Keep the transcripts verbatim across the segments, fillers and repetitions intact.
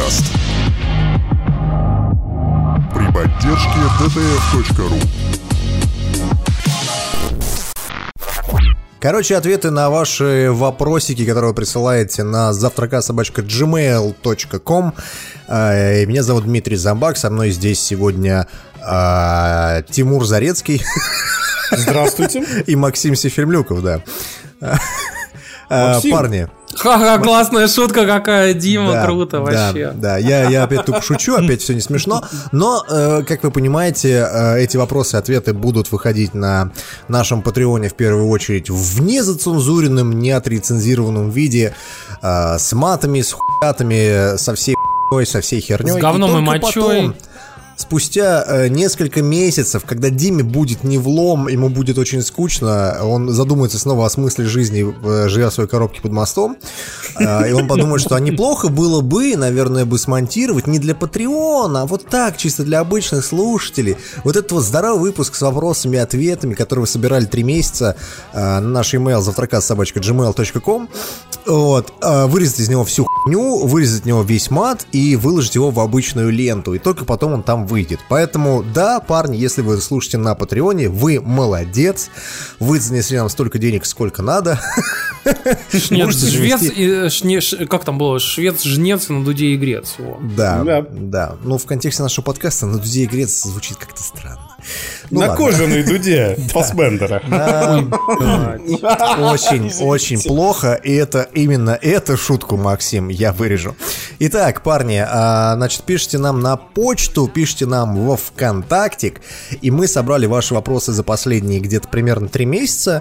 Завтракаст. При поддержке ди ти эф точка ру. Короче, ответы на ваши вопросики, которые вы присылаете на завтракаст собака джи мейл точка ком. Меня зовут Дмитрий Зомбак, со мной здесь сегодня э, Тимур Зарецкий. Здравствуйте. И Максим Сефермлюков, да. Максим. Парни. Ха-ха, классная шутка какая, Дима, да, круто вообще. Да, да. Я, я опять тупо шучу, опять все не смешно. Но, э, как вы понимаете, э, эти вопросы и ответы будут выходить на нашем Патреоне в первую очередь в незацензуренном, неотрецензированном виде, э, с матами, с хуятами, со всей хуйней, со всей херней. С говном и, и мочой. Потом, спустя э, несколько месяцев, когда Диме будет не влом, ему будет очень скучно, он задумается снова о смысле жизни, э, живя в своей коробке под мостом, э, и он подумает, что а неплохо было бы, наверное, бы смонтировать не для Патреона, а вот так, чисто для обычных слушателей, вот этот вот здоровый выпуск с вопросами и ответами, который вы собирали три месяца э, на наш email завтракаст собака джи мейл точка ком, вот, э, вырезать из него всю хуйню, вырезать из него весь мат и выложить его в обычную ленту, и только потом он там выйдет. Поэтому, да, парни, если вы слушаете на Патреоне, вы молодец. Вы занесли нам столько денег, сколько надо. Нет, швец и... Шне, как там было? Швец, жнец, на дуде и грец. Да, да, да. Ну, в контексте нашего подкаста на дуде и грец звучит как-то странно. Ну, на ладно. Кожаной дуде Фассбендера. Очень, очень плохо. И это именно эту шутку, Максим, я вырежу. Итак, парни, значит, пишите нам на почту, пишите нам во ВКонтактик. И мы собрали ваши вопросы за последние где-то примерно три месяца.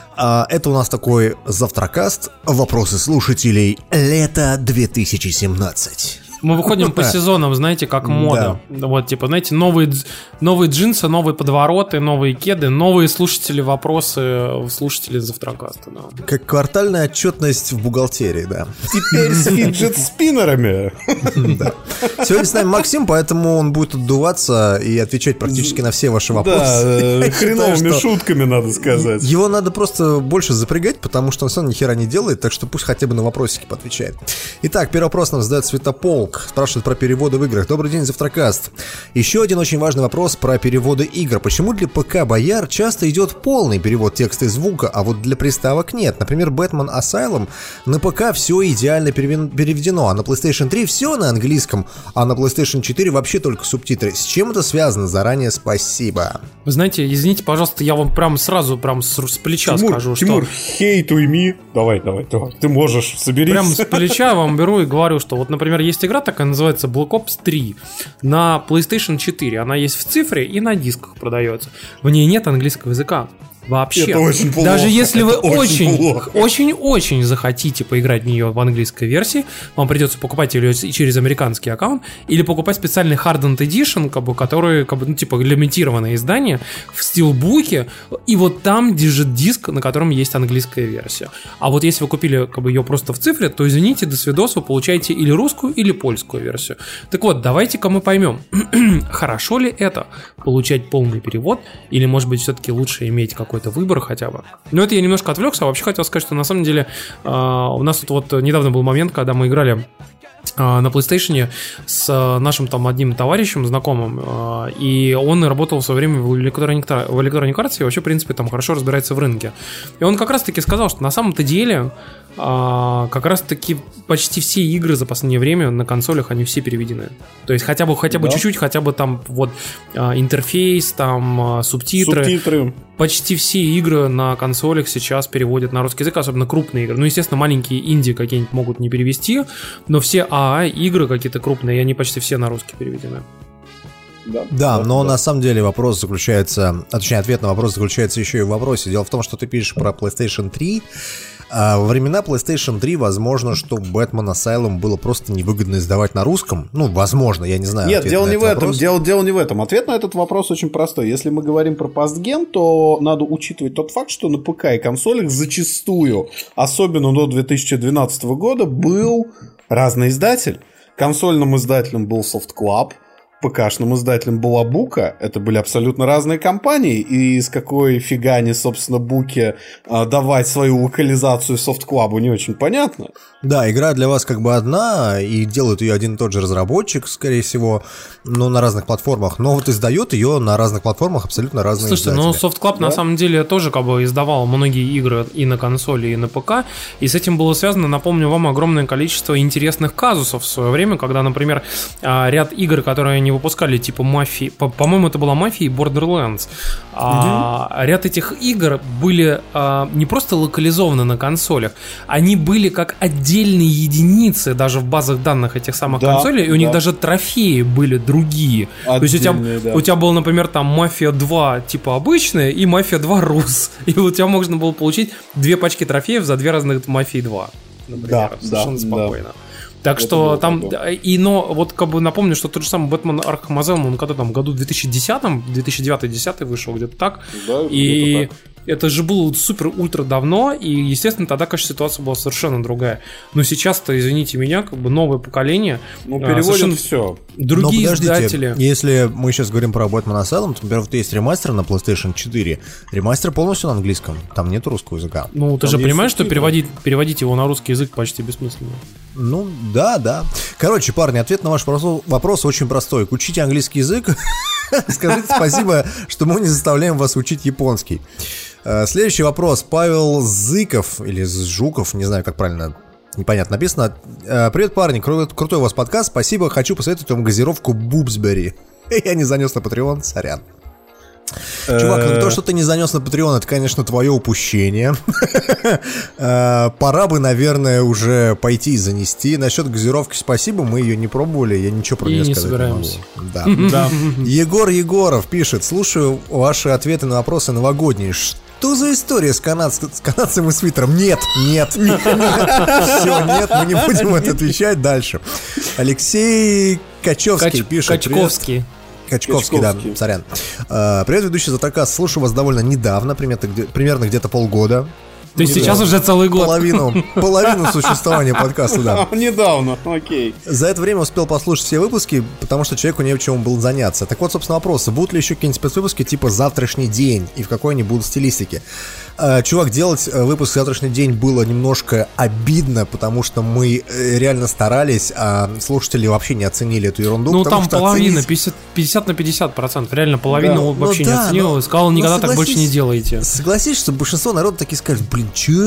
Это у нас такой завтракаст. Вопросы слушателей лета две тысячи семнадцать. Мы выходим по сезонам, знаете, как мода. Да. Вот, типа, знаете, новые, новые джинсы, новые подвороты, новые кеды, новые слушатели, вопросы слушателей завтракаста. Да. Как квартальная отчетность в бухгалтерии, да. Теперь с фиджет-спиннерами. Да. Сегодня с нами Максим, поэтому он будет отдуваться и отвечать практически на все ваши вопросы. Да, хреновыми шутками, надо сказать. Его надо просто больше запрягать, потому что он сам ни хера не делает, так что пусть хотя бы на вопросики поотвечает. Итак, первый вопрос нам задает Светополк. Спрашивает про переводы в играх. Добрый день, Завтракаст. Еще один очень важный вопрос про переводы игр. Почему для ПК Бояр часто идет полный перевод текста и звука, а вот для приставок нет? Например, Batman Asylum на ПК все идеально переведено, а на PlayStation три все на английском, а на PlayStation четыре вообще только субтитры. С чем это связано? Заранее спасибо. Вы знаете, извините, пожалуйста, я вам прям сразу прям с, с плеча Тимур, скажу, Тимур, что... hate to me. Давай, давай, давай. Ты можешь, соберись. Прям с плеча вам беру и говорю, что вот, например, есть игра такая, называется Black Ops три на PlayStation четыре. Она есть в цифре и на дисках продается. В ней нет английского языка. Вообще. Это очень плохо. Даже если это вы очень, очень-очень захотите поиграть в нее в английской версии, вам придется покупать ее через американский аккаунт или покупать специальный Hardened Edition, как бы, который, как бы, ну, типа, лимитированное издание в стилбуке, и вот там держит диск, на котором есть английская версия. А вот если вы купили, как бы, ее просто в цифре, то, извините, до свидос, вы получаете или русскую, или польскую версию. Так вот, давайте-ка мы поймем, хорошо ли это получать полный перевод, или, может быть, все-таки лучше иметь какой какой-то выбор хотя бы. Но это я немножко отвлекся, а вообще хотел сказать, что на самом деле э, у нас тут вот недавно был момент, когда мы играли э, на PlayStation с э, нашим там одним товарищем, знакомым, э, и он работал в свое время в Electronic, в Electronic Arts и вообще, в принципе, там хорошо разбирается в рынке. И он как раз-таки сказал, что на самом-то деле а, как раз-таки почти все игры за последнее время на консолях, они все переведены. То есть хотя бы, хотя бы да. чуть-чуть, хотя бы там вот а, интерфейс, там а, субтитры. Субтитры. Почти все игры на консолях сейчас переводят на русский язык, особенно крупные игры. Ну, естественно, маленькие инди какие-нибудь могут не перевести, но все АА игры какие-то крупные, они почти все на русский переведены. Да, да, но да. На самом деле вопрос заключается, а точнее ответ на вопрос заключается еще и в вопросе. Дело в том, что ты пишешь про PlayStation три. А во времена PlayStation три, возможно, что Batman Asylum было просто невыгодно издавать на русском. Ну, возможно, я не знаю. Нет, дело не в этом, дело, дело не в этом. Ответ на этот вопрос очень простой. Если мы говорим про постген, то надо учитывать тот факт, что на ПК и консолях зачастую, особенно до две тысячи двенадцатого года, был разный издатель. Консольным издателем был Soft Club. ПК-шным издателем Балабука, это были абсолютно разные компании, и с какой фига они, собственно, Буке а, давать свою локализацию софт-клабу, не очень понятно. Да, игра для вас как бы одна, и делает ее один и тот же разработчик, скорее всего, но на разных платформах. Но вот издает ее на разных платформах абсолютно разные Слушайте, издатели. ну Soft Club да? на самом деле тоже как бы издавал многие игры и на консоли, и на ПК, и с этим было связано, напомню вам, огромное количество интересных казусов в свое время, когда, например, ряд игр, которые они выпускали, типа Мафии, по- по-моему, это была Мафия и Borderlands, угу. а, ряд этих игр были а, не просто локализованы на консолях, они были как отдельные единицы даже в базах данных этих самых да, консолей, и у да. них даже трофеи были другие. Отдельные, то есть у тебя, да. у тебя был, например, там Мафия два типа обычная и Мафия два Рус, и у тебя можно было получить две пачки трофеев за две разных Мафии два, например, да, совершенно да, спокойно. Да. Так это что там, такое. И, но вот как бы напомню, что тот же самый Бэтмен Аркхем Асайлум, он когда там, году в две тысячи десятом, две тысячи девятый - две тысячи десятый вышел, где-то так, да, и где-то так. Это же было супер-ультра давно, и, естественно, тогда, конечно, ситуация была совершенно другая. Но сейчас-то, извините меня, как бы новое поколение. Ну, переводят все. Но Другие подождите, издатели. Если мы сейчас говорим про Batman Asylum, то, например, вот есть ремастер на PlayStation четыре. Ремастер полностью на английском. Там нет русского языка. Ну, ты там же понимаешь, что переводить, переводить его на русский язык почти бессмысленно. Ну, да, да. Короче, парни, ответ на ваш вопрос очень простой. Учите английский язык. Скажите спасибо, что мы не заставляем вас учить японский. Следующий вопрос. Павел Зыков, или Жуков, не знаю, как правильно, непонятно написано. Привет, парни, кру- крутой у вас подкаст, спасибо. Хочу посоветовать вам газировку Бубсбери. Я не занес на Patreon, сорян. Чувак, ну то, что ты не занес на Patreon, это, конечно, твое упущение. Пора бы, наверное, уже пойти и занести. Насчет газировки спасибо, мы ее не пробовали, я ничего про нее сказать не могу. Да. Да. Егор Егоров пишет: слушаю ваши ответы на вопросы новогодние. Что за история с, канадц... с канадцем и свитером? Нет, нет. Все, нет, мы не будем это отвечать дальше. Алексей Качевский пишет: Качковский. Качковский, да, сорян. А, привет, ведущий Затаркаст. Слушаю вас довольно недавно, примерно, где, примерно где-то полгода. То есть сейчас уже целый год. Половину, половину существования подкаста, да. Недавно, окей. За это время успел послушать все выпуски, потому что человеку не в чем было заняться. Так вот, собственно, вопрос. Будут ли еще какие-нибудь спецвыпуски типа «Завтрашний день» и в какой они будут стилистике? Чувак, делать выпуск «Завтрашний день» было немножко обидно, потому что мы реально старались, а слушатели вообще не оценили эту ерунду. Ну, там половина, оценить... пятьдесят, пятьдесят на пятьдесят процентов. Реально половина да. вообще ну, не да, оценила но, и сказала, никогда так больше не делайте. Согласись, что большинство народа такие скажут: блин,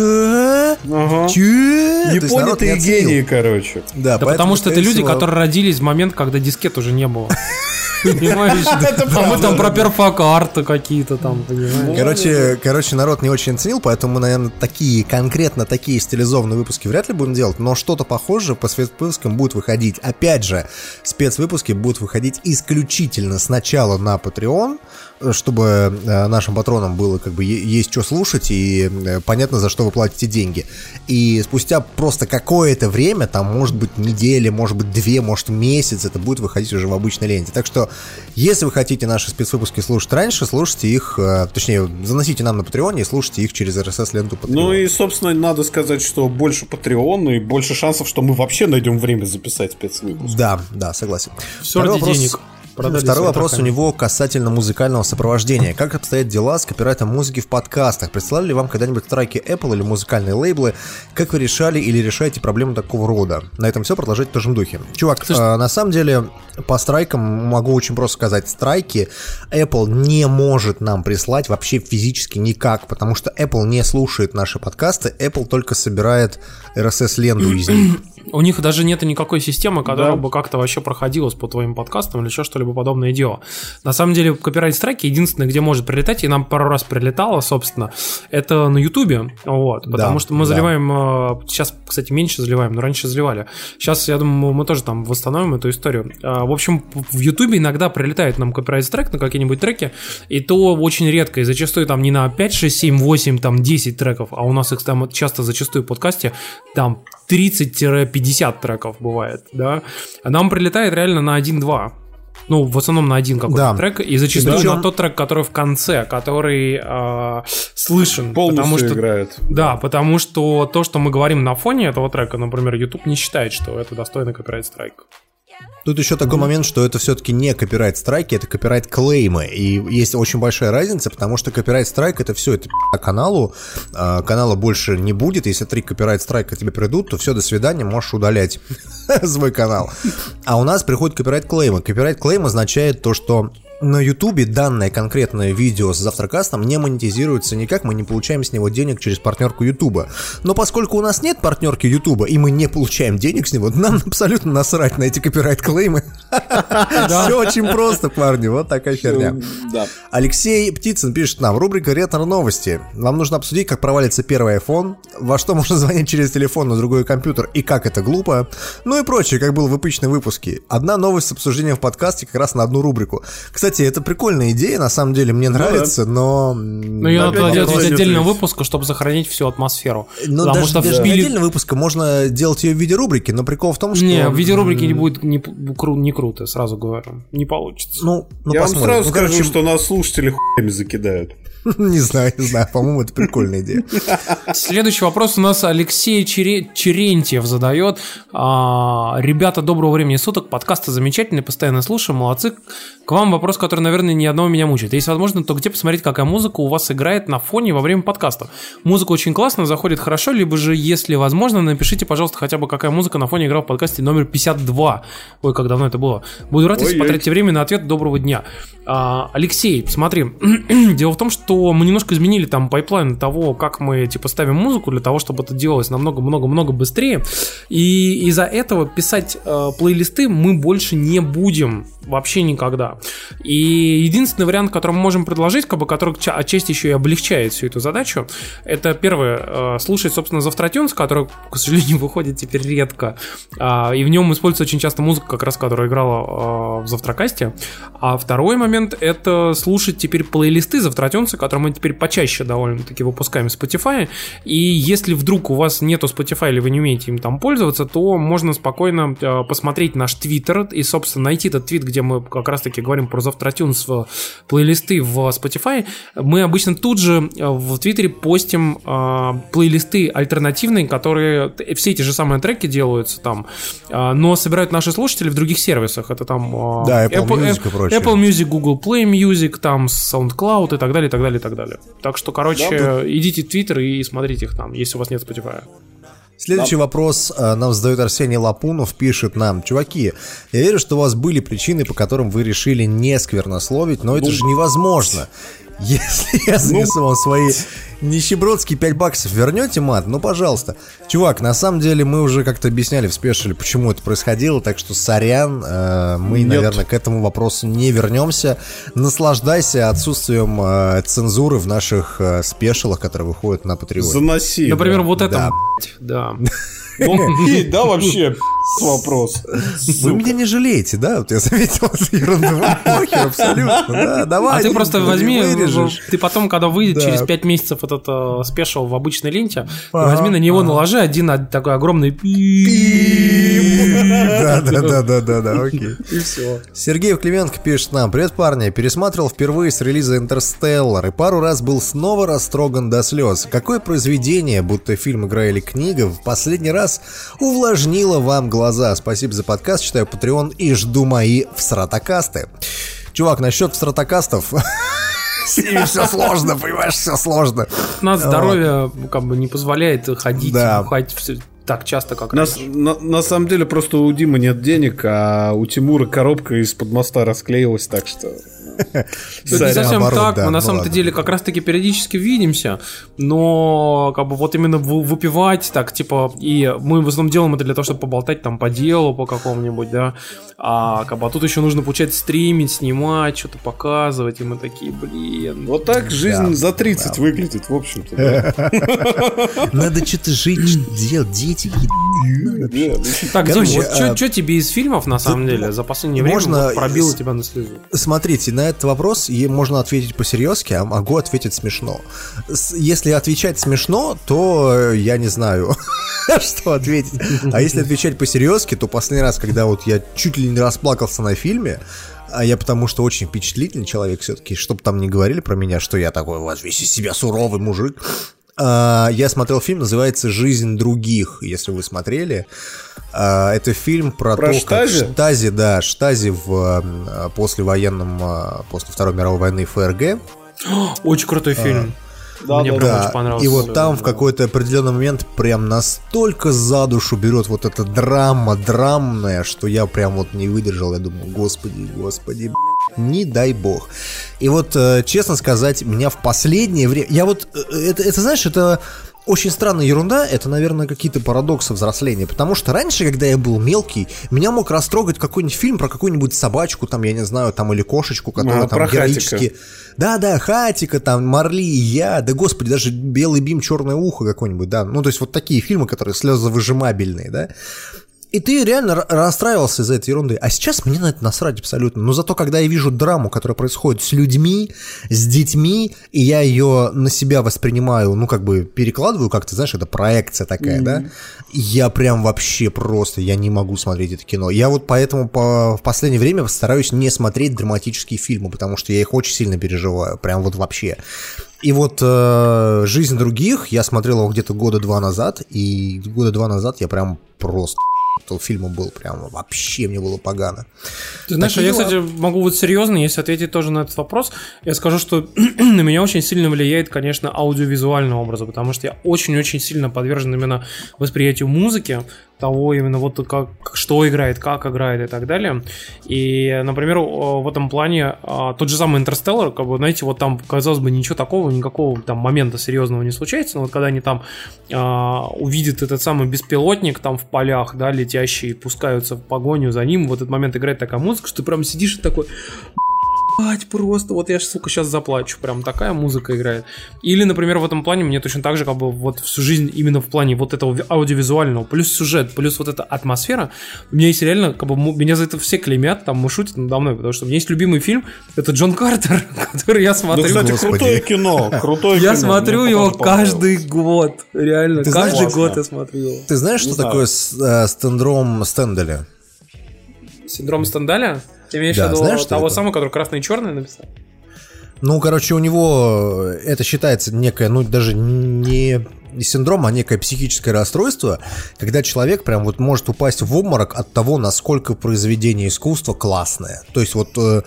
чё? Ага. Чё? Непонятые гении, короче. Да, да потому что это люди, всего... которые родились в момент, когда дискет уже не было. Понимаешь? А мы там про перфокарты какие-то там, понимаешь? Короче, короче, народ не очень оценил, поэтому мы, наверное, такие, конкретно такие стилизованные выпуски вряд ли будем делать, но что-то похожее по спецвыпускам будет выходить. Опять же, спецвыпуски будут выходить исключительно сначала на Patreon, чтобы нашим патронам было как бы есть что слушать и понятно, за что вы платите деньги. И спустя просто какое-то время, там может быть неделя, может быть две, может месяц, это будет выходить уже в обычной ленте. Так что, если вы хотите наши спецвыпуски слушать раньше, слушайте их, точнее, заносите нам на Patreon и слушайте их через эр эс эс-ленту Patreon. Ну и, собственно, надо сказать, что больше Patreon и больше шансов, что мы вообще найдем время записать спецвыпуск. Да, да, согласен. Все ради денег. Продали Второй вопрос траками. У него касательно музыкального сопровождения. Как обстоят дела с копирайтом музыки в подкастах? Присылали ли вам когда-нибудь треки Apple или музыкальные лейблы? Как вы решали или решаете проблемы такого рода? На этом все, продолжайте в том же духе. Чувак, э, на самом деле, по страйкам могу очень просто сказать. Страйки Apple не может нам прислать вообще физически никак, потому что Apple не слушает наши подкасты, Apple только собирает эр эс эс-ленту из них. У них даже нет никакой системы, которая да. бы как-то вообще проходилась по твоим подкастам или еще что-либо подобное дело. На самом деле, копирайт-страйки единственное, где может прилетать, и нам пару раз прилетало, собственно, это на Ютубе, вот, потому да, что мы заливаем, да. сейчас, кстати, меньше заливаем, но раньше заливали. Сейчас, я думаю, мы тоже там восстановим эту историю. В общем, в Ютубе иногда прилетает нам копирайт-страйк на какие-нибудь треки, и то очень редко, и зачастую там не на пять, шесть, семь, восемь, там десять треков, а у нас их там часто зачастую в подкасте там тридцать-пятьдесят треков бывает, да, а нам прилетает реально на один-два. Ну, в основном на один какой-то да. трек, и зачастую Причем... на тот трек, который в конце, который э, слышен. Полностью потому что, играет. Да, потому что то, что мы говорим на фоне этого трека, например, YouTube не считает, что это достойный копирайт-страйк. Тут еще такой момент, что это все-таки не копирайт-страйки, это копирайт-клеймы. И есть очень большая разница, потому что копирайт-страйк — это все, это каналу. Канала больше не будет. Если три копирайт-страйка тебе придут, то все, до свидания, можешь удалять свой канал. А у нас приходят копирайт-клеймы. Копирайт-клейм означает то, что на Ютубе данное конкретное видео с Завтракастом не монетизируется никак, мы не получаем с него денег через партнерку Ютуба. Но поскольку у нас нет партнерки Ютуба, и мы не получаем денег с него, нам абсолютно насрать на эти копирайт-клеймы. Все очень просто, парни, вот такая херня. Алексей Птицын пишет нам: рубрика «Ретро-новости». Вам нужно обсудить, как провалится первый iPhone, во что можно звонить через телефон на другой компьютер и как это глупо, ну и прочее, как было в эпичной выпуске. Одна новость с обсуждением в подкасте как раз на одну рубрику. Кстати, это прикольная идея, на самом деле, мне нравится, ну, да. но... Ну, ее надо делать отдельного выпуска, чтобы сохранить всю атмосферу. Ну, даже, что даже впили... не отдельного выпуска, можно делать ее в виде рубрики, но прикол в том, что... Не, в виде рубрики не будет не, кру, не круто, сразу говорю, не получится. Ну, ну Я посмотрим. вам сразу ну, скажу, короче... что нас слушатели хуями закидают. Не знаю, не знаю, по-моему, это прикольная идея. Следующий вопрос у нас Алексей Чере... Черентьев задает. А, ребята, доброго времени суток, подкасты замечательные, постоянно слушаю, молодцы. К вам вопрос, который, наверное, ни одного меня мучает. Если возможно, то где посмотреть, какая музыка у вас играет на фоне во время подкаста? Музыка очень классная, заходит хорошо, либо же, если возможно, напишите, пожалуйста, хотя бы какая музыка на фоне играла в подкасте номер пятьдесят два. Ой, как давно это было. Буду рад, если потратите время на ответ. Доброго дня. А, Алексей, смотри, дело в том, что мы немножко изменили там пайплайн того, как мы типа ставим музыку, для того, чтобы это делалось намного-много-много быстрее. И из-за этого писать э, плейлисты мы больше не будем вообще никогда. И единственный вариант, который мы можем предложить, как бы, который отчасти еще и облегчает всю эту задачу, это первое, э, слушать, собственно, Завтратюнс, который, к сожалению, выходит теперь редко, э, и в нем используется очень часто музыка, как раз, которая играла э, в Завтракасте. А второй момент — это слушать теперь плейлисты Завтратюнса, которые мы теперь почаще довольно-таки выпускаем в Spotify. И если вдруг у вас нету Spotify или вы не умеете им там пользоваться, то можно спокойно э, посмотреть наш Твиттер и, собственно, найти этот твит, где мы как раз-таки говорим про Завтратюнс в плейлисты в Spotify. Мы обычно тут же в Твиттере постим э, плейлисты альтернативные, которые все эти же самые треки делаются там, э, но собирают наши слушатели в других сервисах. Это там э, да, Apple, Apple Music и прочее. Apple Music, Google Play Music, там SoundCloud и так далее, и так далее, и так далее. Так что, короче, да, да. идите в Твиттер и смотрите их там, если у вас нет Spotify. Следующий да. вопрос нам задает Арсений Лапунов, пишет нам: чуваки, я верю, что у вас были причины, по которым вы решили не сквернословить, но это ну, же невозможно. Если я занесу вам свои нищебродские пять баксов, вернете мат? Ну, пожалуйста. Чувак, на самом деле мы уже как-то объясняли в спешале, почему это происходило, так что сорян, э, мы, Нет. наверное, к этому вопросу не вернемся. Наслаждайся отсутствием э, цензуры в наших э, спешалах, которые выходят на Патреоне. Заноси. Например, да. вот это, да. да. Ну, и, да, вообще, вопрос. Вы меня не жалеете, да? Вот я заметил эту ерунду. Похер, абсолютно, да, давай. А ты просто возьми, ты потом, когда выйдет через пять месяцев этот спешл в обычной ленте, возьми на него, наложи один такой огромный да, да, да, да, да, да, окей. И все. Сергей Клименко пишет нам: привет, парни, пересматривал впервые с релиза «Интерстеллар» и пару раз был снова растроган до слез. Какое произведение, будто фильм, игра или книга, в последний раз увлажнило вам глаза? Спасибо за подкаст, читаю Patreon и жду мои всратокасты. Чувак, насчет всратокастов... С ними все сложно, понимаешь, все сложно. У нас здоровье как бы не позволяет ходить, да. бухать все так часто, как на, раньше. На, на самом деле просто у Димы нет денег, а у Тимура коробка из-под моста расклеилась, так что... Это не совсем так, мы на самом-то деле как раз-таки периодически видимся, но как бы вот именно выпивать так, типа, и мы в основном делаем это для того, чтобы поболтать там по делу, по какому-нибудь, да, а как бы а тут еще нужно, получается, стримить, снимать, что-то показывать, и мы такие, блин. Вот так жизнь за тридцать выглядит, в общем-то. Надо что-то жить, делать, дети. Так, Зоня, что тебе из фильмов, на самом деле, за последнее время пробило тебя на слезу? Смотрите, на этот вопрос можно ответить по-серьезки, а могу ответить смешно. Если отвечать смешно, то я не знаю, что ответить. А если отвечать по-серьезки, то последний раз, когда вот я чуть ли не расплакался на фильме, а я потому что очень впечатлительный человек все-таки, чтобы там не говорили про меня, что я такой, у вас весь из себя суровый мужик. Я смотрел фильм, называется «Жизнь других», если вы смотрели. Это фильм про, про то, Штази? как Штази, да, Штази в послевоенном, после Второй мировой войны ФРГ. Очень крутой фильм. Да, Мне да, прям да. очень понравился. И вот там в какой-то определенный момент прям настолько за душу берет вот эта драма, драмная, что я прям вот не выдержал. Я думаю, господи, господи, не дай бог. И вот, честно сказать, меня в последнее время... Я вот... Это, это знаешь, это... Очень странная ерунда, это, наверное, какие-то парадоксы взросления, потому что раньше, когда я был мелкий, меня мог растрогать какой-нибудь фильм про какую-нибудь собачку, там, я не знаю, там, или кошечку, которая а, там героически... Да-да, Хатика, там, Марли и я, да, господи, даже «Белый бим, черное ухо» какой-нибудь, да, ну, то есть вот такие фильмы, которые слезовыжимабельные, да. И ты реально расстраивался из-за этой ерунды. А сейчас мне на это насрать абсолютно. Но зато, когда я вижу драму, которая происходит с людьми, с детьми, и я ее на себя воспринимаю, ну, как бы перекладываю, как ты знаешь, это проекция такая, mm-hmm. да, я прям вообще просто, я не могу смотреть это кино. Я вот поэтому по, в последнее время стараюсь не смотреть драматические фильмы, потому что я их очень сильно переживаю, прям вот вообще. И вот э, «Жизнь других» я смотрел его где-то года два назад, и года два назад я прям просто... этого фильма был прям вообще, мне было погано. Ты знаешь, Такие а я, дела... кстати, могу вот серьезно, если ответить тоже на этот вопрос, я скажу, что на меня очень сильно влияет, конечно, аудиовизуальный образ, потому что я очень-очень сильно подвержен именно восприятию музыки, того именно вот как, что играет, как играет и так далее. И, например, в этом плане тот же самый «Интерстеллар», как бы, знаете, вот там, казалось бы, ничего такого, никакого там момента серьезного не случается, но вот когда они там а, увидят этот самый беспилотник там в полях, да, летящий, пускаются в погоню за ним, в этот момент играет такая музыка, что ты прям сидишь и такой... Просто, вот я, сука, сейчас заплачу. Прям такая музыка играет. Или, например, в этом плане мне точно так же, как бы, вот всю жизнь именно в плане вот этого аудиовизуального, плюс сюжет, плюс вот эта атмосфера. У меня есть реально, как бы, меня за это все клеймят, там, шутят надо мной, потому что у меня есть любимый фильм, это «Джон Картер», который я смотрю. Да, кстати, Господи. крутое кино, крутое Я кино. смотрю его каждый год, реально, Ты каждый знаешь, год я смотрю его. Ты знаешь, что такое синдром Стенделя? Синдром Стенделя? Ты имеешь да, в виду знаешь, того это? самого, который красный и черный написал? Ну, короче, у него это считается некое, ну, даже не синдром, а некое психическое расстройство, когда человек прям вот может упасть в обморок от того, насколько произведение искусства классное. То есть вот э,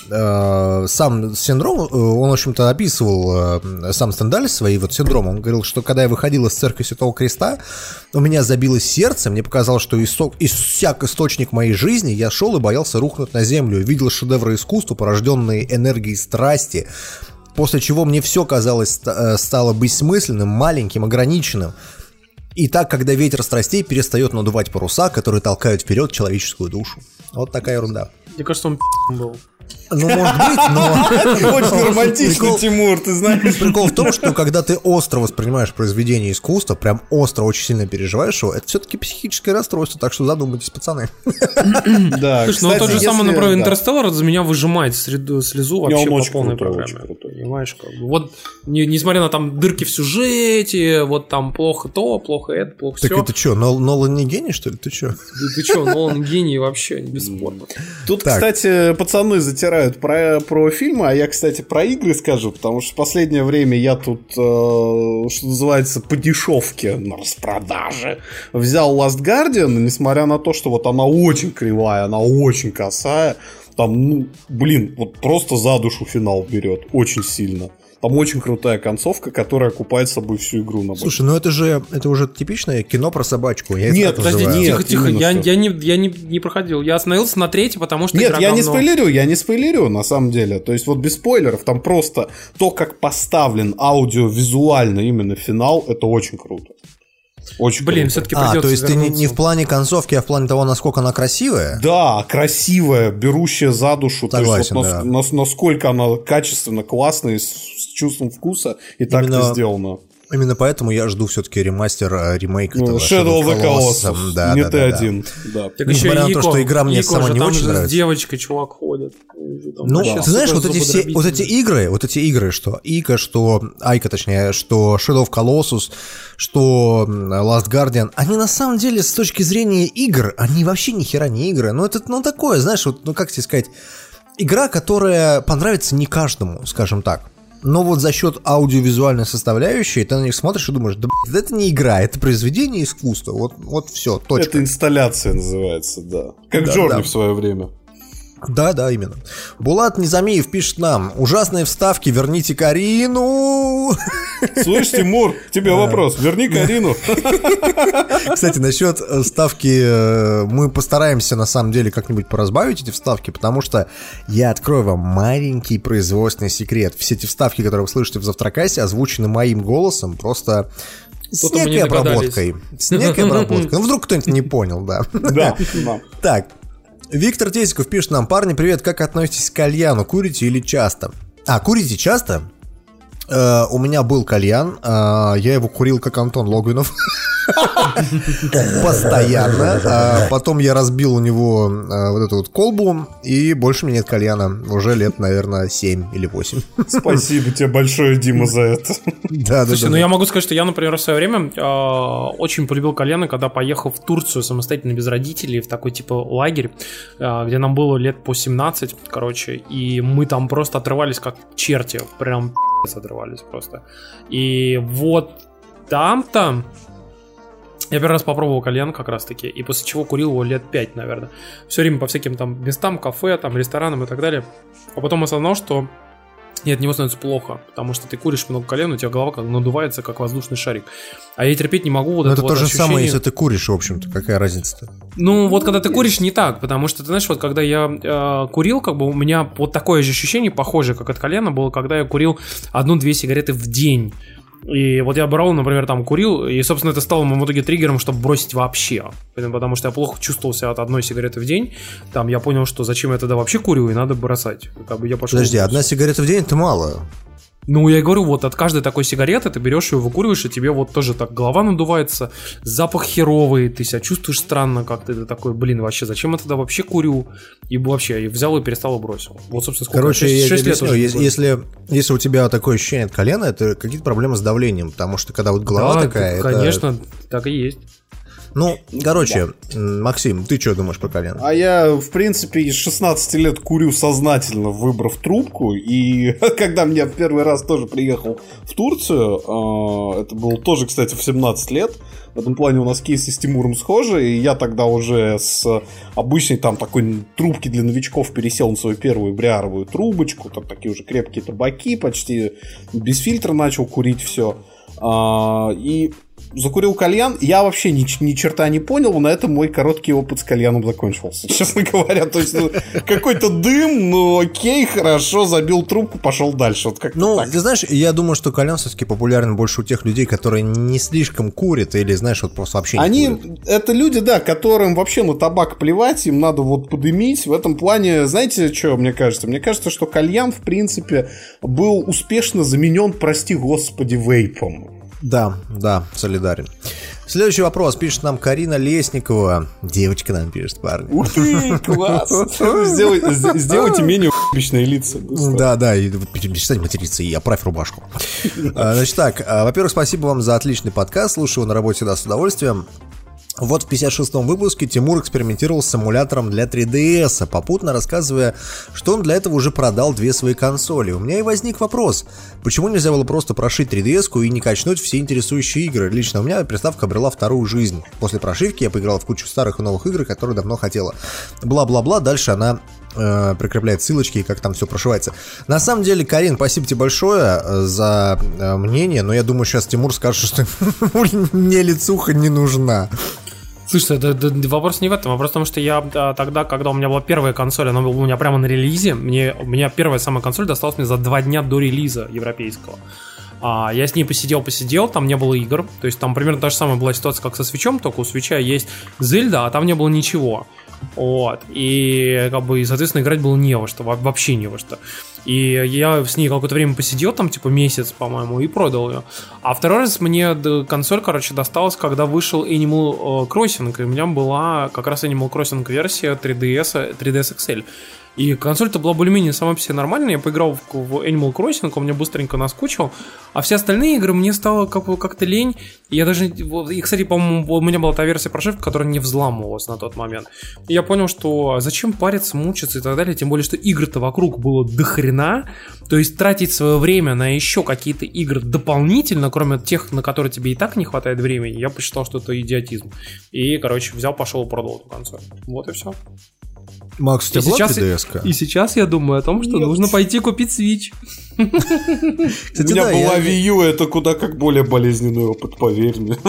э, сам синдром, он, в общем-то, описывал э, сам Стендаль свои вот синдромы. Он говорил, что когда я выходил из церкви Святого Креста, у меня забилось сердце, мне показалось, что исток, иссяк источник моей жизни, я шел и боялся рухнуть на землю, видел шедевры искусства, порожденные энергией страсти, после чего мне все казалось стало бессмысленным, маленьким, ограниченным. И так, когда ветер страстей перестает надувать паруса, которые толкают вперед человеческую душу. Вот такая ерунда. Мне кажется, он был. Ну, может быть, но... Очень романтичный, Тимур, ты знаешь. Прикол в том, что когда ты остро воспринимаешь произведение искусства, прям остро, очень сильно переживаешь его, это все-таки психическое расстройство, так что задумайтесь, пацаны. Да, слушай, ну тот же самый, например, «Интерстеллар» за меня выжимает слезу вообще по полной программе. Понимаешь, как бы. Вот, несмотря на там дырки в сюжете, вот там плохо то, плохо это, плохо все. Так это что, Нолан не гений, что ли? Ты что? Ты что, Нолан гений вообще, бесспорно. Тут, кстати, пацаны затирают про, про фильмы, а я, кстати, про игры скажу, потому что в последнее время я тут, э, что называется, по дешевке на распродаже взял Last Guardian, и несмотря на то, что вот она очень кривая, она очень косая, там, ну, блин, вот просто за душу финал берет, очень сильно. Там очень крутая концовка, которая окупает собой всю игру. На Слушай, ну это же это уже типичное кино про собачку. Я нет, подожди, тихо, тихо, я, я, не, я не, не проходил. Я остановился на третьей, потому что нет, игра я говно. не спойлерю, я не спойлерю, на самом деле. То есть вот без спойлеров, там просто то, как поставлен аудиовизуально именно финал, это очень круто. Очень Блин, круто. все-таки а, придется то есть вернуться. ты не, не в плане концовки, а в плане того, насколько она красивая? Да, красивая, берущая за душу. Согласен, то есть, вот да. нас, насколько она качественно, классная, с, с чувством вкуса, и так Именно... это сделано. Именно поэтому я жду все-таки ремастер, ремейк Ну, этого Shadow of the Colossus. Colossus. Да, не да, ты да, один. Да. Так несмотря еще на Ико, то, что игра мне Ико сама же, не там очень же нравится. с девочкой чувак ходит. Ну, да. ты знаешь, вот эти все, вот эти игры, вот эти игры, что Ика, что Айка, точнее, что Shadow of Colossus, что Last Guardian, они на самом деле с точки зрения игр, они вообще ни хера не игры. Ну, это, ну, такое, знаешь, вот, ну, как тебе сказать, игра, которая понравится не каждому, скажем так. Но вот за счет аудиовизуальной составляющей ты на них смотришь и думаешь, да блядь, это не игра, это произведение искусства. Вот, вот все, точка. Это инсталляция называется, да. Как да, Джорни да. в свое время. Да, да, именно. Булат Низамиев пишет нам: ужасные вставки, верните Карину. Слышь, Тимур, к тебе вопрос. Верни Карину. Кстати, насчет вставки мы постараемся на самом деле как-нибудь поразбавить эти вставки, потому что я открою вам маленький производственный секрет. Все эти вставки, которые вы слышите в Завтракасе, озвучены моим голосом, просто с Тут некой обработкой. С некой обработкой. Ну, вдруг кто-нибудь не понял, да. Да. Так. Виктор Тесиков пишет нам: парни, привет, как относитесь к кальяну? Курите или часто? А, курите часто? Э, у меня был кальян, э, я его курил как Антон Логвинов. Постоянно. Потом я разбил у него вот эту вот колбу, и больше у меня нет кальяна. Уже лет, наверное, семь или восемь. Спасибо тебе большое, Дима, за это. Да, Слушай, да, ну да. я могу сказать, что я, например, в свое время э, очень полюбил кальяны, когда поехал в Турцию самостоятельно без родителей в такой типа лагерь, э, где нам было лет по семнадцать, короче, и мы там просто отрывались как черти, прям пи***ц отрывались просто. И вот там-то я первый раз попробовал кальян как раз таки, и после чего курил его лет пять, наверное. Все время по всяким там местам, кафе, там, ресторанам и так далее. А потом осознал, что и от него становится плохо, потому что ты куришь много кальяна, у тебя голова как надувается, как воздушный шарик. А я терпеть не могу вот Но это, это вот то же ощущение... самое, если ты куришь, в общем-то, какая разница-то? Ну, вот когда ты куришь, не так, потому что, ты знаешь, вот когда я э, курил, как бы у меня вот такое же ощущение, похожее, как от кальяна, было, когда я курил одну-две сигареты в день. И вот я брал, например, там курил, и, собственно, это стало моим в итоге триггером, чтобы бросить вообще. Потому что я плохо чувствовал себя от одной сигареты в день. Там я понял, что зачем я тогда вообще курю, и надо бросать. Как бы я пошел. Подожди, одна сигарета в день — это мало. Ну, я и говорю, вот от каждой такой сигареты ты берешь ее, выкуриваешь, и тебе вот тоже так голова надувается, запах херовый, ты себя чувствуешь странно как-то, ты такой, блин, вообще, зачем я тогда вообще курю? И вообще, и взял и перестал и бросил. Вот, собственно, сколько? Короче, шесть, я шесть тебе лет объясню, уже. если, если, если у тебя такое ощущение от колена, это какие-то проблемы с давлением, потому что когда вот голова да, такая... конечно, это... так и есть. Ну, короче, да. Максим, ты что думаешь про колено? А я, в принципе, из шестнадцати лет курю сознательно, выбрав трубку. И когда мне в первый раз тоже приехал в Турцию, это было тоже, кстати, в семнадцать лет. В этом плане у нас кейсы с Тимуром схожи. И я тогда уже с обычной там такой трубки для новичков пересел на свою первую бриаровую трубочку. Там такие уже крепкие табаки, почти без фильтра начал курить все. И... закурил кальян, я вообще ни, ни черта не понял, на этом мой короткий опыт с кальяном закончился, честно говоря. То есть, ну, какой-то дым, ну окей, хорошо, забил трубку, пошел дальше. Вот как-то ну, так. Ты знаешь, я думаю, что кальян все-таки популярен больше у тех людей, которые не слишком курят, или, знаешь, вот просто вообще не Они, курят. Это люди, да, которым вообще на табак плевать, им надо вот подымить. В этом плане, знаете, что мне кажется? Мне кажется, что кальян, в принципе, был успешно заменен, прости господи, вейпом. Да, да, солидарен. Следующий вопрос пишет нам Карина Лесникова. Девочка нам пишет, парни. Ух ты, класс! Сделайте менее ***бичные лица. Да, да, и перестань материться и оправь рубашку. Значит так, во-первых, спасибо вам за отличный подкаст. Слушаю его на работе всегда с удовольствием. Вот в пятьдесят шестом выпуске Тимур экспериментировал с эмулятором для три ди эс, попутно рассказывая, что он для этого уже продал две свои консоли. У меня и возник вопрос, почему нельзя было просто прошить три ди эс-ку и не качнуть все интересующие игры? Лично у меня приставка обрела вторую жизнь. После прошивки я поиграл в кучу старых и новых игр, которые давно хотела. Бла-бла-бла, дальше она... э, прикрепляет ссылочки и как там все прошивается. На самом деле, Карин, спасибо тебе большое за э, мнение, но я думаю, сейчас Тимур скажет, что мне лицуха не нужна. Слушай, да, да, вопрос не в этом, вопрос в том, что я да, тогда, когда у меня была первая консоль, она была у меня прямо на релизе, мне, у меня первая самая консоль досталась мне за два дня до релиза европейского. А, я с ней посидел-посидел, там не было игр, то есть там примерно та же самая была ситуация, как со Свитчом, только у Свитча есть Зельда, а там не было ничего. Вот, и как бы, соответственно, играть было не во что, вообще не во что. И я с ней какое-то время посидел, там типа месяц, по-моему, и продал ее. А второй раз мне консоль, короче, досталась, когда вышел Animal Crossing, и у меня была как раз Animal Crossing версия три ди эс, три ди эс икс эл. И консоль-то была более-менее сама по себе нормальная. Я поиграл в, в Animal Crossing, он мне быстренько наскучил. А все остальные игры мне стало как, как-то лень. И я даже... И, кстати, по-моему, у меня была та версия прошивки, которая не взламывалась на тот момент. И я понял, что зачем париться, мучиться и так далее. Тем более, что игр-то вокруг было дохрена. То есть тратить свое время на еще какие-то игры дополнительно, кроме тех, на которые тебе и так не хватает времени, я посчитал, что это идиотизм. И, короче, взял, пошел и продал эту консоль. Вот и все. Макс, у тебя и была сейчас, три ди эс-ка? И сейчас я думаю о том, что Нет. нужно пойти купить Switch. Кстати, у меня да, была я... Wii U, это куда как более болезненный опыт, поверь мне.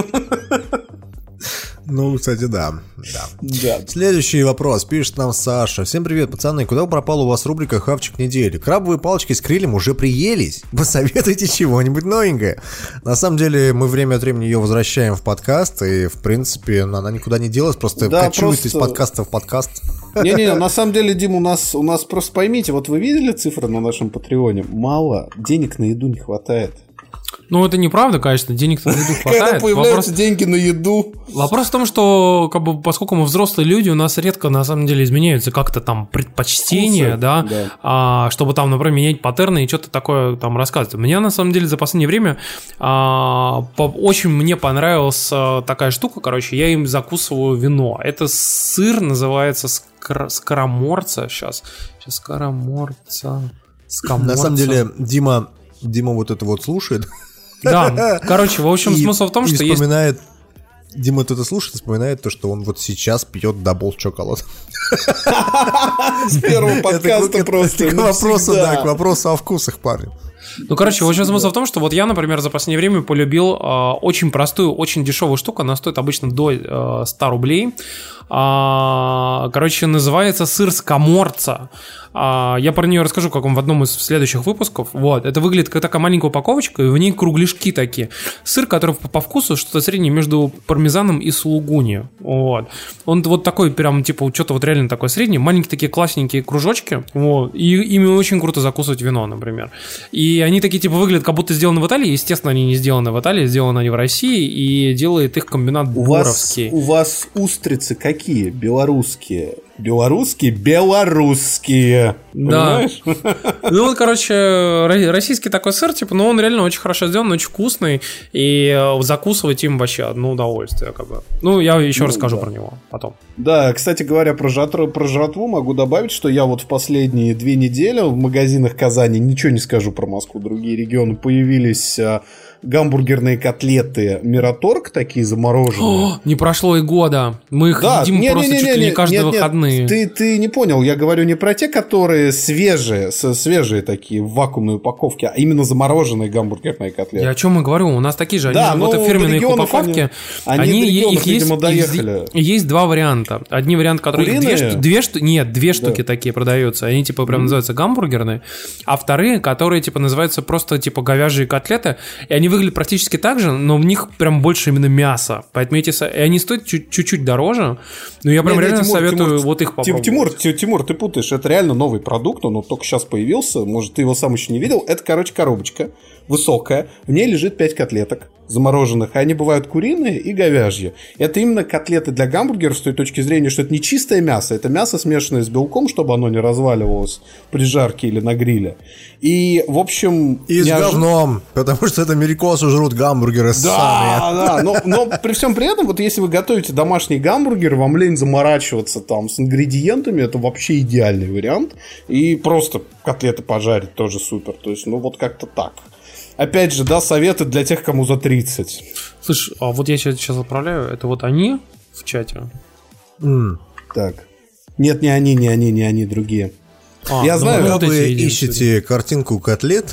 Ну, кстати, да. Да. да. Следующий вопрос. Пишет нам Саша. Всем привет, пацаны. Куда пропала у вас рубрика «Хавчик недели»? Крабовые палочки с крыльям уже приелись. Посоветуйте чего-нибудь новенькое. На самом деле, мы время от времени ее возвращаем в подкаст, и, в принципе, она никуда не делась, просто да, кочует просто... из подкаста в подкаст. Не-не, на самом деле, Дим, у нас, у нас просто поймите, вот вы видели цифры на нашем Патреоне? Мало. Денег на еду не хватает. Ну, это неправда, конечно, денег-то на еду хватает. Когда появляются Вопрос... деньги на еду. Вопрос в том, что, как бы, поскольку мы взрослые люди, у нас редко, на самом деле, изменяются как-то там предпочтения, да, да. А, чтобы там, например, менять паттерны и что-то такое там рассказывать. У меня, на самом деле, за последнее время а, по, очень мне понравилась а, такая штука, короче, я им закусываю вино. Это сыр, называется скор... скороморца, сейчас, сейчас скороморца, скоморца. На самом деле, Дима... Дима вот это вот слушает. Да, короче, в общем, и, смысл в том, и что вспоминает, есть... Дима вот это слушает и вспоминает то, что он вот сейчас пьет дабл чоколад. С первого подкаста просто. К вопросу, да, к вопросу о вкусах, парень. Ну, короче, в общем, смысл в том, что вот я, например, за последнее время полюбил э, очень простую, очень дешевую штуку. Она стоит обычно до э, ста рублей. А, короче, называется сыр скоморца. А, я про нее расскажу, как он в одном из следующих выпусков. Вот, это выглядит как такая маленькая упаковочка, и в ней кругляшки такие. Сыр, который по, по вкусу что-то среднее между пармезаном и сулугуни. Вот. Он вот такой прям, типа, что-то вот реально такое среднее. Маленькие такие классненькие кружочки. Вот. И ими очень круто закусывать вино, например. И они такие, типа, выглядят, как будто сделаны в Италии. Естественно, они не сделаны в Италии, сделаны они в России. И делает их комбинат у Боровский. Вас, у вас устрицы какие? Какие? Белорусские. Белорусские? Белорусские. Да. Ну, вот, короче, российский такой сыр, типа, ну, он реально очень хорошо сделан, очень вкусный. И закусывать им вообще одно удовольствие, как бы. Ну, я еще ну, расскажу да. про него потом. Да, кстати говоря, про жратву, про жратву могу добавить, что я вот в последние две недели в магазинах Казани, ничего не скажу про Москву, другие регионы, появились... гамбургерные котлеты Мираторг, такие замороженные. О, не прошло и года. Мы их да, едим не, просто не, не, чуть ли не, не каждые нет, выходные. Нет, ты, ты не понял, я говорю не про те, которые свежие, свежие такие в вакуумной упаковке, а именно замороженные гамбургерные котлеты. Я о чем и говорю, у нас такие же, они да, же вот фирменные упаковки. Они, они, они регионов, их видимо, есть, доехали. Есть два варианта. Одни варианты, которые две, две штуки, нет, две штуки да. такие продаются, они типа прям mm-hmm. называются гамбургерные, а вторые, которые типа называются просто типа говяжьи котлеты, и они выглядят практически так же, но в них прям больше именно мяса. Поэтому эти... И они стоят чуть-чуть дороже, но я прям не, реально не, Тимур, советую Тимур, вот их попробовать. Тимур, Тимур, ты путаешь. Это реально новый продукт, он только сейчас появился. Может, ты его сам еще не видел. Это, короче, коробочка высокая. В ней лежит пять котлеток замороженных. Они бывают куриные и говяжьи. Это именно котлеты для гамбургеров с той точки зрения, что это не чистое мясо. Это мясо, смешанное с белком, чтобы оно не разваливалось при жарке или на гриле. И, в общем... И неожиданно... с говном, потому что это америкосы жрут гамбургеры да, сами. Да, но, но при всем при этом, вот если вы готовите домашний гамбургер, вам лень заморачиваться там с ингредиентами, это вообще идеальный вариант. И просто котлеты пожарить тоже супер. То есть, ну вот как-то так. Опять же, да, советы для тех, кому за тридцать. Слушай, а вот я сейчас отправляю, это вот они в чате? Mm. Так. Нет, не они, не они, не они, другие. А, я знаю, когда вы ищете картинку котлет,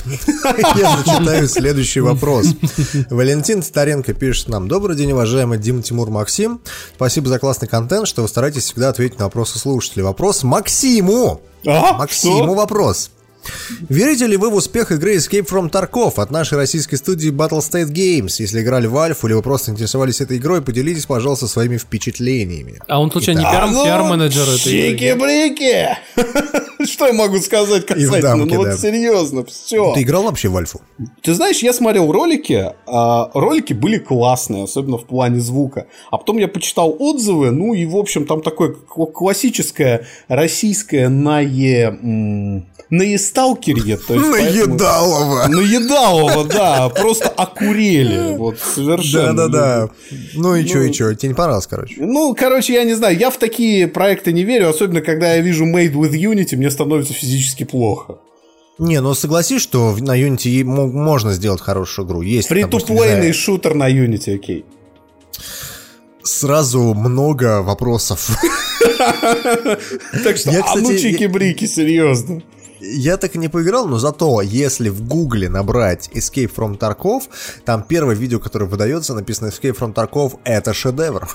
я зачитаю следующий вопрос. Валентин Старенко пишет нам: добрый день, уважаемый Дима, Тимур, Максим. Спасибо за классный контент, что вы стараетесь всегда ответить на вопросы слушателей. Вопрос Максиму. Максиму вопрос. Верите ли вы в успех игры Escape from Tarkov от нашей российской студии Battlestate Games? Если играли в Альфу или вы просто интересовались этой игрой, поделитесь, пожалуйста, своими впечатлениями. А он случайно не пиар- пиар-менеджер этой игры? Чики-брики! Что я могу сказать касательно? дамке, ну да. вот серьезно, все. Ты играл вообще в Альфу? Ты знаешь, я смотрел ролики, а ролики были классные, особенно в плане звука. А потом я почитал отзывы, ну и, в общем, там такое классическое российское нае... наесталкерье. Наедалово. Наедалово, да, просто окурели. Вот совершенно. Да-да-да. Ну и чё, и чё? Тебе не понравилось, короче? Ну, короче, я не знаю, я в такие проекты не верю, особенно когда я вижу Made with Unity, мне становится физически плохо. Не, ну согласись, что на Unity можно сделать хорошую игру. Есть, фри-то-плейный шутер на Unity, окей. Сразу много вопросов. Так что, а ну чики-брики, серьезно. Я так и не поиграл, но зато, если в гугле набрать Escape from Tarkov, там первое видео, которое выдается, написано Escape from Tarkov, это шедевр.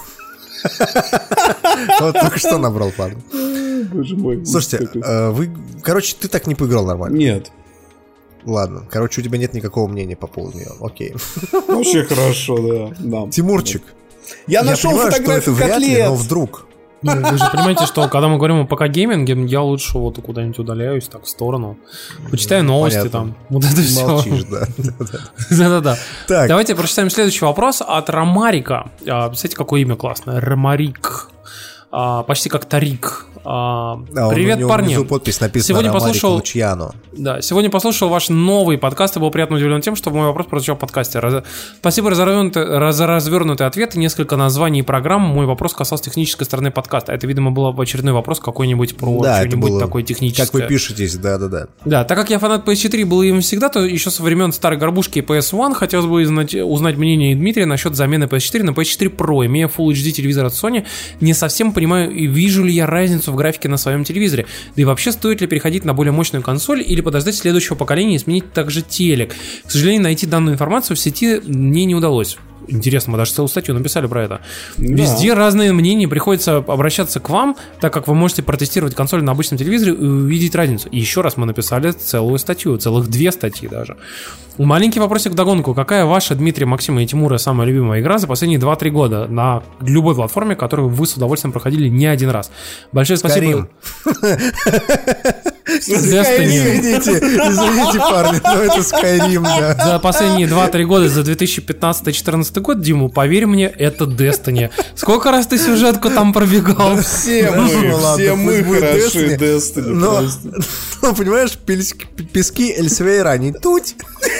Вот только что набрал, парень. Боже мой. Слушайте, вы, короче, ты так не поиграл нормально? Нет. Ладно, короче, у тебя нет никакого мнения по поводу нее, окей. Вообще хорошо, да. Тимурчик, я нашел фотографию котлет. Но вдруг... Ну, вы же понимаете, что когда мы говорим о ПК-гейминге, я лучше вот куда-нибудь удаляюсь, так, в сторону. Почитаю новости. Понятно. Там. Вот это все. Молчишь, да. Да-да-да. Давайте прочитаем следующий вопрос от Ромарика. Представляете, какое имя классное? Ромарик. Почти как Тарик. А, да, привет, он, у него парни. Внизу подпись написана сегодня послушал, Лучьяно. Да, сегодня послушал ваш новый подкаст и был приятно удивлен тем, что мой вопрос прозвучал в подкасте. Раз... Спасибо за развернутый, раз... развернутый ответ и несколько названий программ. Мой вопрос касался технической стороны подкаста. Это, видимо, был очередной вопрос какой-нибудь про да, что-нибудь такое техническое. Как вы пишетесь, да-да-да. Да, так как я фанат пи эс четыре был им всегда, то еще со времен старой горбушки и пи эс один хотелось бы узнать, узнать мнение Дмитрия насчет замены пи эс четыре на пи эс четыре Pro. Имея Full эйч ди телевизор от Sony, не совсем понимаю и вижу ли я разницу в графике на своем телевизоре. телевизоре. Да и вообще, стоит ли переходить на более мощную консоль или подождать следующего поколения и сменить также телек? К сожалению, найти данную информацию в сети мне не удалось. Интересно, мы даже целую статью написали про это. Да. Везде разные мнения, приходится обращаться к вам, так как вы можете протестировать консоль на обычном телевизоре и увидеть разницу. И еще раз мы написали целую статью, целых две статьи даже. Маленький вопросик вдогонку. Какая ваша, Дмитрия, Максима и Тимура, самая любимая игра за последние два-три года на любой платформе, которую вы с удовольствием проходили не один раз? Большое спасибо. Извините, извините, парни, но это Skyrim, да. За последние два-три года, за две тысячи пятнадцатый-четырнадцатый год, Диму, поверь мне, это Destiny. Сколько раз ты сюжетку там пробегал? Да все мы, все мы хороши Destiny. Но, ну, понимаешь, пески Эльсвейра, они туть.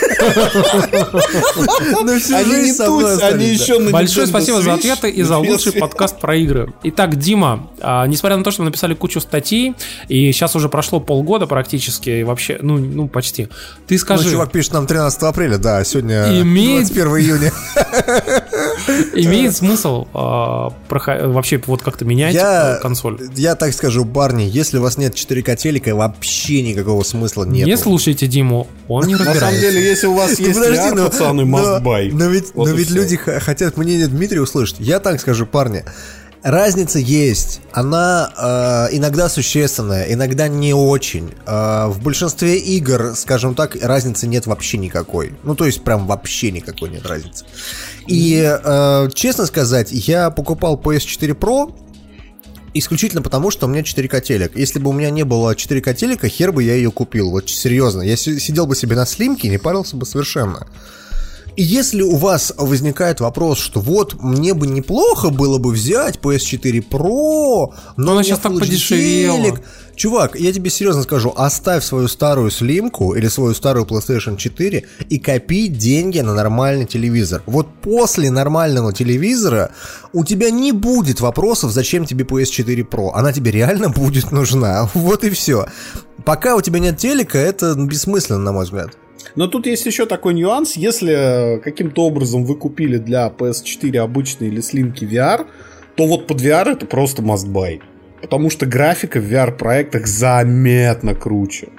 Они не тут, они еще на Большое спасибо за ответы и за лучший подкаст про игры. Итак, Дима, несмотря на то, что мы написали кучу статей, и сейчас уже прошло полгода практически, и вообще, ну, ну почти. Ты скажи... Ну, чувак пишет нам тринадцатого апреля, да, сегодня имеет... двадцать первого июня. Имеет смысл вообще вот как-то менять консоль? Я так скажу, парни, если у вас нет четыре ка телека, вообще никакого смысла нет. Не слушайте Диму, он не разбирается. На самом деле, если у вас есть ви ар, пацаны, must buy. Но ведь, вот но ведь люди хотят мнение Дмитрия услышать. Я так скажу, парни. Разница есть. Она э, иногда существенная, иногда не очень. Э, в большинстве игр, скажем так, разницы нет вообще никакой. Ну, то есть, прям вообще никакой нет разницы. И, э, честно сказать, я покупал пи эс четыре Pro исключительно потому, что у меня четыре ка телек. Если бы у меня не было четыре ка телека, хер бы я ее купил. Вот серьезно. Я сидел бы себе на слимке и не парился бы совершенно. И если у вас возникает вопрос, что вот мне бы неплохо было бы взять пи эс четыре Pro, но она сейчас так подешевела. Чувак, я тебе серьезно скажу, оставь свою старую слимку или свою старую PlayStation четыре и копи деньги на нормальный телевизор. Вот после нормального телевизора у тебя не будет вопросов, зачем тебе пи эс четыре Pro. Она тебе реально будет нужна. Вот и все. Пока у тебя нет телека, это бессмысленно, на мой взгляд. Но тут есть еще такой нюанс. Если каким-то образом вы купили для пи эс четыре обычный или слимки ви ар, то вот под ви ар это просто must buy. Потому что графика в ви ар-проектах заметно круче.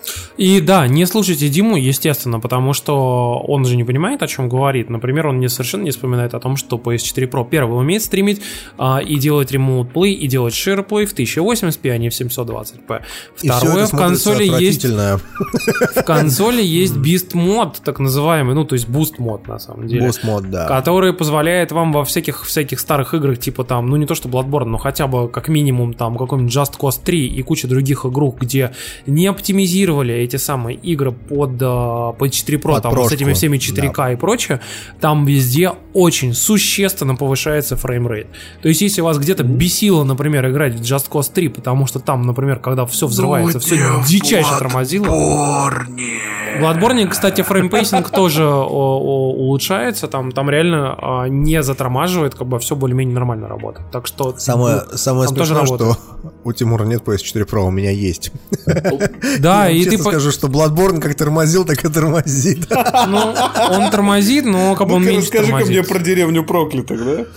И да, не слушайте Диму, естественно, потому что он же не понимает, о чем говорит. Например, он не совершенно не вспоминает о том, что пи эс четыре Pro первый умеет стримить а, и делать Remote Play, и делать Share Play в тысяча восемьдесят пи, а не в семьсот двадцать пи. Второе, в консоли есть в консоли есть Beast мод, так называемый, ну, то есть Boost мод, на самом деле. Boost мод, да. Который позволяет вам во всяких, всяких старых играх, типа там, ну, не то что Bloodborne, но хотя бы как минимум там какой-нибудь Just Cause три и куча других игр, где не оптимизировали эти самые игры под uh, пи эс четыре Pro, под там прошку, с этими всеми четыре ка, да, и прочее, там везде очень существенно повышается фреймрейт. То есть, если вас где-то бесило, например, играть в Just Cause три, потому что там, например, когда все взрывается, все дичайше тормозило. В Bloodborne, кстати, фреймпейсинг тоже о, о, улучшается, там, там реально а, не затормаживает, как бы все более-менее нормально работает. Так что самое, ну, самое смешное, что у Тимура нет пи эс четыре Pro, у меня есть. Да, и ты скажу, что Bloodborne как тормозил, так и тормозит. Ну, он тормозит, но как бы он меньше тормозит. Расскажи-ка мне про деревню проклятых, да?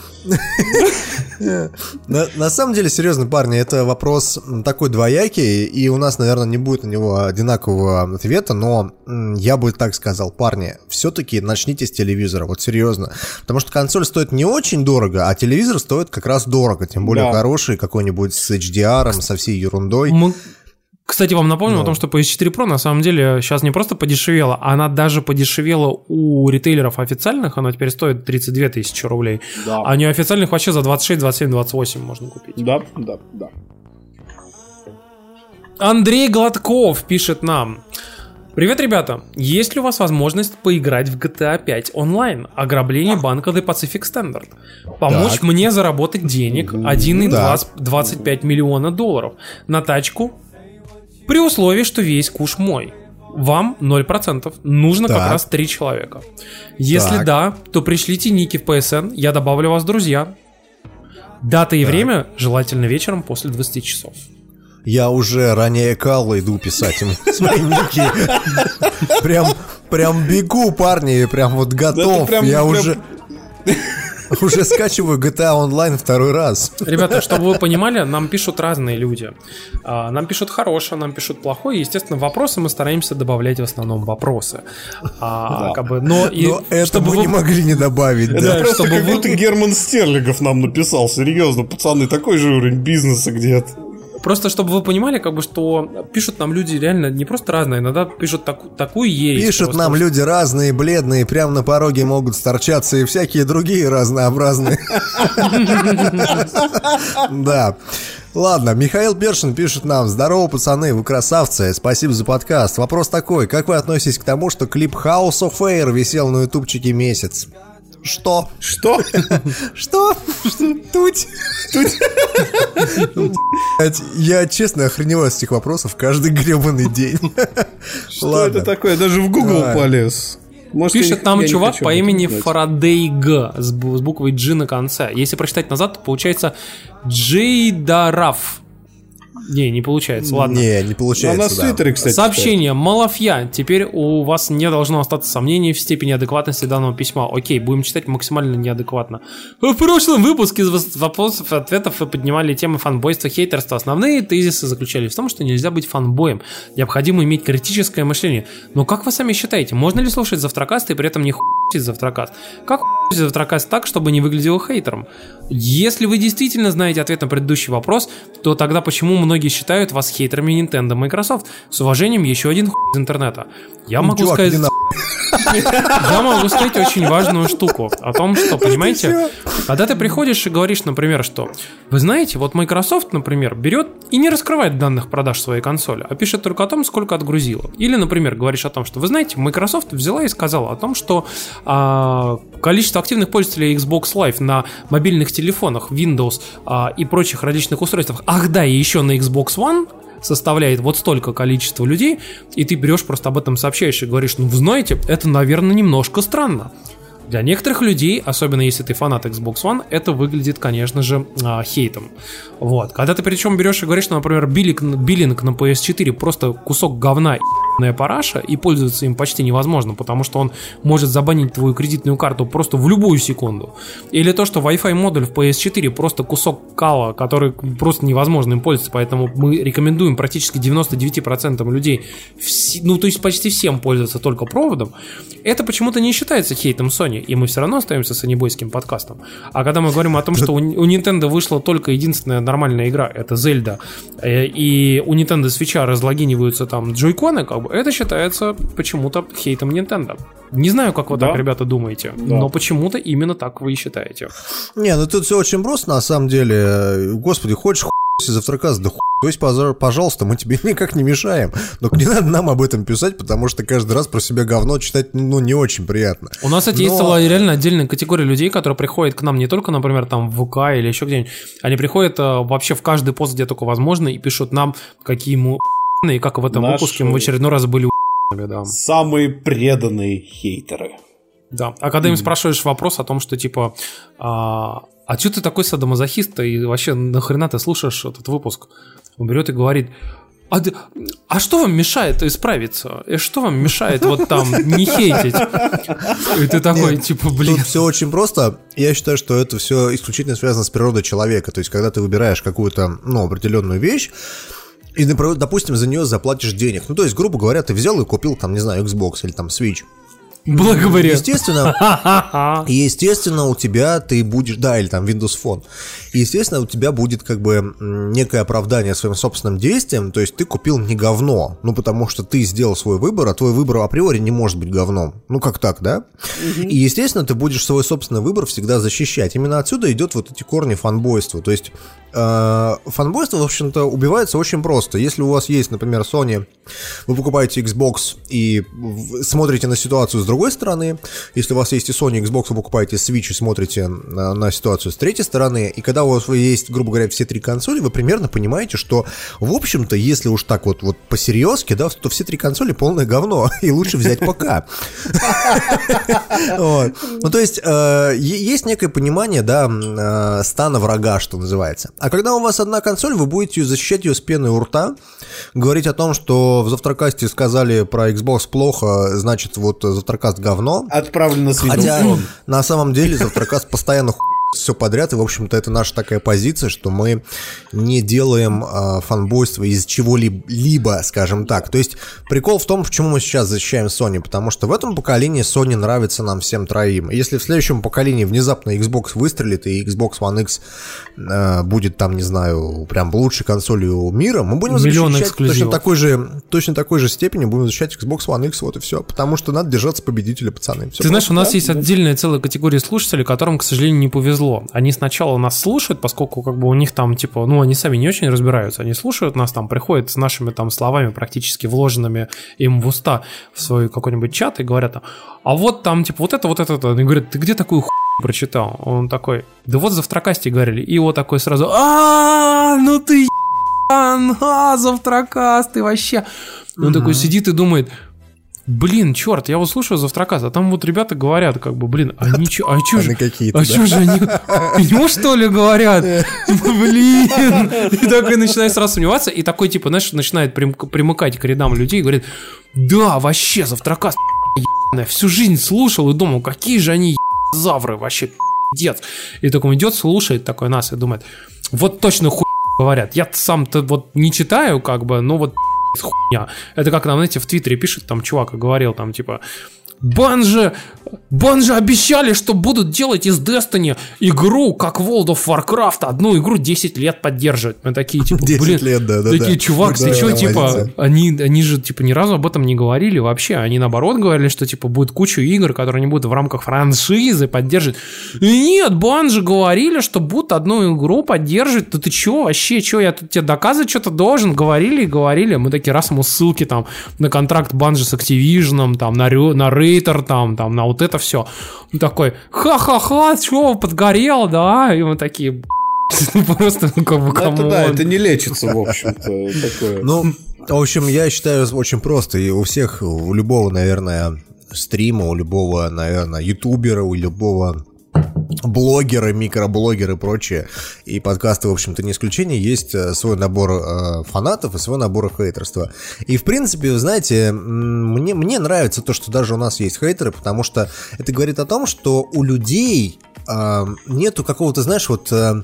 На, на самом деле, серьезно, парни, это вопрос такой двоякий, и у нас, наверное, не будет на него одинакового ответа, но я бы так сказал, парни, все-таки начните с телевизора, вот серьезно, потому что консоль стоит не очень дорого, а телевизор стоит как раз дорого, тем более да. хороший, какой-нибудь с эйч ди ар, со всей ерундой. Мы... Кстати, вам напомню Но. о том, что пи эс четыре Pro на самом деле сейчас не просто подешевела, она даже подешевела у ритейлеров официальных, она теперь стоит тридцать две тысячи рублей, да. А неофициальных вообще за двадцать шесть, двадцать семь, двадцать восемь можно купить. Да, да, да. Андрей Гладков пишет нам: привет, ребята, есть ли у вас возможность поиграть в джи ти эй пять онлайн? Ограбление банка The Pacific Standard. Помочь так. мне заработать денег один и двадцать пять миллиона долларов на тачку, при условии, что весь куш мой. Вам ноль процентов. Нужно так. как раз три человека. Если так. да, то пришлите ники в пи эс эн, я добавлю вас в друзья. Дата и так. время желательно вечером после двадцати часов. Я уже ранее Калла иду писать им свои ники. Прям, прям бегу, парни, прям вот готов. Я уже... Уже скачиваю джи ти эй онлайн второй раз. Ребята, чтобы вы понимали, нам пишут разные люди. Нам пишут хорошее, нам пишут плохое. Естественно, вопросы мы стараемся добавлять в основном вопросы. А, да. как бы, но и, но это мы вы... не могли не добавить. Это да, просто как будто вы... Герман Стерлигов нам написал. Серьезно, пацаны, такой же уровень бизнеса где-то. Просто чтобы вы понимали, как бы, что пишут нам люди реально не просто разные, иногда пишут так, такую ересь. Пишут просто, нам что... люди разные, бледные, прямо на пороге могут сторчаться и всякие другие разнообразные. Да. Ладно, Михаил Першин пишет нам: здорово, пацаны, вы красавцы, спасибо за подкаст. Вопрос такой: как вы относитесь к тому, что клип House of Air висел на ютубчике месяц? Что? Что? Что? Туть. Туть. Я честно охреневаю с этих вопросов каждый гребаный день. Что это такое? Даже в Google полез. Может, пишет нам чувак по имени Фарадей Г с буквой G на конце. Если прочитать назад, то получается Джейдараф. Не, не получается, ладно. Не, не получается, а на Твиттере, кстати. Сообщение: Малафья. Теперь у вас не должно остаться сомнений в степени адекватности данного письма. Окей, будем читать максимально неадекватно. В прошлом выпуске из вопросов и ответов вы поднимали темы фанбойства, хейтерства. Основные тезисы заключались в том, что нельзя быть фанбоем. Необходимо иметь критическое мышление. Но как вы сами считаете, можно ли слушать Завтракаст и при этом не хуй Завтракаст? Как хуй Завтракаст так, чтобы не выглядело хейтером? Если вы действительно знаете ответ на предыдущий вопрос, то тогда почему многие Многие считают вас хейтерами Nintendo, Microsoft. С уважением, еще один хуй из интернета. Я могу Чувак, сказать... Я могу сказать очень важную штуку о том, что, понимаете, когда ты приходишь и говоришь, например, что вы знаете, вот Microsoft, например, берет и не раскрывает данных продаж своей консоли, а пишет только о том, сколько отгрузила. Или, например, говоришь о том, что вы знаете, Microsoft взяла и сказала о том, что а, количество активных пользователей Xbox Live на мобильных телефонах, Windows а, и прочих различных устройствах, ах да, и еще на Xbox One составляет вот столько количества людей, и ты берешь, просто об этом сообщаешь и говоришь: ну вы знаете, это, наверное, немножко странно. Для некоторых людей, особенно если ты фанат Xbox One, это выглядит, конечно же, хейтом. Вот. Когда ты причем берешь и говоришь, что, например, биллинг, биллинг на пи эс четыре просто кусок говна, параша, и пользоваться им почти невозможно, потому что он может забанить твою кредитную карту просто в любую секунду. Или то, что Wi-Fi модуль в пи эс четыре просто кусок кала, который просто невозможно им пользоваться, поэтому мы рекомендуем практически девяносто девять процентов людей, вс- ну то есть почти всем пользоваться только проводом. Это почему-то не считается хейтом Sony, и мы все равно остаемся сонибойским подкастом. А когда мы говорим о том, что у, у Nintendo вышла только единственная нормальная игра, это Zelda, и у Nintendo Switch разлогиниваются там джойконы, как бы, это считается почему-то хейтом Nintendo. Не знаю, как вы да. так, ребята, думаете, да. но почему-то именно так вы и считаете. Не, ну тут все очень просто, на самом деле. Господи, хочешь хуй завтракас, да хуй. То есть, пожалуйста, мы тебе никак не мешаем. Но не надо нам об этом писать, потому что каждый раз про себя говно читать, ну, не очень приятно. У нас, кстати, Но... есть целая реально отдельная категория людей, которые приходят к нам не только, например, там в ВК или еще где-нибудь. Они приходят а, вообще в каждый пост, где только возможно, и пишут нам, какие мы и как в этом Наши... выпуске мы в очередной раз были да. Самые преданные хейтеры. Да, а когда им спрашиваешь вопрос о том, что типа... А... А что ты такой садомазохист, и вообще нахрена ты слушаешь этот выпуск? Он берет и говорит, а, а что вам мешает исправиться? И что вам мешает вот там не хейтить? И ты такой, Нет, типа, блин. Тут все очень просто. Я считаю, что это все исключительно связано с природой человека. То есть, когда ты выбираешь какую-то, ну, определенную вещь, и, допустим, за нее заплатишь денег. Ну, то есть, грубо говоря, ты взял и купил, там, не знаю, Xbox или там Switch. Благоваря. Естественно, естественно, у тебя ты будешь, да, или там Windows Phone. Естественно, у тебя будет как бы некое оправдание своим собственным действиям, то есть ты купил не говно, ну потому что ты сделал свой выбор, а твой выбор априори не может быть говном. Ну как так, да? Угу. И естественно, ты будешь свой собственный выбор всегда защищать. Именно отсюда идет вот эти корни фанбойства. То есть э, фанбойство, в общем-то, убивается очень просто. Если у вас есть, например, Sony, вы покупаете Xbox и смотрите на ситуацию с другой стороны. Если у вас есть и Sony, и Xbox, вы покупаете Switch и смотрите на, на ситуацию с третьей стороны. И когда у вас есть, грубо говоря, все три консоли, вы примерно понимаете, что, в общем-то, если уж так вот, вот по-серьезки, да, то все три консоли полное говно, и лучше взять ПК. Ну, то есть, есть некое понимание, да, стана врага, что называется. А когда у вас одна консоль, вы будете защищать ее с пеной у рта, говорить о том, что в Завтракасте сказали про Xbox плохо, значит, вот Завтракаст говно. Отправлено с Хотя на самом деле Завтракаст постоянно хуй все подряд, и, в общем-то, это наша такая позиция, что мы не делаем э, фанбойство из чего-либо, скажем так. То есть прикол в том, почему мы сейчас защищаем Sony, потому что в этом поколении Sony нравится нам всем троим. Если в следующем поколении внезапно Xbox выстрелит, и Xbox One X э, будет там, не знаю, прям лучшей консолью мира, мы будем Миллион защищать точно такой, же, точно такой же степени, будем защищать Xbox One X, вот и все. Потому что надо держаться победителя, пацаны. Все Ты знаешь, у нас да? есть отдельная целая категория слушателей, которым, к сожалению, не повезло. Они сначала нас слушают, поскольку как бы у них там типа, ну они сами не очень разбираются, они слушают нас, там приходят с нашими там словами практически вложенными им в уста в свой какой-нибудь чат и говорят, а вот там типа вот это, вот это, они говорят, ты где такую хуйню прочитал? Он такой, да вот в Завтракасте говорили, и вот такой сразу, а ну ты ебан, а Завтракаст, ты вообще. Он такой сидит и думает, блин, черт, я вот слушаю Завтракаст, а там вот ребята говорят, как бы, блин, а ничего, а чё же, а чё же они, ну что ли говорят, блин, и такой начинает сразу сомневаться, и такой, типа, знаешь, начинает примыкать к рядам людей и говорит, да, вообще, Завтракаст, ебаная, всю жизнь слушал и думал, какие же они завры, вообще, пиздец, и такой идет, слушает такой нас и думает, вот точно хуй говорят, я сам-то вот не читаю, как бы, но вот хуйня. Это как нам, знаете, в Твиттере пишет, там чувак говорил, там типа Bungie, Bungie обещали, что будут делать из Destiny игру, как World of Warcraft, одну игру десять лет поддерживать. Мы такие, типа, блин, лет, да, да, такие, да. Чувак, ты что, типа, они, они же, типа, ни разу об этом не говорили вообще. Они, наоборот, говорили, что, типа, будет куча игр, которые не будут в рамках франшизы поддерживать. И нет, Bungie говорили, что будут одну игру поддерживать. Да ты чё, вообще, чё, я тут тебе доказывать что-то должен? Говорили и говорили. Мы такие, раз ему ссылки, там, на контракт Bungie с Activision, там, на, на Рейтер, там, там, на вот это все. Он такой, ха-ха-ха, чё, подгорел, да? И мы такие, просто, ну, как бы, это да, это не лечится, в общем-то, такое. Ну, в общем, я считаю очень просто. И у всех, у любого, наверное, стрима, у любого, наверное, ютубера, у любого блогеры, микроблогеры и прочее, и подкасты, в общем-то, не исключение, есть свой набор э, фанатов и свой набор хейтерства. И, в принципе, вы знаете, мне, мне нравится то, что даже у нас есть хейтеры, потому что это говорит о том, что у людей э, нету какого-то, знаешь, вот... Э,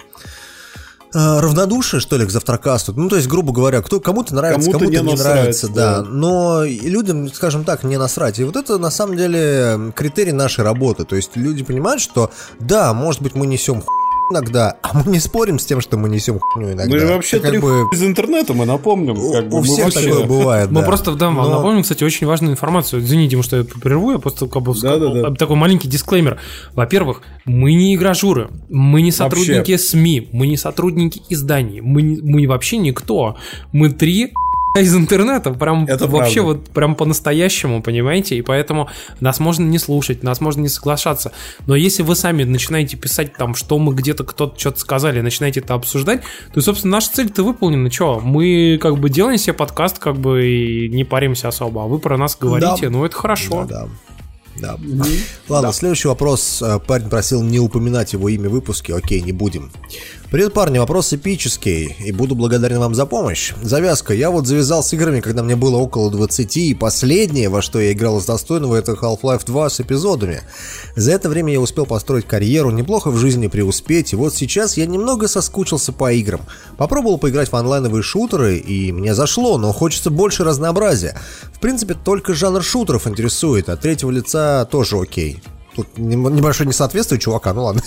равнодушие, что ли, к завтракасту. Ну, то есть, грубо говоря, кто, кому-то нравится, кому-то, кому-то не, не нравится, да. да. Но людям, скажем так, не насрать. И вот это, на самом деле, критерий нашей работы. То есть, люди понимают, что, да, может быть, мы несем хуйню иногда, а мы не спорим с тем, что мы несем хуйню иногда. Мы же вообще три бы... из интернета, мы напомним. Как у бы, у всех вообще... такое бывает, Мы да. просто, да, Но... напомним, кстати, очень важную информацию. Извините, что я прерву, я просто как бы да, да, да. такой маленький дисклеймер. Во-первых, мы не игражуры, мы не сотрудники вообще. СМИ, мы не сотрудники изданий, мы, не, мы вообще никто. Мы три... из интернета, прям это вообще правда. Вот прям по-настоящему, понимаете, и поэтому нас можно не слушать, нас можно не соглашаться, но если вы сами начинаете писать там, что мы где-то кто-то что-то сказали, начинаете это обсуждать, то, собственно, наша цель-то выполнена, что, мы как бы делаем себе подкаст, как бы и не паримся особо, а вы про нас говорите, да. Ну это хорошо. Да, да. Да. Mm-hmm. Ладно, да. Следующий вопрос. Парень просил не упоминать его имя в выпуске. Окей, не будем. Привет, парни, вопрос эпический, и буду благодарен вам за помощь. Завязка. Я вот завязал с играми, когда мне было около двадцати, и последнее, во что я играл из достойного, это Half-Life два с эпизодами. За это время я успел построить карьеру, неплохо в жизни преуспеть, и вот сейчас я немного соскучился по играм. Попробовал поиграть в онлайновые шутеры, и мне зашло, но хочется больше разнообразия. В принципе, только жанр шутеров интересует, а третьего лица тоже окей. Тут небольшое несоответствие чувака, ну ладно.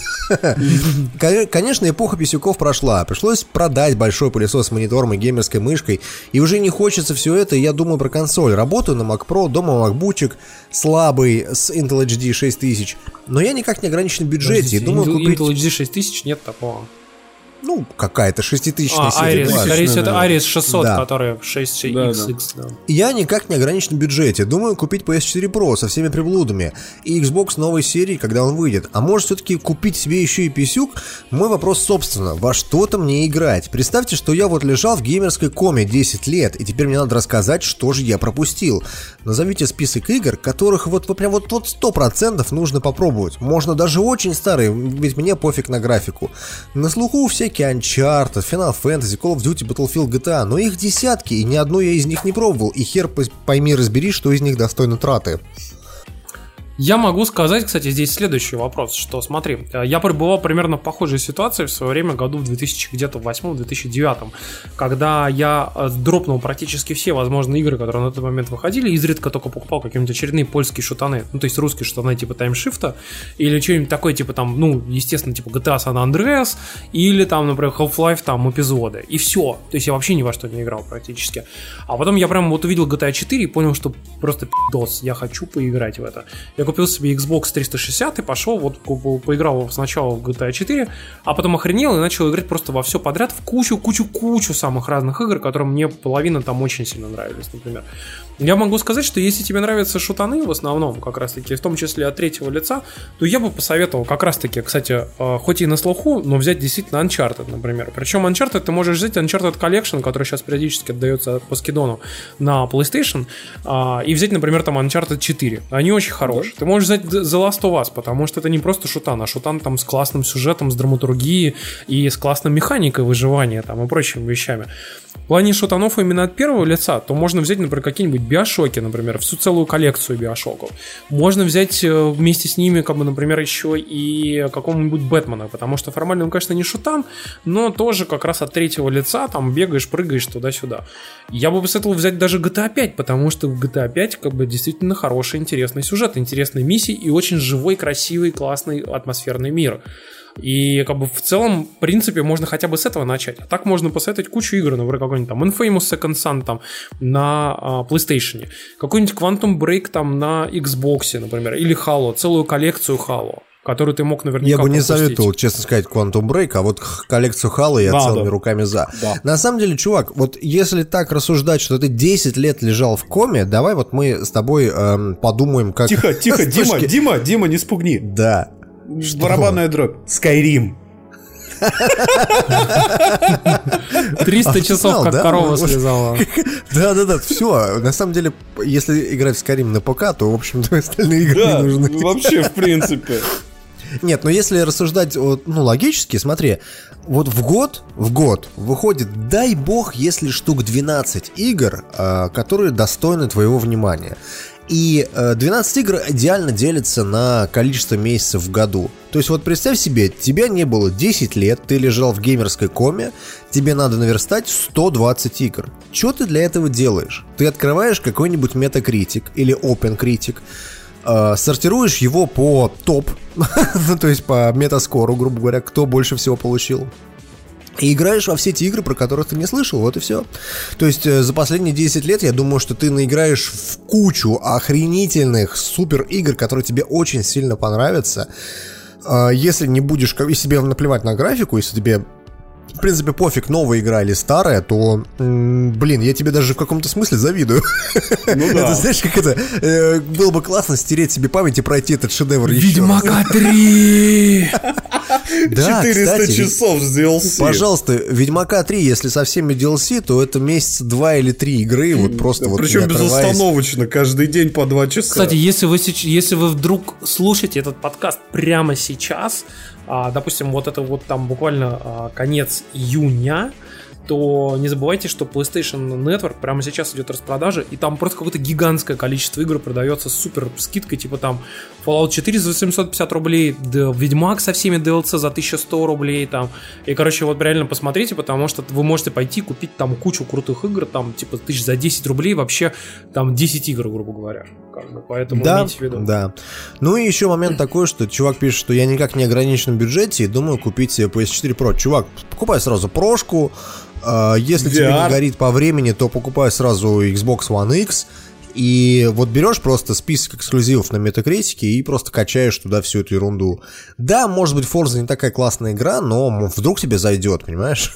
Конечно, эпоха писюков прошла. Пришлось продать большой пылесос с монитором и геймерской мышкой. И уже не хочется все это, я думаю про консоль. Работаю на Mac Pro, дома MacBookчик слабый с Intel эйч ди шесть тысяч. Но я никак не ограничен в бюджете. И думаю купить... Intel эйч ди шесть тысяч нет такого. Ну, какая-то шеститысячная а, серия. Iris, скорее всего, это Iris шестьсот, да. Которая шесть икс икс. Да, да. Да. Я никак не ограничен в бюджете. Думаю купить пи эс четыре Pro со всеми приблудами и Xbox новой серии, когда он выйдет. А может все-таки купить себе еще и писюк? Мой вопрос, собственно, во что-то мне играть. Представьте, что я вот лежал в геймерской коме десять лет, и теперь мне надо рассказать, что же я пропустил. Назовите список игр, которых вот, вот прям вот, вот сто процентов нужно попробовать. Можно даже очень старые, ведь мне пофиг на графику. На слуху всякие Uncharted, Final Fantasy, Call of Duty, Battlefield, джи ти эй, но их десятки, и ни одной я из них не пробовал, и хер пойми разбери, что из них достойно траты. Я могу сказать, кстати, здесь следующий вопрос, что смотри, я пребывал примерно в похожей ситуации в свое время, году в две тысячи восьмом - две тысячи девятом, когда я дропнул практически все возможные игры, которые на тот момент выходили, изредка только покупал какие-нибудь очередные польские шутаны, ну то есть русские шутаны типа Таймшифта, или что-нибудь такое типа там, ну естественно, типа джи ти эй San Andreas, или там, например, Half-Life там эпизоды, и все, то есть я вообще ни во что не играл практически. А потом я прям вот увидел джи ти эй четыре и понял, что просто пи***дос, я хочу поиграть в это. Я купил себе Xbox триста шестьдесят и пошел, вот поиграл сначала в джи ти эй четыре, а потом охренел и начал играть просто во все подряд, в кучу-кучу-кучу самых разных игр, которые мне половина там очень сильно нравились, например. Я могу сказать, что если тебе нравятся шутаны в основном, как раз таки, в том числе от третьего лица, то я бы посоветовал как раз таки, кстати, хоть и на слуху, но взять действительно Uncharted, например. Причем Uncharted ты можешь взять Uncharted Collection, который сейчас периодически отдается по скидону на PlayStation, и взять, например, там Uncharted четыре. Они очень хорошие. Ты можешь взять The Last of Us, потому что это не просто шутан, а шутан там с классным сюжетом, с драматургией и с классной механикой выживания там и прочими вещами. В плане шутанов именно от первого лица, то можно взять, например, какие-нибудь Биошоки, например, всю целую коллекцию Биошоков. Можно взять вместе с ними, как бы, например, еще и какого-нибудь Бэтмена, потому что формально он, конечно, не шутан, но тоже как раз от третьего лица, там бегаешь, прыгаешь туда-сюда. Я бы посоветовал взять даже джи ти эй пять, потому что в джи ти эй пять как бы действительно хороший, интересный сюжет, интересные миссии и очень живой, красивый, классный, атмосферный мир. И как бы в целом, в принципе, можно хотя бы с этого начать. А так можно посоветовать кучу игр, например, какой-нибудь там Infamous Second Son там на а, PlayStation, какой-нибудь Quantum Break там на Xbox, например, или Halo, целую коллекцию Halo, которую ты мог наверняка Я бы не пропустить. советовал, честно сказать, Quantum Break, а вот коллекцию Halo я да, целыми да. руками за. Да. На самом деле, чувак, вот если так рассуждать, что ты десять лет лежал в коме, давай вот мы с тобой эм, подумаем, как... Тихо, тихо, Дима, Дима, Дима, не спугни. Да. Что? Барабанная дробь. Skyrim. триста часов, как корова слезала. Да-да-да, все. На самом деле, если играть в Skyrim на ПК, то, в общем-то, остальные игры не нужны. Вообще, в принципе. Нет, но если рассуждать, ну, логически, смотри, вот в год, в год выходит, дай бог, если штук двенадцать игр, которые достойны твоего внимания. И двенадцать игр идеально делятся на количество месяцев в году. То есть вот представь себе, тебя не было десять лет, ты лежал в геймерской коме, тебе надо наверстать сто двадцать игр. Что ты для этого делаешь? Ты открываешь какой-нибудь Metacritic или OpenCritic, э, сортируешь его по топ, ну то есть по метаскору, грубо говоря, кто больше всего получил. И играешь во все те игры, про которые ты не слышал, вот и все. То есть за последние десять лет я думаю, что ты наиграешь в кучу охренительных супер игр, которые тебе очень сильно понравятся. Если не будешь, если тебе наплевать на графику, если тебе, в принципе, пофиг, новая игра или старая, то, м- блин, я тебе даже в каком-то смысле завидую. Ну да. Это, знаешь, как это, э, было бы классно стереть себе память и пройти этот шедевр еще раз. Ведьмака три! Да, четыреста кстати, часов с ди эл си. Пожалуйста, Ведьмака три, если со всеми ди эл си, то это месяца два или три игры, вот просто да, вот причем не отрываясь. безостановочно, каждый день по два часа. Кстати, если вы, если вы вдруг слушаете этот подкаст прямо сейчас, а, допустим, вот это вот там буквально а, конец июня, то не забывайте, что PlayStation Network прямо сейчас идет распродажа, и там просто какое-то гигантское количество игр продается с супер скидкой, типа там Fallout четыре за восемьсот пятьдесят рублей, Ведьмак со всеми ди эл си за тысяча сто рублей там. И, короче, вот реально посмотрите, потому что вы можете пойти купить там кучу крутых игр, там типа тысяч за десять рублей, вообще там десять игр, грубо говоря. Поэтому да, имейте в виду. Да. Ну и еще момент такой, что чувак пишет, что я никак не ограничен в бюджете и думаю купить себе пи эс четыре Pro. Чувак, покупай сразу прошку. Если ви ар. Тебе не горит по времени, то покупай сразу Xbox One X. И вот берешь просто список эксклюзивов на Metacritic и просто качаешь туда всю эту ерунду. Да, может быть, Forza не такая классная игра, но вдруг тебе зайдет, понимаешь?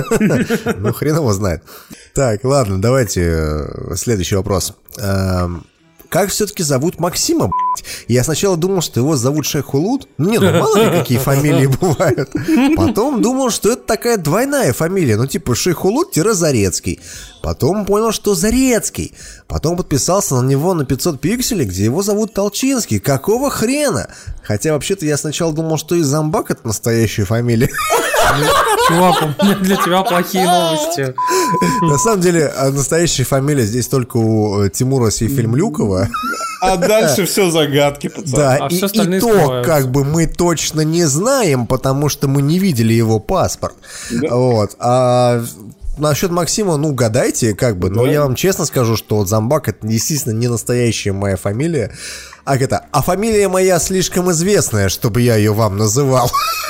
Ну, хрен его знает. Так, ладно, давайте следующий вопрос. Как все-таки зовут Максима, блядь? Я сначала думал, что его зовут Шейх Хулут. Не, ну мало ли какие фамилии бывают. Потом думал, что это такая двойная фамилия. Ну типа Шейх Хулут-Зарецкий. Потом понял, что Зарецкий. Потом подписался на него на пятьсот пикселей, где его зовут Толчинский. Какого хрена? Хотя вообще-то я сначала думал, что и Зомбак это настоящая фамилия. Чувак, у меня для тебя плохие новости. На самом деле, настоящая фамилия здесь только у Тимура Сейфельмлюкова. А дальше все загадки, пацаны. Да, а и, все и то, как бы мы точно не знаем, потому что мы не видели его паспорт. Да. Вот. А насчет Максима, ну, гадайте, как бы. Да. Но я вам честно скажу, что вот Зомбак это, естественно, не настоящая моя фамилия. А это, а фамилия моя слишком известная, чтобы я ее вам называл.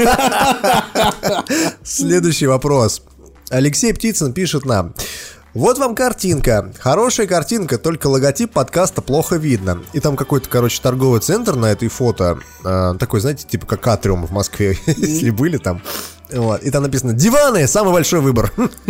Следующий вопрос. Алексей Птицын пишет нам. Вот вам картинка. Хорошая картинка, только логотип подкаста плохо видно. И там какой-то, короче, торговый центр на этой фото. Э, такой, знаете, типа как Атриум в Москве, если были там. Вот. И там написано: диваны, самый большой выбор.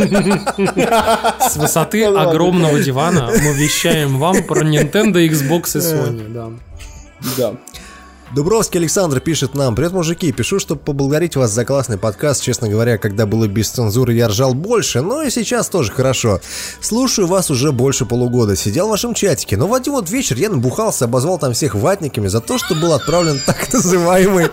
С высоты огромного дивана мы вещаем вам про Nintendo, Xbox и Sony. Да. Да. Дубровский Александр пишет нам: привет, мужики, пишу, чтобы поблагодарить вас за классный подкаст. Честно говоря, когда было без цензуры, я ржал больше, но и сейчас тоже хорошо. Слушаю вас уже больше полугода, сидел в вашем чатике, но в один вот вечер я набухался, обозвал там всех ватниками за то, что был отправлен так называемый...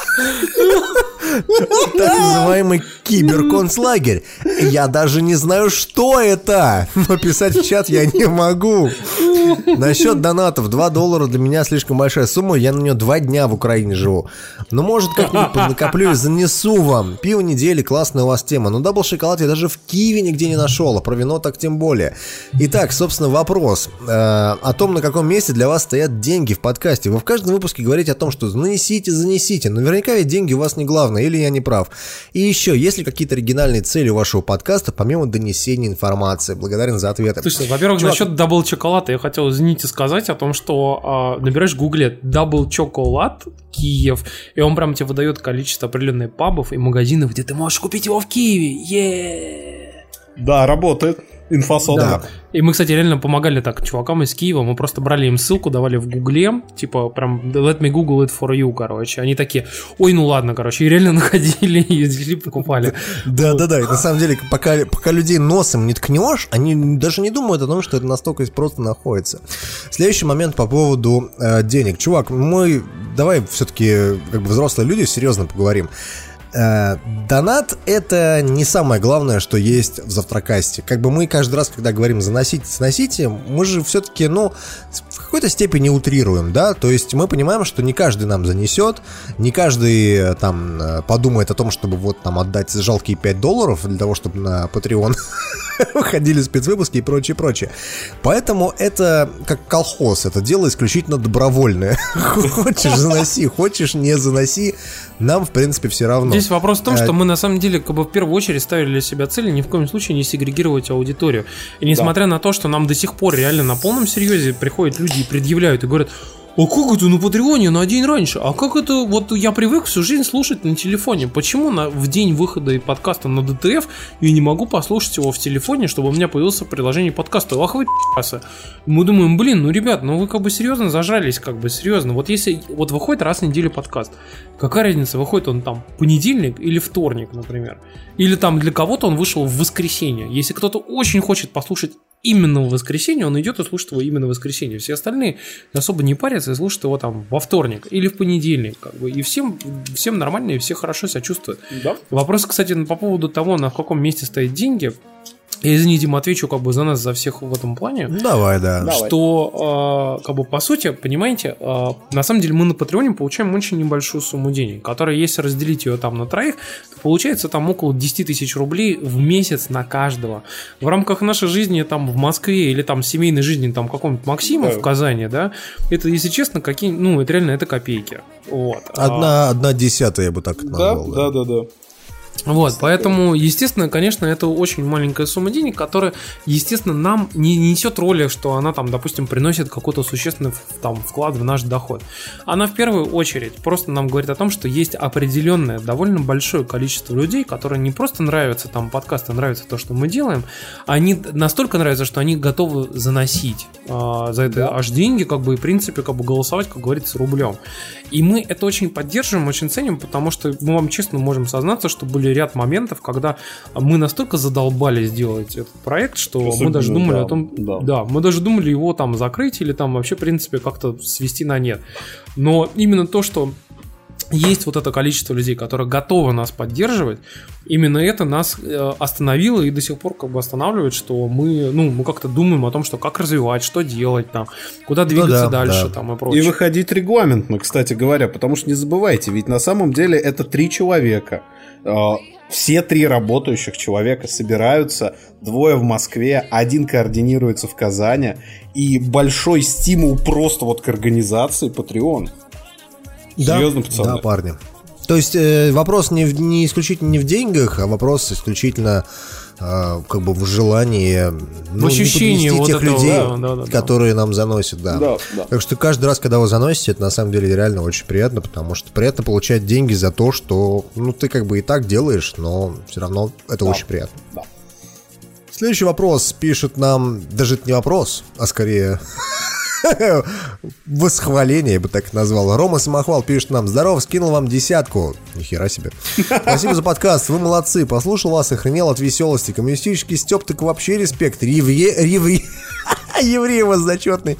так называемый киберконцлагерь. Я даже не знаю, что это, но писать в чат я не могу. Насчет донатов, два доллара для меня слишком большая сумма, я на нее два дня в Украине живу. Но может как-нибудь поднакоплю и занесу вам. Пиво недели, классная у вас тема. Но дабл шоколад я даже в Киеве нигде не нашел, а про вино так тем более. Итак, собственно, вопрос э, о том, на каком месте для вас стоят деньги в подкасте. Вы в каждом выпуске говорите о том, что нанесите, занесите. Но наверняка ведь деньги у вас не главное, или я не прав. И еще, есть ли какие-то оригинальные цели у вашего подкаста, помимо донесения информации? Благодарен за ответы. Слушай, во-первых, Чувак... насчет дабл шоколада я хотел, извините, сказать о том, что э, набираешь в гугле дабл шоколад Киев, и он прям тебе выдает количество определенных пабов и магазинов, где ты можешь купить его в Киеве. Е-е-е. Да, работает. Инфосод. Да. И мы, кстати, реально помогали так чувакам из Киева. Мы просто брали им ссылку, давали в гугле. Типа, прям, let me google it for you, короче. Они такие, ой, ну ладно, короче. И реально находили, ездили, покупали. Да-да-да. На самом деле, пока, пока людей носом не ткнешь, они даже не думают о том, что это настолько просто находится. Следующий момент по поводу э, денег. Чувак, мой давай все-таки, как бы взрослые люди, серьезно поговорим. Донат — это не самое главное, что есть в Завтракасте. Как бы мы каждый раз, когда говорим «заносите, сносите», мы же все-таки, ну, в какой-то степени утрируем, да? То есть мы понимаем, что не каждый нам занесет, не каждый там подумает о том, чтобы вот нам отдать жалкие пять долларов для того, чтобы на Patreon выходили спецвыпуски и прочее, прочее. Поэтому это как колхоз, это дело исключительно добровольное. Хочешь — заноси, хочешь — не заноси. Нам, в принципе, все равно. Здесь вопрос в том, что мы на самом деле как бы в первую очередь ставили для себя цель ни в коем случае не сегрегировать аудиторию. И несмотря да. на то, что нам до сих пор реально на полном серьезе приходят люди и предъявляют и говорят: а как это на Патреоне на день раньше? А как это, вот я привык всю жизнь слушать на телефоне. Почему на, в день выхода подкаста на ди ти эф я не могу послушать его в телефоне, чтобы у меня появился приложение подкаста? Ах вы пи***сы. Мы думаем, блин, ну ребят, ну вы как бы серьезно зажрались, как бы серьезно. Вот если вот выходит раз в неделю подкаст, какая разница, выходит он там понедельник или вторник, например? Или там для кого-то он вышел в воскресенье. Если кто-то очень хочет послушать именно в воскресенье, он идет и слушает его именно в воскресенье. Все остальные особо не парятся и слушают его там во вторник или в понедельник. Как бы. И всем, всем нормально, и все хорошо себя чувствуют. Да. Вопрос, кстати, по поводу того, на каком месте стоят деньги. Я, извините, отвечу как бы за нас, за всех в этом плане. Давай, да. Что, э, как бы, по сути, понимаете, э, на самом деле мы на Патреоне получаем очень небольшую сумму денег, которая, если разделить ее там на троих, то получается там около десять тысяч рублей в месяц на каждого. В рамках нашей жизни там в Москве или там семейной жизни там какого-нибудь Максима да. в Казани, да, это, если честно, какие, ну, это реально, это копейки. Вот. Одна, а... одна десятая, я бы так назвал. Да, да, да, да. Вот, поэтому, естественно, конечно, это очень маленькая сумма денег, которая, естественно, нам не несет роли, что она там, допустим, приносит какой-то существенный там вклад в наш доход. Она в первую очередь просто нам говорит о том, что есть определенное, довольно большое количество людей, которые не просто нравятся там подкасты, нравится то, что мы делаем, они настолько нравятся, что они готовы заносить а, за это аж деньги, как бы, и, в принципе, как бы голосовать, как говорится, рублем. И мы это очень поддерживаем, очень ценим, потому что мы вам честно можем сознаться, что были ряд моментов, когда мы настолько задолбались делать этот проект, что Особенно, мы даже думали да, о том, да. да, мы даже думали его там закрыть или там вообще, в принципе, как-то свести на нет. Но именно то, что есть вот это количество людей, которые готовы нас поддерживать, именно это нас остановило и до сих пор как бы останавливает, что мы, ну, мы как-то думаем о том, что как развивать, что делать там, куда двигаться ну, да, дальше да. там и прочее. И выходить регламентно, кстати говоря, потому что не забывайте, ведь на самом деле это три человека. Все три работающих человека собираются, двое в Москве, один координируется в Казани, и большой стимул просто вот к организации Patreon. Да, серьезно, пацаны? Да, парни. То есть э, вопрос не, в, не исключительно не в деньгах, а вопрос исключительно э, как бы в желании, ну, в ощущении вот тех этого, людей, да, да, да, которые нам заносят, да. Да, да. Так что каждый раз, когда вы заносите, это на самом деле реально очень приятно, потому что приятно получать деньги за то, что, ну, ты как бы и так делаешь, но все равно это да. очень приятно. Да. Следующий вопрос пишет нам, даже это не вопрос, а скорее восхваление, я бы так назвал. Рома Самохвал пишет нам: здорово, скинул вам десятку. Нихера себе. Спасибо за подкаст, вы молодцы. Послушал вас, охренел от веселости. Коммунистический стёб, так вообще респект. Ривье, ривье. Еврей у вас зачетный.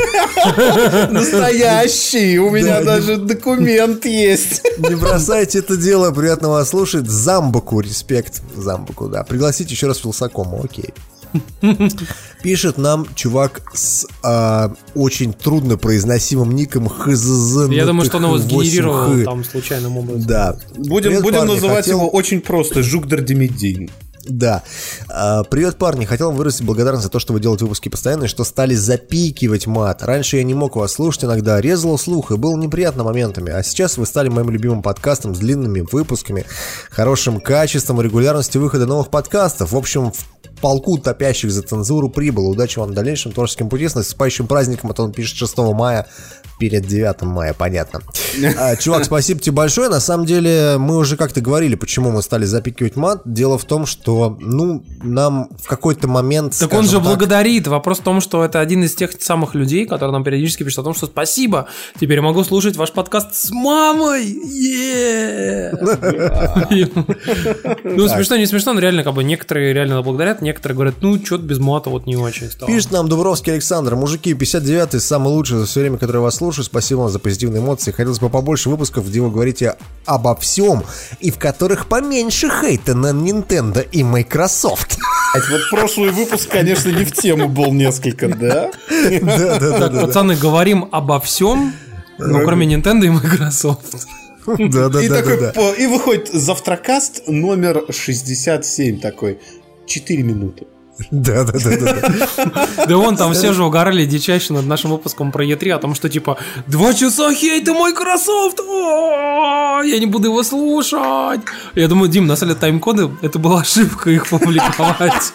Настоящий. У меня Да, даже документ есть. Не бросайте это дело, приятно вас слушать. Замбаку, респект. Замбаку, да. Пригласите еще раз Вилсакома, окей. Пишет нам чувак с а, очень трудно произносимым ником ХЗЗ. Я думаю, что он его сгенерировал там случайным образом. Да. Будем, Привет, будем парни, называть хотел... его очень просто: Жугдар Демиддин. Да. А, привет, парни. Хотел вам выразить благодарность за то, что вы делаете выпуски постоянно, и что стали запикивать мат. Раньше я не мог вас слушать иногда, резало слух, и было неприятно моментами. А сейчас вы стали моим любимым подкастом с длинными выпусками, хорошим качеством и регулярностью выхода новых подкастов. В общем, в полку топящих за цензуру прибыло. Удачи вам в дальнейшем творческом пути. С наступающим праздником, а то он пишет шестого мая. Перед девятым мая, понятно. а, Чувак, спасибо тебе большое. На самом деле, мы уже как-то говорили, почему мы стали запикивать мат. Дело в том, что, ну, нам в какой-то момент... Так он же так... благодарит. Вопрос в том, что это один из тех самых людей, которые нам периодически пишут о том, что спасибо, теперь я могу слушать ваш подкаст с мамой. Ну, смешно, не смешно, но реально, как бы, некоторые реально благодарят, некоторые говорят, ну, что-то без мата вот не очень стало. Пишет нам Дубровский Александр: мужики, пятьдесят девятый самый лучший за все время, которое я вас слушаю. Спасибо вам за позитивные эмоции. Хотелось бы побольше выпусков, где вы говорите обо всем, и в которых поменьше хейта на Nintendo и Microsoft. Вот прошлый выпуск, конечно, не в тему был несколько, да? Да, да, да. Так, пацаны, говорим обо всем, ну, кроме Nintendo и Microsoft. Да, да, И да, такой, да. по- и выходит завтракаст номер шестьдесят семь такой. четыре минуты. Да, да, да, да. Да вон там все же угорали дичайше над нашим выпуском про и три, о том, что типа два часа хейта Microsoft, о, я не буду его слушать. Я думаю, Дим, на самом деле тайм-коды, это была ошибка их публиковать.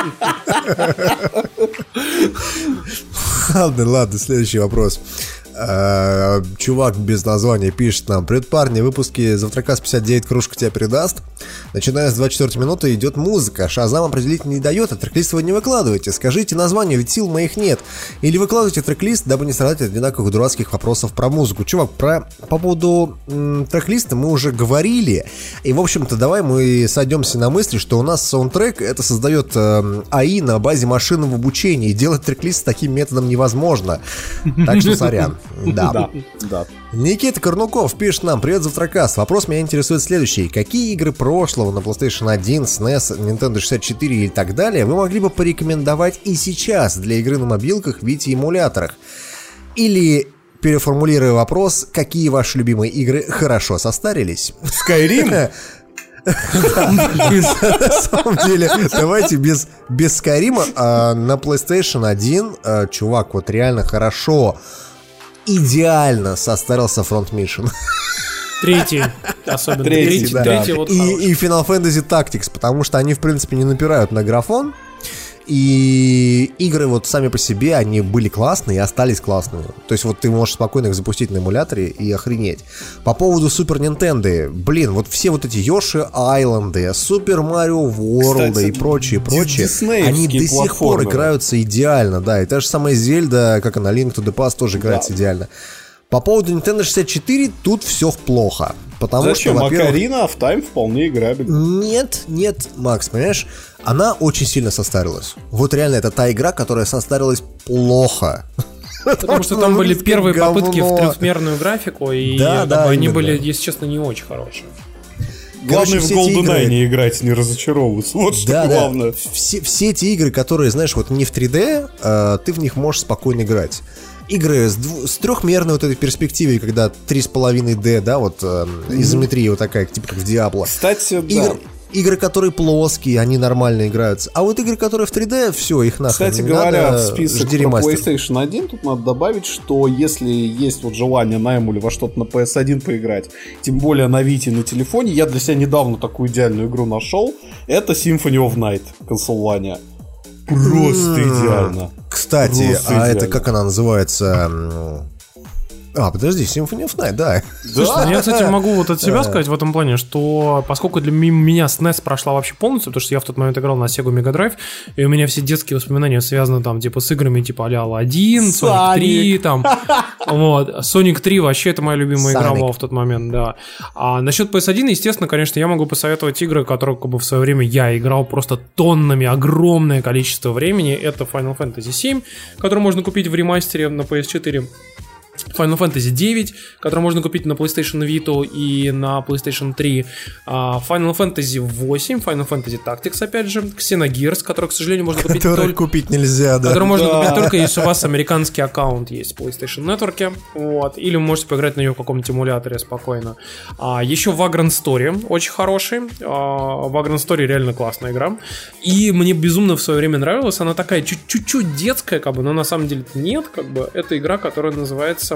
Ладно, ладно, следующий вопрос. А, чувак без названия пишет нам: привет, парни, выпуски Завтракас пятьдесят девять кружка тебя передаст. Начиная с двадцать четвёртой минуты идет музыка. Шазам определить не дает, а трек-лист вы не выкладываете. Скажите название, ведь сил моих нет. Или выкладывайте трек-лист, дабы не страдать от одинаковых дурацких вопросов про музыку. Чувак, про, по поводу м, трек-листа мы уже говорили. И, в общем-то, давай мы сойдемся на мысли, что у нас саундтрек это создает э, эй ай на базе машинного обучения. И делать трек-лист таким методом невозможно. Так что сорян. Да. Да, да. Никита Корнуков пишет нам: привет, Завтракас. Вопрос меня интересует следующий. Какие игры прошлого на PlayStation один, эс эн и эс, Nintendo шестьдесят четыре и так далее вы могли бы порекомендовать и сейчас для игры на мобилках в виде эмуляторах? Или, переформулируя вопрос, какие ваши любимые игры хорошо состарились? Skyrim? На самом деле, давайте без, без Skyrim, а на PlayStation один, а, чувак, вот реально хорошо, идеально состарился Front Mission. Третий, особенно Третий, третий, да. третий вот и, хороший. и Final Fantasy Tactics, потому что они, в принципе, не напирают на графон. И игры вот сами по себе, они были классные и остались классными. То есть вот ты можешь спокойно их запустить на эмуляторе и охренеть. По поводу Super Nintendo, блин, вот все вот эти Yoshi Island, Super Mario World, Кстати, и прочее, прочее, диснеевские они до сих пор платформеры. играются идеально, да. И та же самая Зельда, как она, Link to the Past, тоже играется Да. идеально. По поводу Nintendo шестьдесят четыре тут все плохо. Потому Зачем? что, во-первых, Ocarina of Time вполне играбельна. нет, нет, Макс, понимаешь, она очень сильно состарилась. Вот реально, это та игра, которая состарилась плохо. Потому что там были первые попытки в трехмерную графику, и Да, как да, бы они именно. были, если честно, не очень хорошие. Главное в все эти GoldenEye игры- не играть, не разочаровываться. Вот что Да, главное. да. Все, все эти игры, которые, знаешь, вот не в три дэ, а, ты в них можешь спокойно играть. Игры с, дв... с трехмерной вот этой перспективой, когда три с половиной дэ, да, вот э, изометрия вот такая, типа как в Диабло. Кстати, да. Игр... Игры, которые плоские, они нормально играются. А вот игры, которые в три дэ, все, их нахрен Кстати не говоря, надо, в список жди про ремастер. PlayStation один тут надо добавить, что если есть вот желание на эмуле во что-то на пи эс один поиграть, тем более на Вите и на телефоне, я для себя недавно такую идеальную игру нашел. Это Symphony of Night, Castlevania. Просто идеально. Кстати, Просто а идеально. это как она называется? М, А, подожди, Symphony of Night, да. Слушай, ну я, кстати, могу вот от себя сказать в этом плане, что поскольку для ми- меня эс эн и эс прошла вообще полностью, потому что я в тот момент играл на Sega Mega Drive, и у меня все детские воспоминания связаны там типа с играми типа а-ля Aladdin, Sonic три, там, вот, Sonic три вообще это моя любимая игра Sonic. была в тот момент, да. А насчет пи эс один, естественно, конечно, я могу посоветовать игры, которые как бы в свое время я играл просто тоннами, огромное количество времени. Это Final Fantasy семь, который можно купить в ремастере на пи эс четыре. Final Fantasy девять, который можно купить на PlayStation Vita и на PlayStation три, а, Final Fantasy восемь, Final Fantasy Tactics, опять же, Xenogears, который, к сожалению, можно купить Который только... купить нельзя, да. Который можно Да. купить только если у вас американский аккаунт есть в PlayStation Network, вот, или вы можете поиграть на нее в каком-нибудь эмуляторе спокойно. А, еще Vagrant Story очень хороший, а, Vagrant Story реально классная игра, и мне безумно в свое время нравилась, она такая чуть-чуть детская, как бы, но на самом деле нет, как бы, это игра, которая называется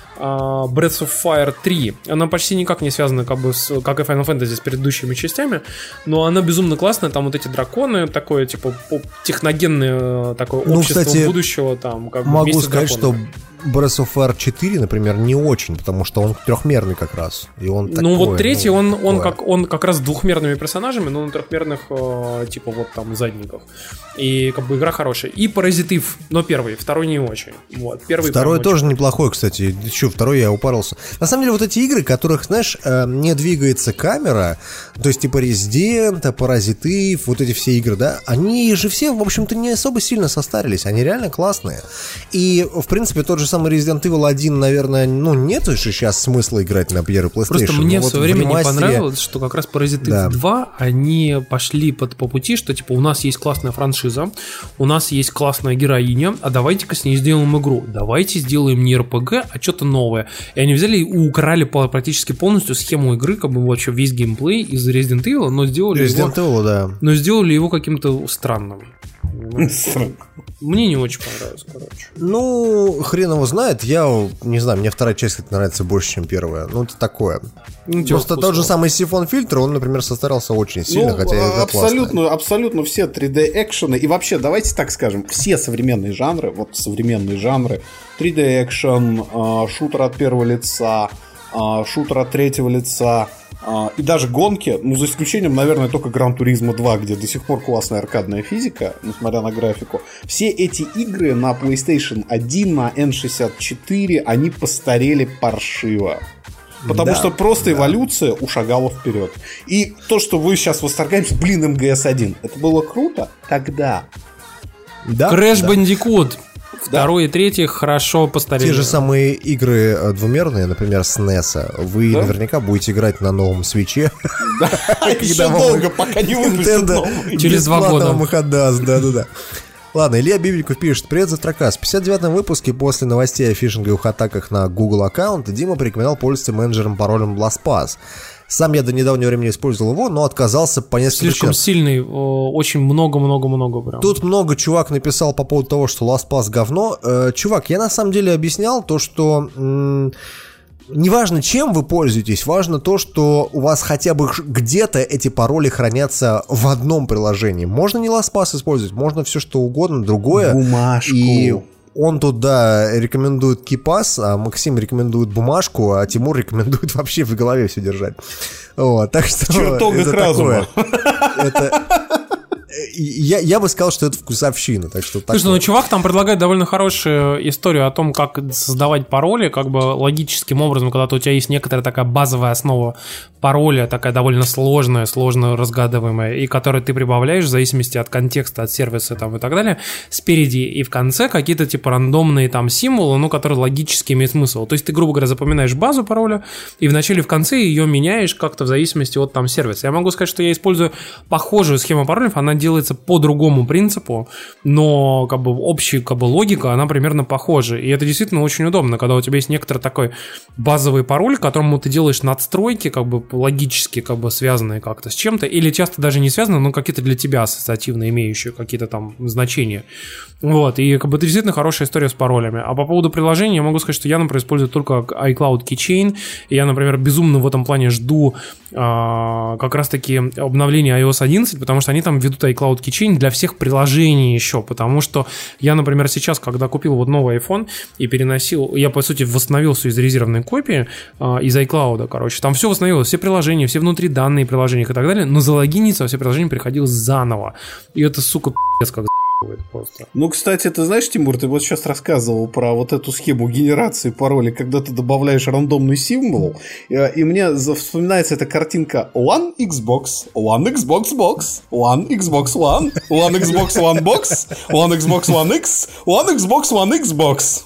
а, Breath of Fire три. Она почти никак не связана, как бы, с, как и Final Fantasy, с предыдущими частями, но она безумно классная, там вот эти драконы, такое, типа, поп- техногенное такое Ну, общество кстати, будущего, там, как бы, Могу вместе с сказать, что драконами. Breath of Fire четыре, например, не очень, потому что он трехмерный как раз. И он Ну такой, вот третий, ну, он, он, такое. как, он как раз с двухмерными персонажами, но на трехмерных, э, типа вот там задников. И как бы игра хорошая. И Паразитив, но первый, второй не очень. Вот, первый Второй прям очень. тоже неплохой, кстати. Еще что, второй я упарился. На самом деле, вот эти игры, которых, знаешь, не двигается камера, то есть типа Resident, Parasite Eve, вот эти все игры, да, они же все, в общем-то, не особо сильно состарились, они реально классные. И, в принципе, тот же самый Resident Evil один, наверное, ну, нет же сейчас смысла играть на первый PlayStation. Просто мне ну, в вот свое время ремастере... не понравилось, что как раз Parasite Eve да. два, они пошли по, по пути, что типа у нас есть классная франшиза, у нас есть классная героиня, а давайте-ка с ней сделаем игру. Давайте сделаем не эр пи джи, а что-то новое. И они взяли и украли практически полностью схему игры, как бы вообще весь геймплей из Resident Evil, но сделали Resident его, Evil, да. но сделали его каким-то странным. Мне не очень понравилось, короче. Ну, хрен его знает. Я не знаю, мне вторая часть, кстати, нравится больше, чем первая. Ну, это такое. Ну, просто тот же самый сифон фильтр, он, например, состарился очень сильно, ну, хотя это абсолютно, классно. Абсолютно все три дэ-экшены. И вообще, давайте так скажем, все современные жанры, вот современные жанры, три дэ-экшен, шутер от первого лица, шутер от третьего лица, и даже гонки, ну, за исключением, наверное, только Gran Turismo два, где до сих пор классная аркадная физика, несмотря на графику. Все эти игры на PlayStation один, на эн шестьдесят четыре, они постарели паршиво. Потому да, что просто да. эволюция ушагала вперед. И то, что вы сейчас восторгаетесь, блин, эм гэ эс один, это было круто тогда. Да, Crash да. Bandicoot. Второй да. и третий хорошо постарели. Те же самые игры двумерные, например, с эн и эс, вы да? наверняка будете играть на новом свече. Да, еще долго, пока не выпустят новый. Через два года. Их отдаст, да-да-да. Ладно, Илья Бибиков пишет: привет, Завтракас. В пятьдесят девятом выпуске после новостей о фишинговых атаках на Google аккаунт Дима порекомендовал пользоваться менеджером паролем LastPass. Сам я до недавнего времени использовал его, но отказался по нескольким Слишком причинам. сильный, очень много-много-много прям. Тут много чувак написал по поводу того, что LastPass говно. Э, чувак, я на самом деле объяснял то, что... М- неважно, чем вы пользуетесь, важно то, что у вас хотя бы где-то эти пароли хранятся в одном приложении. Можно не LastPass использовать, можно все что угодно, другое. Бумажку. И он тут, да, рекомендует KeePass, а Максим рекомендует бумажку, а Тимур рекомендует вообще в голове все держать. Вот, так что... В чертогах разума. Это... Я, я бы сказал, что это вкусовщина. Так что Слушай, ну чувак там предлагает довольно хорошую историю о том, как создавать пароли, как бы логическим образом, когда у тебя есть некоторая такая базовая основа пароля, такая довольно сложная, сложно разгадываемая, и которую ты прибавляешь в зависимости от контекста, от сервиса там, и так далее, спереди и в конце какие-то типа рандомные там символы, ну, которые логически имеют смысл. То есть ты, грубо говоря, запоминаешь базу пароля, и в начале и в конце ее меняешь как-то в зависимости от там сервиса. Я могу сказать, что я использую похожую схему паролей, она делается по другому принципу, но как бы общая как бы логика, она примерно похожа. И это действительно очень удобно, когда у тебя есть некоторый такой базовый пароль, к которому ты делаешь надстройки, как бы логически как бы связанные как-то с чем-то, или часто даже не связаны, но какие-то для тебя ассоциативно имеющие какие-то там значения. Вот, и как бы это действительно хорошая история с паролями. А по поводу приложения я могу сказать, что я, например, использую только iCloud Keychain, и я, например, безумно в этом плане жду а, как раз-таки обновления ай о эс одиннадцать, потому что они там ведут iCloud Keychain для всех приложений еще, потому что я, например, сейчас, когда купил вот новый iPhone и переносил, я, по сути, восстановил все из резервной копии, а, из iCloud, короче, там все восстановилось, все приложения, все внутри данные приложения и так далее, но залогиниться во все приложения приходилось заново, и это, сука, пи***ц как просто. Ну, кстати, ты знаешь, Тимур, ты вот сейчас рассказывал про вот эту схему генерации паролей, когда ты добавляешь рандомный символ, и мне вспоминается эта картинка One Xbox, One Xbox Box, One Xbox One, One Xbox One Box, One Xbox One X, One Xbox One Xbox.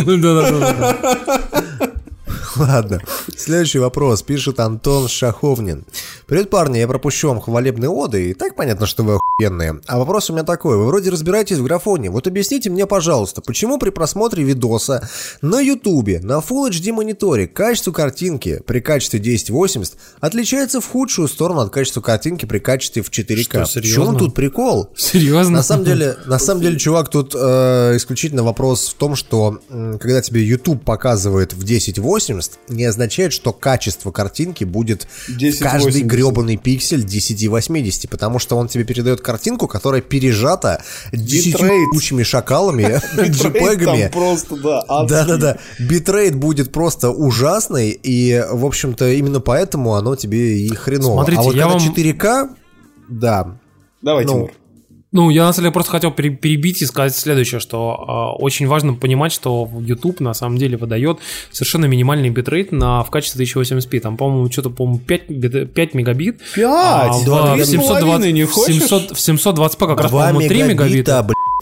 Да-да-да. Ладно, следующий вопрос. Пишет Антон Шаховнин. Привет, парни, я пропущу вам хвалебные оды, и так понятно, что вы охуенные. А вопрос у меня такой. Вы вроде разбираетесь в графоне. Вот объясните мне, пожалуйста, почему при просмотре видоса на ютубе на Full эйч ди мониторе качество картинки при качестве десять восемьдесят отличается в худшую сторону от качества картинки при качестве в четыре ка? Что, в чем тут прикол? Серьезно? На самом деле, на самом деле, чувак, тут э, исключительно вопрос в том, что э, когда тебе YouTube показывает в десять восемьдесят, не означает, что качество картинки будет в каждый гребаный пиксель десять восемьдесят, потому что он тебе передает картинку, которая пережата десятью кучами шакалами, джипегами. Просто, да. Да-да-да. Битрейт будет просто ужасный, и, в общем-то, именно поэтому оно тебе и хреново. Смотрите, а вот я когда вам... четыре ка, да. Давай, ну, Тимур. Ну, я на самом деле просто хотел перебить и сказать следующее, что э, очень важно понимать, что YouTube на самом деле выдает совершенно минимальный битрейт на, в качестве тысяча восемьдесят пи. Там, по-моему, что-то, по-моему, пять, пять мегабит. пять? А Да, в, семьсот двадцать, не в, семьсот, в семьсот двадцать пи как раз, по-моему, три мегабита.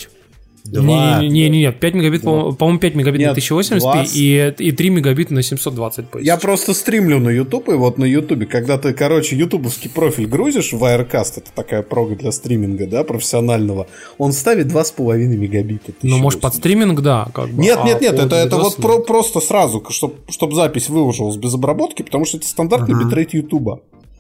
Не-не-не, пять мегабит, по-моему, пять мегабит на тысяча восемьдесят пи и, и три мегабита на семьсот двадцать пи. Я просто стримлю на YouTube, и вот на YouTube, когда ты, короче, ютубовский профиль грузишь в Wirecast, это такая прога для стриминга, да, профессионального, он ставит два с половиной мегабита. Ну, может, под стриминг, да. Как бы. Нет, нет, нет, а это, это вот про, просто сразу, чтобы чтоб запись выложилась без обработки, потому что это стандартный uh-huh. битрейт YouTube.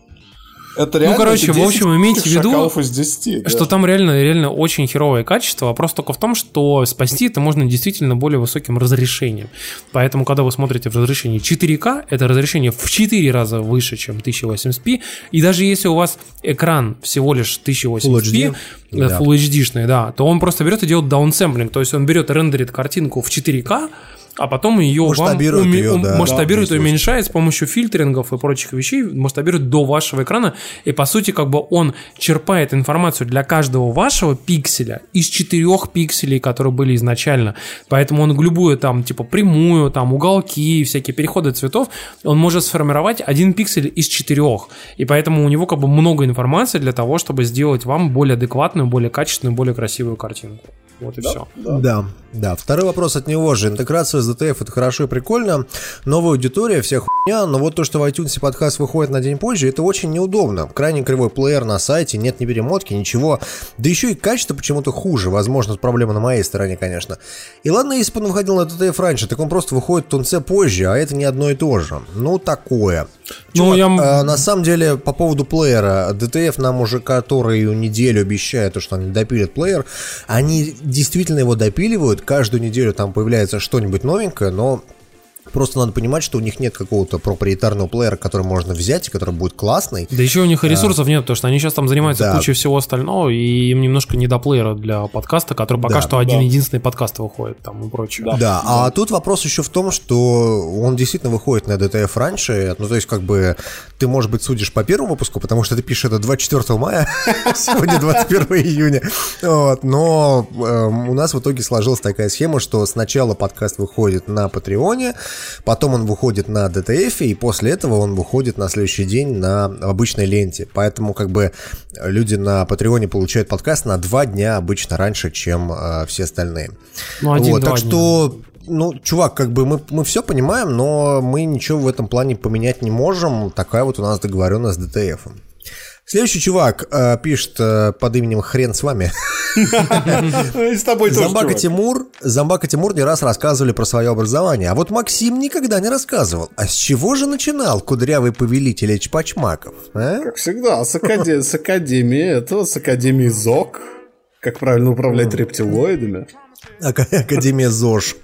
Это реально, ну, короче, в общем, имейте в виду, из десяти, да. что там реально, реально очень херовое качество. Вопрос только в том, что спасти это можно действительно более высоким разрешением. Поэтому, когда вы смотрите в разрешении четыре ка, это разрешение в четыре раза выше, чем тысяча восемьдесят пи. И даже если у вас экран всего лишь тысяча восемьдесят пи, да. Full эйч ди-шный, да, то он просто берет и делает даунсэмплинг. То есть он берет и рендерит картинку в четыре ка, а потом ее масштабирует вам уме- ее, да, масштабирует да, и уменьшает с помощью фильтрингов и прочих вещей, масштабирует до вашего экрана, и по сути как бы он черпает информацию для каждого вашего пикселя из четырех пикселей, которые были изначально, поэтому он любую там типа прямую, там уголки, всякие переходы цветов, он может сформировать один пиксель из четырех, и поэтому у него как бы много информации для того, чтобы сделать вам более адекватную, более качественную, более красивую картинку. Вот и да, все. Да. да, да. Второй вопрос от него же. Интеграция с ди ти эф это хорошо и прикольно. Новая аудитория, вся хуйня. Но вот то, что в iTunes подкаст выходит на день позже, это очень неудобно. Крайне кривой плеер на сайте, нет ни перемотки, ничего. Да еще и качество почему-то хуже. Возможно, проблема на моей стороне, конечно. И ладно, если бы он выходил на ди ти эф раньше, так он просто выходит в тунце позже, а это не одно и то же. Ну, такое. Чувак, ну, я... а, на самом деле, по поводу плеера, ди ти эф нам уже которую неделю обещает, что они допилят плеер. Они действительно его допиливают, каждую неделю там появляется что-нибудь новенькое, но просто надо понимать, что у них нет какого-то проприетарного плеера, который можно взять и который будет классный. Да еще у них и ресурсов а, нет, потому что они сейчас там занимаются да. кучей всего остального, и им немножко не до плеера для подкаста, который пока да, что да. один-единственный подкаст выходит там и прочее. Да, да. да, а тут вопрос еще в том, что он действительно выходит на ди ти эф раньше, ну то есть как бы ты, может быть, судишь по первому выпуску, потому что ты пишешь это двадцать четвёртого мая, сегодня двадцать первого июня, но у нас в итоге сложилась такая схема, что сначала подкаст выходит на Патреоне, потом он выходит на ди ти эф, и после этого он выходит на следующий день на обычной ленте. Поэтому как бы люди на Патреоне получают подкаст на два дня обычно раньше, чем э, все остальные. Ну, один, вот, так дня. что, ну, чувак, как бы мы, мы все понимаем, но мы ничего в этом плане поменять не можем. Такая вот у нас договоренность с ди ти эф. Следующий чувак э, пишет э, под именем «Хрен с вами». С тобой тоже, Зомбака Тимур, Зомбака Тимур не раз рассказывали про свое образование, а вот Максим никогда не рассказывал. А с чего же начинал кудрявый повелитель Чпачмаков? А? Как всегда, с, акаде... с академии этого, с академии ЗОК. Как правильно управлять рептилоидами. Академия ЗОЖ.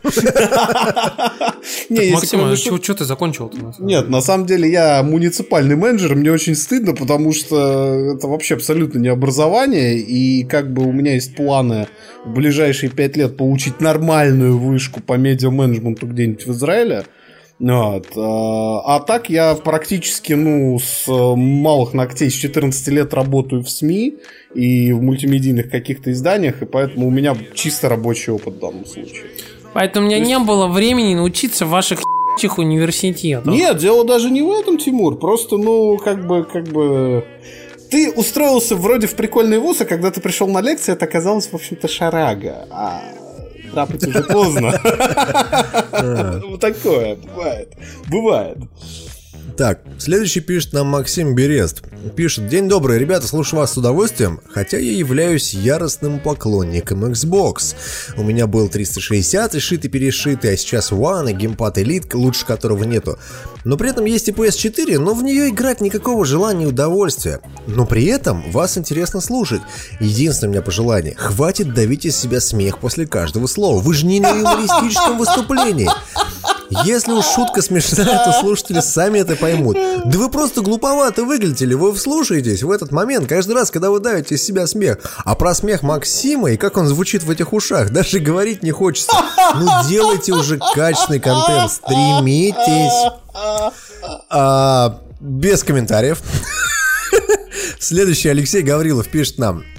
Не, Максим, а что ты закончил-то? Нет, на самом деле я муниципальный менеджер, мне очень стыдно, потому что это вообще абсолютно не образование, и как бы у меня есть планы в ближайшие пять лет получить нормальную вышку по медиа-менеджменту где-нибудь в Израиле. Вот. А так я практически, ну, с малых ногтей с четырнадцати лет работаю в СМИ и в мультимедийных каких-то изданиях, и поэтому у меня чисто рабочий опыт в данном случае. Поэтому у меня есть... не было времени научиться в ваших университетах. Нет, дело даже не в этом, Тимур. Просто, ну, как бы, как бы... Ты устроился вроде в прикольный вуз, а когда ты пришел на лекции, это оказалось, в общем-то, шарага. А трапать уже поздно. Вот такое бывает. Бывает. Так, следующий пишет нам Максим Берест. Пишет: день добрый, ребята, слушаю вас с удовольствием, хотя я являюсь яростным поклонником Xbox. У меня был триста шестьдесят и шитый-перешитый, а сейчас One и геймпад Elite, лучше которого нету. Но при этом есть и пи эс четыре, но в нее играть никакого желания и удовольствия. Но при этом вас интересно слушать. Единственное у меня пожелание: хватит давить из себя смех после каждого слова. Вы же не на юмористическом выступлении. Если уж шутка смешная, то слушатели сами это поймут. Да вы просто глуповато выглядели. Вы вслушаетесь в этот момент каждый раз, когда вы давите из себя смех. А про смех Максима и как он звучит в этих ушах даже говорить не хочется. Ну делайте уже качественный контент, стремитесь. А, без комментариев. Следующий Алексей Гаврилов пишет нам: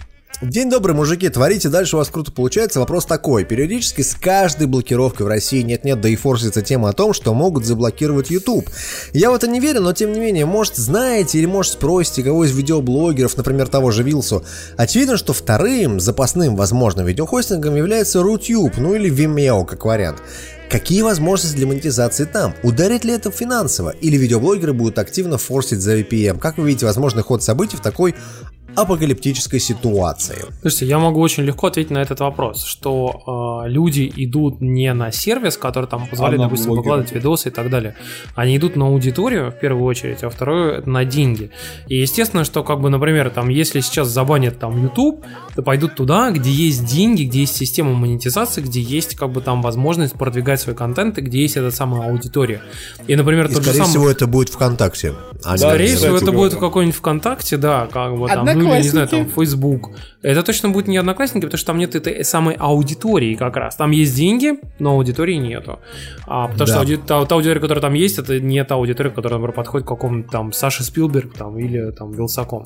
День добрый, мужики, творите дальше, у вас круто получается. Вопрос такой, периодически с каждой блокировкой в России нет-нет, да и форсится тема о том, что могут заблокировать YouTube. Я в это не верю, но тем не менее, может знаете или может спросите кого из видеоблогеров, например, того же Вилсу. Очевидно, что вторым запасным, возможно, видеохостингом является Rutube, ну или Vimeo, как вариант. Какие возможности для монетизации там? Ударит ли это финансово? Или видеоблогеры будут активно форсить за ви пи эн? Как вы видите возможный ход событий в такой апокалиптической ситуации? Слушайте, я могу очень легко ответить на этот вопрос, что э, люди идут не на сервис, который там позволяет, а допустим, выкладывать видосы и так далее. Они идут на аудиторию в первую очередь, а второе на деньги. И естественно, что как бы, например, там, если сейчас забанят там YouTube, то пойдут туда, где есть деньги, где есть система монетизации, где есть как бы там возможность продвигать свой контент и где есть эта самая аудитория. И, например, и тот скорее же самый... всего это будет ВКонтакте. А скорее всего это будет в какой-нибудь ВКонтакте, да, как бы там, ну или, не знаю, там, Facebook. Это точно будет не Одноклассники, потому что там нет этой самой аудитории как раз. Там есть деньги, но аудитории нету. А, потому да. что ауди... та, та аудитория, которая там есть, это не та аудитория, которая, например, подходит к какому-то там Саше Спилберг там, или там Вилсаком.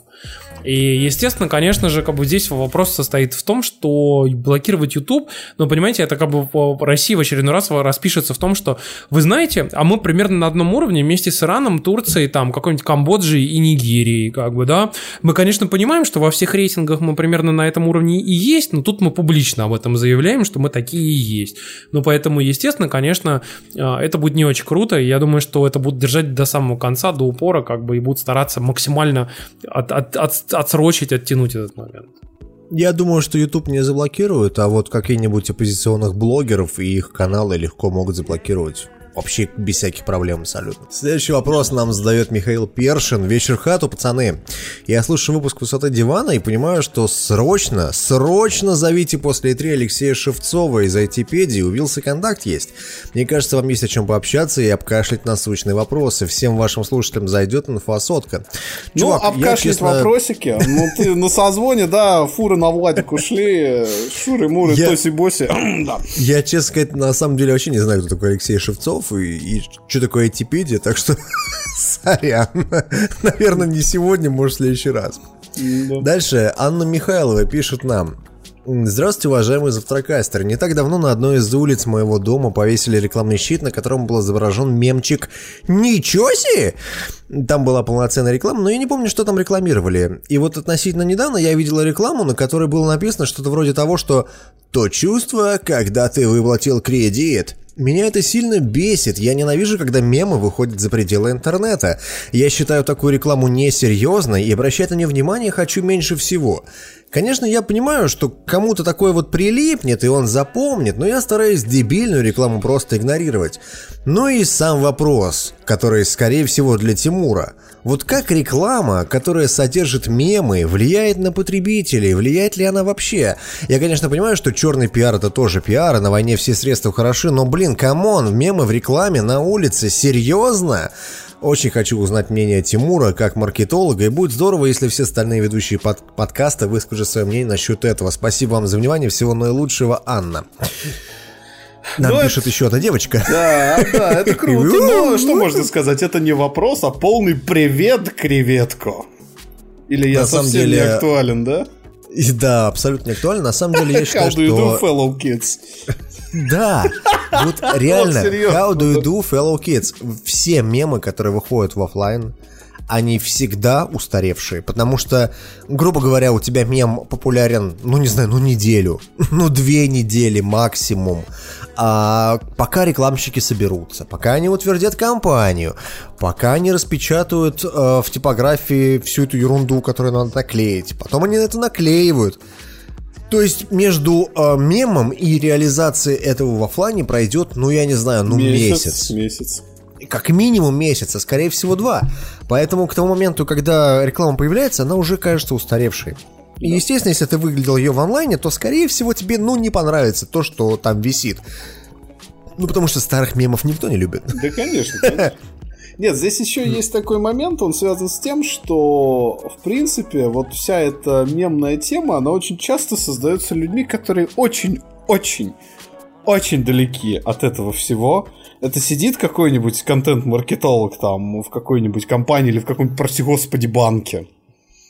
И, естественно, конечно же, как бы здесь вопрос состоит в том, что блокировать YouTube, ну, понимаете, это как бы Россия в очередной раз распишется в том, что вы знаете, а мы примерно на одном уровне вместе с Ираном, Турцией, там, какой-нибудь Камбоджей и Нигерией, как бы, да. Мы, конечно, понимаем, что во всех рейтингах мы примерно на этом уровне и есть, но тут мы публично об этом заявляем, что мы такие и есть. Ну, поэтому, естественно, конечно, это будет не очень круто, и я думаю, что это будут держать до самого конца, до упора, как бы, и будут стараться максимально от, от, от, отсрочить, оттянуть этот момент. Я думаю, что YouTube не заблокируют, а вот какие-нибудь оппозиционных блогеров и их каналы легко могут заблокировать. Вообще без всяких проблем абсолютно. Следующий вопрос нам задает Михаил Першин. Вечер хату, пацаны. Я слушаю выпуск «Высоты дивана» и понимаю, что срочно, срочно зовите после и три Алексея Шевцова из айтипедии. У Вилса контакт есть. Мне кажется, вам есть о чем пообщаться и обкашлять насущные вопросы. Всем вашим слушателям зайдет инфосотка. Чувак, ну, обкашлять я, честно... вопросики. Ну, ты на созвоне, да, фуры на Владик ушли. Шуры-муры, тоси-боси. Я, честно сказать, на самом деле вообще не знаю, кто такой Алексей Шевцов. И, и что такое айтипедия, так что сорян. Наверное, не сегодня, может, в следующий раз. Да. Дальше Анна Михайлова пишет нам. Здравствуйте, уважаемые завтракастеры. Не так давно на одной из улиц моего дома повесили рекламный щит, на котором был изображен мемчик «Ничего себе!». Там была полноценная реклама, но я не помню, что там рекламировали. И вот относительно недавно я видела рекламу, на которой было написано что-то вроде того, что «То чувство, когда ты выплатил кредит». Меня это сильно бесит, я ненавижу, когда мемы выходят за пределы интернета. Я считаю такую рекламу несерьезной и обращать на нее внимание хочу меньше всего. Конечно, я понимаю, что кому-то такое вот прилипнет и он запомнит, но я стараюсь дебильную рекламу просто игнорировать. Ну и сам вопрос, который, скорее всего, для Тимура. Вот как реклама, которая содержит мемы, влияет на потребителей? Влияет ли она вообще? Я, конечно, понимаю, что черный пиар — это тоже пиар, и на войне все средства хороши, но, блин, камон, мемы в рекламе на улице, серьезно? Очень хочу узнать мнение Тимура как маркетолога, и будет здорово, если все остальные ведущие под- подкаста выскажут свое мнение насчет этого. Спасибо вам за внимание, всего наилучшего, Анна. Нам ну, пишет это... еще одна девочка. Да, да, это круто. Ну, что можно сказать? Это не вопрос, а полный привет, креветку. Или я совсем деле... не актуален, да? Да, абсолютно не актуален. На самом деле я считаю, что... How do you do, fellow kids? Да, вот реально, how do you do, fellow kids? Все мемы, которые выходят в офлайн, они всегда устаревшие, потому что, грубо говоря, у тебя мем популярен, ну не знаю, ну неделю, ну две недели максимум, а пока рекламщики соберутся, пока они утвердят кампанию, пока они распечатают э, в типографии всю эту ерунду, которую надо наклеить, потом они это наклеивают. То есть между э, мемом и реализацией этого в офлайне пройдет, ну я не знаю, ну месяц. Месяц. месяц. Как минимум месяц, а скорее всего два. Поэтому к тому моменту, когда реклама появляется, она уже кажется устаревшей. И, естественно, если ты выглядел ее в онлайне, то, скорее всего, тебе, ну, не понравится то, что там висит. Ну, потому что старых мемов никто не любит. Да, конечно, конечно. Нет, здесь еще есть такой момент, он связан с тем, что, в принципе, вот вся эта мемная тема, она очень часто создается людьми, которые очень-очень, очень далеки от этого всего. Это сидит какой-нибудь контент-маркетолог там в какой-нибудь компании или в каком-нибудь, прости господи, банке.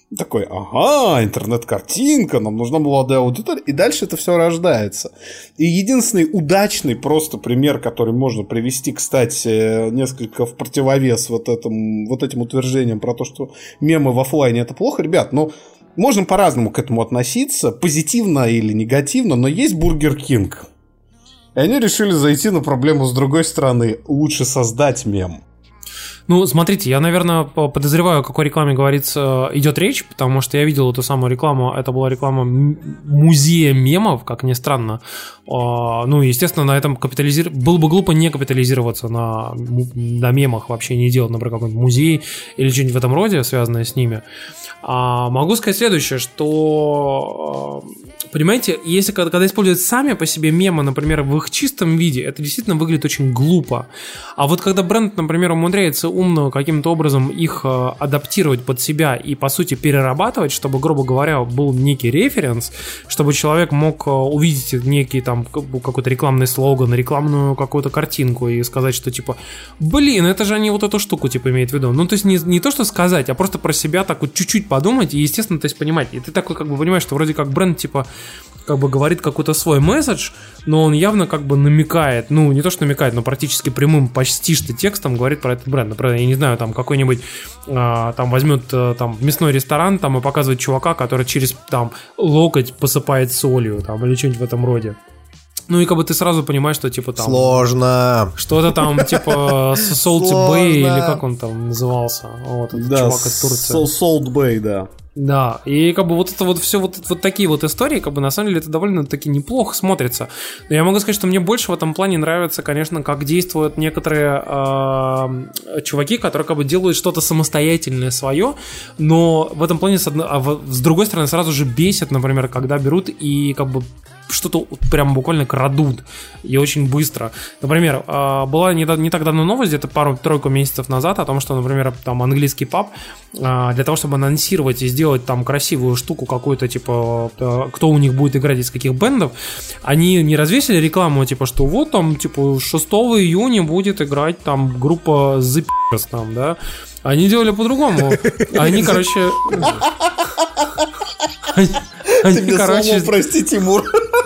Такой, ага, интернет-картинка, нам нужна молодая аудитория, и дальше это все рождается. И единственный удачный просто пример, который можно привести, кстати, несколько в противовес вот, этом, вот этим утверждениям про то, что мемы в офлайне это плохо, ребят, ну, можно по-разному к этому относиться, позитивно или негативно, но есть Бургер Кинг. И они решили зайти на проблему с другой стороны, лучше создать мем. Ну, смотрите, я, наверное, подозреваю, о какой рекламе говорится, идет речь, потому что я видел эту самую рекламу, это была реклама музея мемов, как ни странно. Ну, естественно, на этом капитализировать... Было бы глупо не капитализироваться на, на мемах, вообще не делать, например, какой-нибудь музей или что-нибудь в этом роде, связанное с ними. А могу сказать следующее, что, понимаете, если когда, когда используют сами по себе мемы, например, в их чистом виде, это действительно выглядит очень глупо. А вот когда бренд, например, умудряется умно каким-то образом их адаптировать под себя и, по сути, перерабатывать, чтобы, грубо говоря, был некий референс, чтобы человек мог увидеть некий там какой-то рекламный слоган, рекламную какую-то картинку и сказать, что типа, блин, это же они вот эту штуку типа имеют в виду. Ну, то есть не, не то, что сказать, а просто про себя так вот чуть-чуть подумать и, естественно, то есть понимать. И ты такой как бы понимаешь, что вроде как бренд типа как бы говорит какой-то свой месседж, но он явно как бы намекает, ну, не то, что намекает, но практически прямым, почти что текстом говорит про этот бренд. Например, я не знаю, там какой-нибудь а, там возьмет а, там мясной ресторан там и показывает чувака, который через там локоть посыпает солью там или что-нибудь в этом роде. Ну и как бы ты сразу понимаешь, что типа там... Сложно. Что-то там типа Salt Bay или как он там назывался. Вот этот да, чувак из Турции. Salt Bay, да. Да, и как бы вот это вот все вот, вот такие вот истории, как бы на самом деле это довольно-таки неплохо смотрится. Но я могу сказать, что мне больше в этом плане нравится, конечно, как действуют некоторые э, чуваки, которые как бы делают что-то самостоятельное свое, но в этом плане с, одно, а в, с другой стороны сразу же бесит, например, когда берут и как бы что-то прям буквально крадут и очень быстро. Например, была не, не так давно новость, где-то пару-тройку месяцев назад, о том, что, например, там английский паб для того, чтобы анонсировать и сделать там красивую штуку какую-то, типа, кто у них будет играть из каких бендов, они не развесили рекламу, типа, что вот там, типа, шестого июня будет играть там группа The P***ers там, да. Они делали по-другому. Они, короче... Ты мне сломал, прости, Тимур.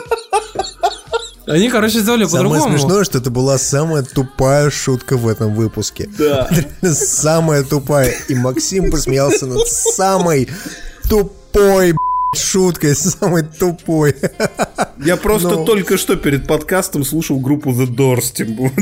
Они, короче, сделали по-другому. Самое смешное, что это была самая тупая шутка в этом выпуске. Да. Самая тупая. И Максим посмеялся над самой тупой шуткой, самой тупой. Я просто Но... только что перед подкастом слушал группу The Doors, Тимур.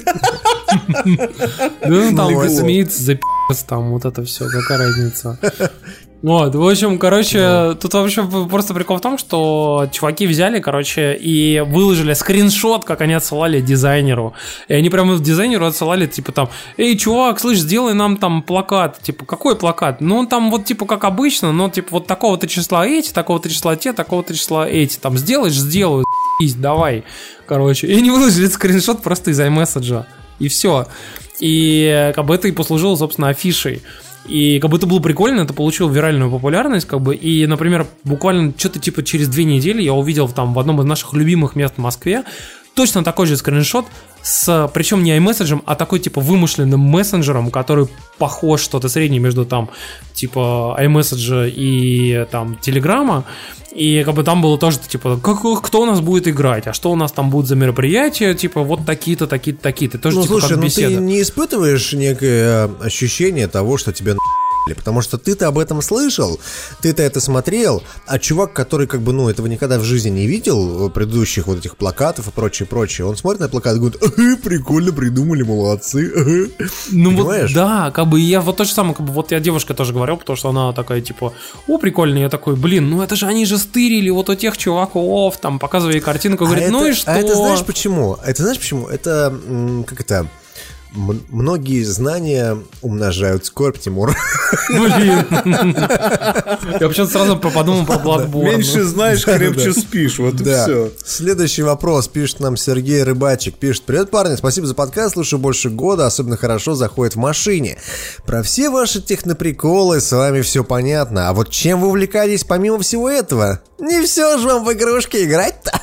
Ну, там Смит, The P***с, там вот это все, какая разница. Вот, в общем, короче, yeah. тут вообще просто прикол в том, что чуваки взяли, короче, и выложили скриншот, как они отсылали дизайнеру. И они прямо дизайнеру отсылали, типа там, эй, чувак, слышь, сделай нам там плакат. Типа, какой плакат? Ну, он там вот, типа, как обычно, но, типа, вот такого-то числа эти, такого-то числа те, такого-то числа эти. Там, сделаешь, сделаю, давай. Короче, и они выложили скриншот просто из iMessage. И все. И как бы это и послужило, собственно, афишей. И как бы это было прикольно, это получило виральную популярность, как бы, и, например, буквально что-то типа через две недели я увидел там в одном из наших любимых мест в Москве точно такой же скриншот с, причем не iMessage, а такой типа вымышленным мессенджером, который похож что-то среднее между там типа iMessage и там Телеграма. И как бы там было тоже типа, как, кто у нас будет играть, а что у нас там будет за мероприятия, типа вот такие-то, такие-то, такие-то. Тоже, ну типа, слушай, как ну беседа. ты не испытываешь некое ощущение того, что тебе на***ли, потому что ты-то об этом слышал, ты-то это смотрел, а чувак, который как бы, ну, этого никогда в жизни не видел, предыдущих вот этих плакатов и прочее, прочее, он смотрит на плакат и говорит, ага, прикольно придумали, молодцы, ага. Ну понимаешь? Вот, да, как бы я вот то же самое, как бы вот я девушка тоже говорил, потому что она такая, типа, о, прикольно, я такой, блин, ну это же они же стырили вот у тех чуваков, там, показывая картинку, говорит, а ну это, и что? А это знаешь почему? Это знаешь почему? Это, как это... Многие знания умножают скорбь, Тимур. Блин. Я почему-то сразу подумал про Bloodborne. Меньше знаешь, крепче спишь. Вот и все. Следующий вопрос. Пишет нам Сергей Рыбачик. Пишет: привет, парни, спасибо за подкаст. Слушаю больше года. Особенно хорошо заходит в машине. Про все ваши техноприколы с вами все понятно. А вот чем вы увлекаетесь помимо всего этого? Не все же вам в игрушки играть-то.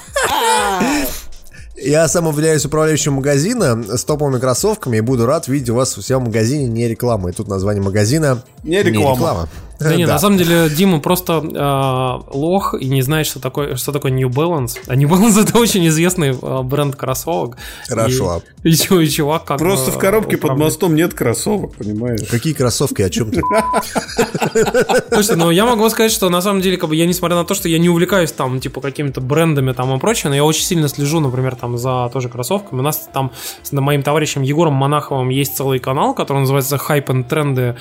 Я сам являюсь управляющим магазина с топовыми кроссовками и буду рад видеть у вас у себя в магазине не реклама. И тут название магазина не реклама. Не реклама. Да нет, на самом деле Дима просто э, лох и не знает, что такое, что такое New Balance. А New Balance — это очень известный э, бренд кроссовок. Хорошо. И, и, и чувак как Просто бы, в коробке управляет. под мостом нет кроссовок, понимаешь? Какие кроссовки, о чем ты? Слушайте, ну я могу сказать, что на самом деле, как бы, я, несмотря на то, что я не увлекаюсь там, типа, какими-то брендами там и прочее, но я очень сильно слежу, например, там за тоже кроссовками. У нас там с моим товарищем Егором Монаховым есть целый канал, который называется Hype and Trendy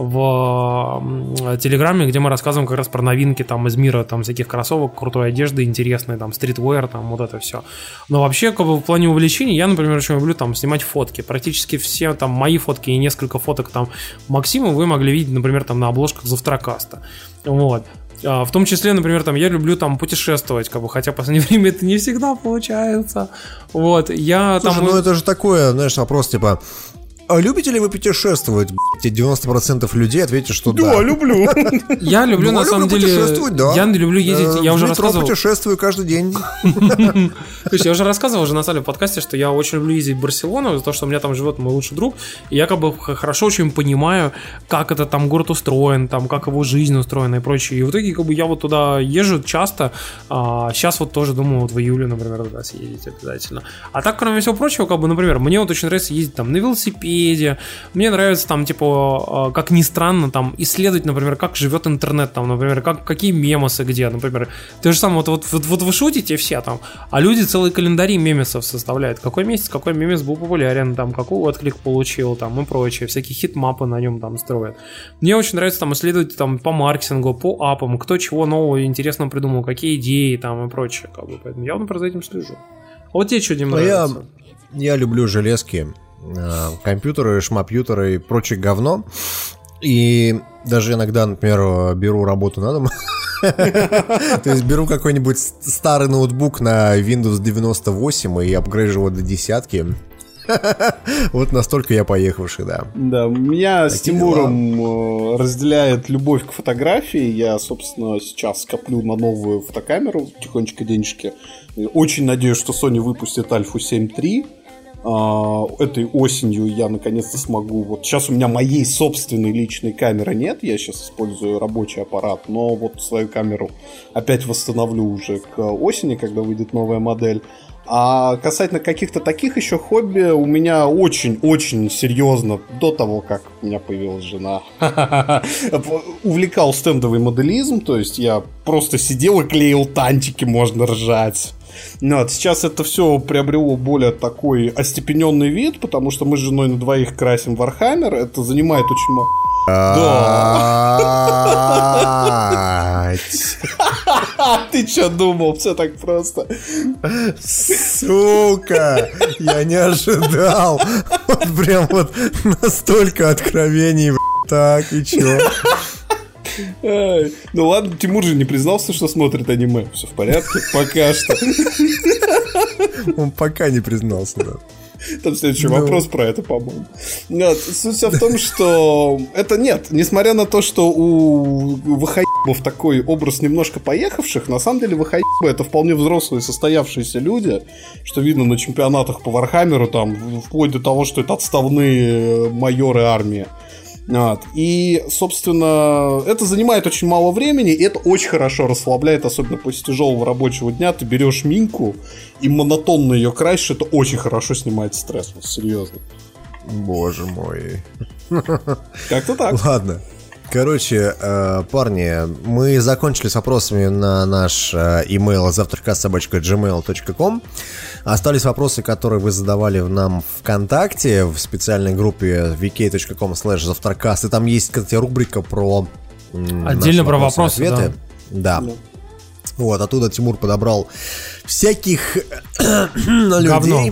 в Телеграме, где мы рассказываем как раз про новинки там из мира там всяких кроссовок, крутой одежды, интересной, там, стритвер, там, вот это все. Но вообще, как бы, в плане увлечений, я, например, очень люблю там снимать фотки. Практически все там мои фотки и несколько фоток там Максима вы могли видеть, например, там на обложках Завтракаста. Вот. В том числе, например, там я люблю там путешествовать, как бы, хотя в последнее время это не всегда получается. Вот, я Слушай, там... ну это же такое, знаешь, вопрос типа: а любите ли вы путешествовать? Те девяносто процентов людей ответят, что да. Да, люблю. Я люблю, Ну, на люблю самом деле... путешествовать, да. Я люблю ездить, Э, я в уже метро рассказывал... путешествую каждый день. Слушай, я уже рассказывал уже на самом деле в подкасте, что я очень люблю ездить в Барселону, из-за того, что у меня там живет мой лучший друг, и я как бы хорошо очень понимаю, как это там город устроен, там, как его жизнь устроена и прочее. И в итоге как бы я вот туда езжу часто, а сейчас вот тоже думаю вот в июле, например, туда съездить обязательно. А так, кроме всего прочего, как бы, например, мне вот очень нравится ездить там на велосипеде, мне нравится там, типа, как ни странно, там, исследовать, например, как живет интернет, там, например, как, какие мемосы где, например. То же самое, вот, вот, вот, вот вы шутите все там, а люди целые календари мемесов составляют. Какой месяц, какой мемес был популярен, там, какой отклик получил, там, и прочее. Всякие хит-мапы на нем там строят. Мне очень нравится там исследовать там по маркетингу, по апам, кто чего нового и интересного придумал, какие идеи там и прочее. Как бы. Поэтому я, например, за этим слежу. А вот тебе что, Дим, нравится? Я, я люблю железки, компьютеры, шмапьютеры и прочее говно. И даже иногда, например, беру работу на дом. То есть беру какой-нибудь старый ноутбук на Windows девяносто восемь и апгрейжу его до десятки. Вот настолько я поехавший, да. Да, меня с Такие Тимуром разделяет любовь к фотографии. Я, собственно, сейчас коплю на новую фотокамеру тихонечко денежки. Очень надеюсь, что Sony выпустит Альфу семь три. Этой осенью я наконец-то смогу. Вот сейчас у меня моей собственной личной камеры нет. Я сейчас использую рабочий аппарат, но вот свою камеру опять восстановлю уже к осени, когда выйдет новая модель. А касательно каких-то таких еще хобби, у меня очень-очень серьезно, до того, как у меня появилась жена, увлекал стендовый моделизм. То есть я просто сидел и клеил тантики, можно ржать. Вот, сейчас это все приобрело более такой остепененный вид, потому что мы с женой на двоих красим Warhammer. Это занимает очень мало. Да. Ты что думал? Все так просто. Сука! Я не ожидал. Вот прям вот настолько откровений. Так, и чё? Ай, ну ладно, Тимур же не признался, что смотрит аниме. Все в порядке, пока что. Он пока не признался, да. Там следующий ну. вопрос про это, по-моему. Нет, суть вся в том, что это нет. Несмотря на то, что у ВХ-ебов такой образ немножко поехавших, на самом деле ВХ-ебы — это вполне взрослые состоявшиеся люди, что видно на чемпионатах по Вархаммеру, там, вплоть до того, что это отставные майоры армии. Вот. И, собственно, это занимает очень мало времени, и это очень хорошо расслабляет, особенно после тяжелого рабочего дня. Ты берешь миньку и монотонно ее красишь, это очень хорошо снимает стресс, вот, серьезно. Боже мой. Как-то так. Ладно. Короче, э, парни, мы закончили с вопросами на наш э, имейл завтракаст собака джи мейл точка ком. Остались вопросы, которые вы задавали нам ВКонтакте в специальной группе ви кей точка ком слэш завтракаст. И там есть, кстати, рубрика про м, отдельно про вопросы, ответы. Да. Да. Вот, оттуда Тимур подобрал всяких людей, говно,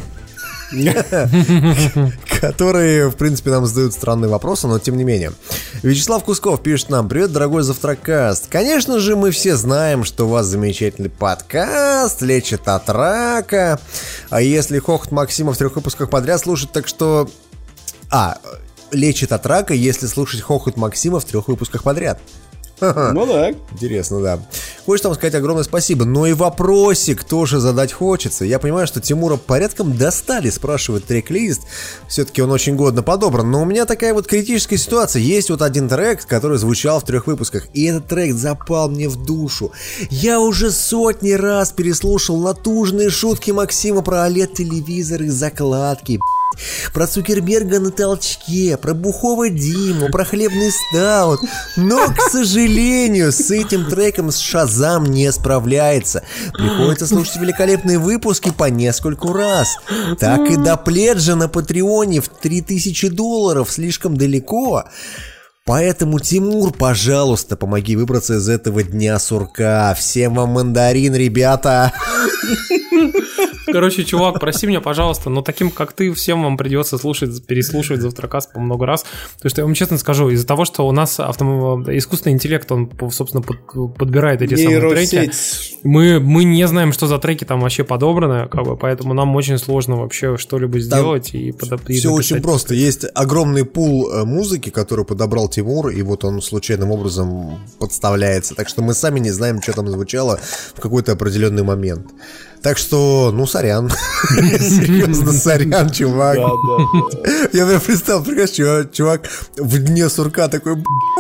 которые, в принципе, нам задают странные вопросы, но тем не менее. Вячеслав Кусков пишет нам: привет, дорогой Завтракаст. Конечно же, мы все знаем, что у вас замечательный подкаст, лечит от рака. А если Хохот Максима в трех выпусках подряд слушать, так что... А, лечит от рака, если слушать Хохот Максима в трех выпусках подряд. Ну да. Интересно, да. Хочется вам сказать огромное спасибо, но и вопросик тоже задать хочется. Я понимаю, что Тимура порядком достали спрашивать трек-лист, все-таки он очень годно подобран, но у меня такая вот критическая ситуация. Есть вот один трек, который звучал в трех выпусках, и этот трек запал мне в душу. Я уже сотни раз переслушал натужные шутки Максима про олед-телевизоры, закладки, про Цукерберга на толчке, про Бухова Диму, про хлебный стаут. Но, к сожалению, с этим треком Шазам не справляется. Приходится слушать великолепные выпуски по нескольку раз. Так и до пледжа на Патреоне в три тысячи долларов слишком далеко. Поэтому, Тимур, пожалуйста, помоги выбраться из этого дня сурка. Всем вам мандарин, ребята. Короче, чувак, прости меня, пожалуйста, но таким, как ты, всем вам придется слушать, переслушивать Завтракаст по много раз. Потому что я вам честно скажу, из-за того, что у нас автом... искусственный интеллект, он, собственно, под... подбирает эти самые треки, мы, мы не знаем, что за треки там вообще подобраны, как бы, поэтому нам очень сложно вообще что-либо сделать. Там и под... Все очень просто. Есть огромный пул музыки, который подобрал Тимур, и вот он случайным образом подставляется. Так что мы сами не знаем, что там звучало в какой-то определенный момент. Так что, ну, сорян. Серьезно, сорян, чувак. Да, да, да. Я прям представил, прекрасно, чувак в дне сурка такой...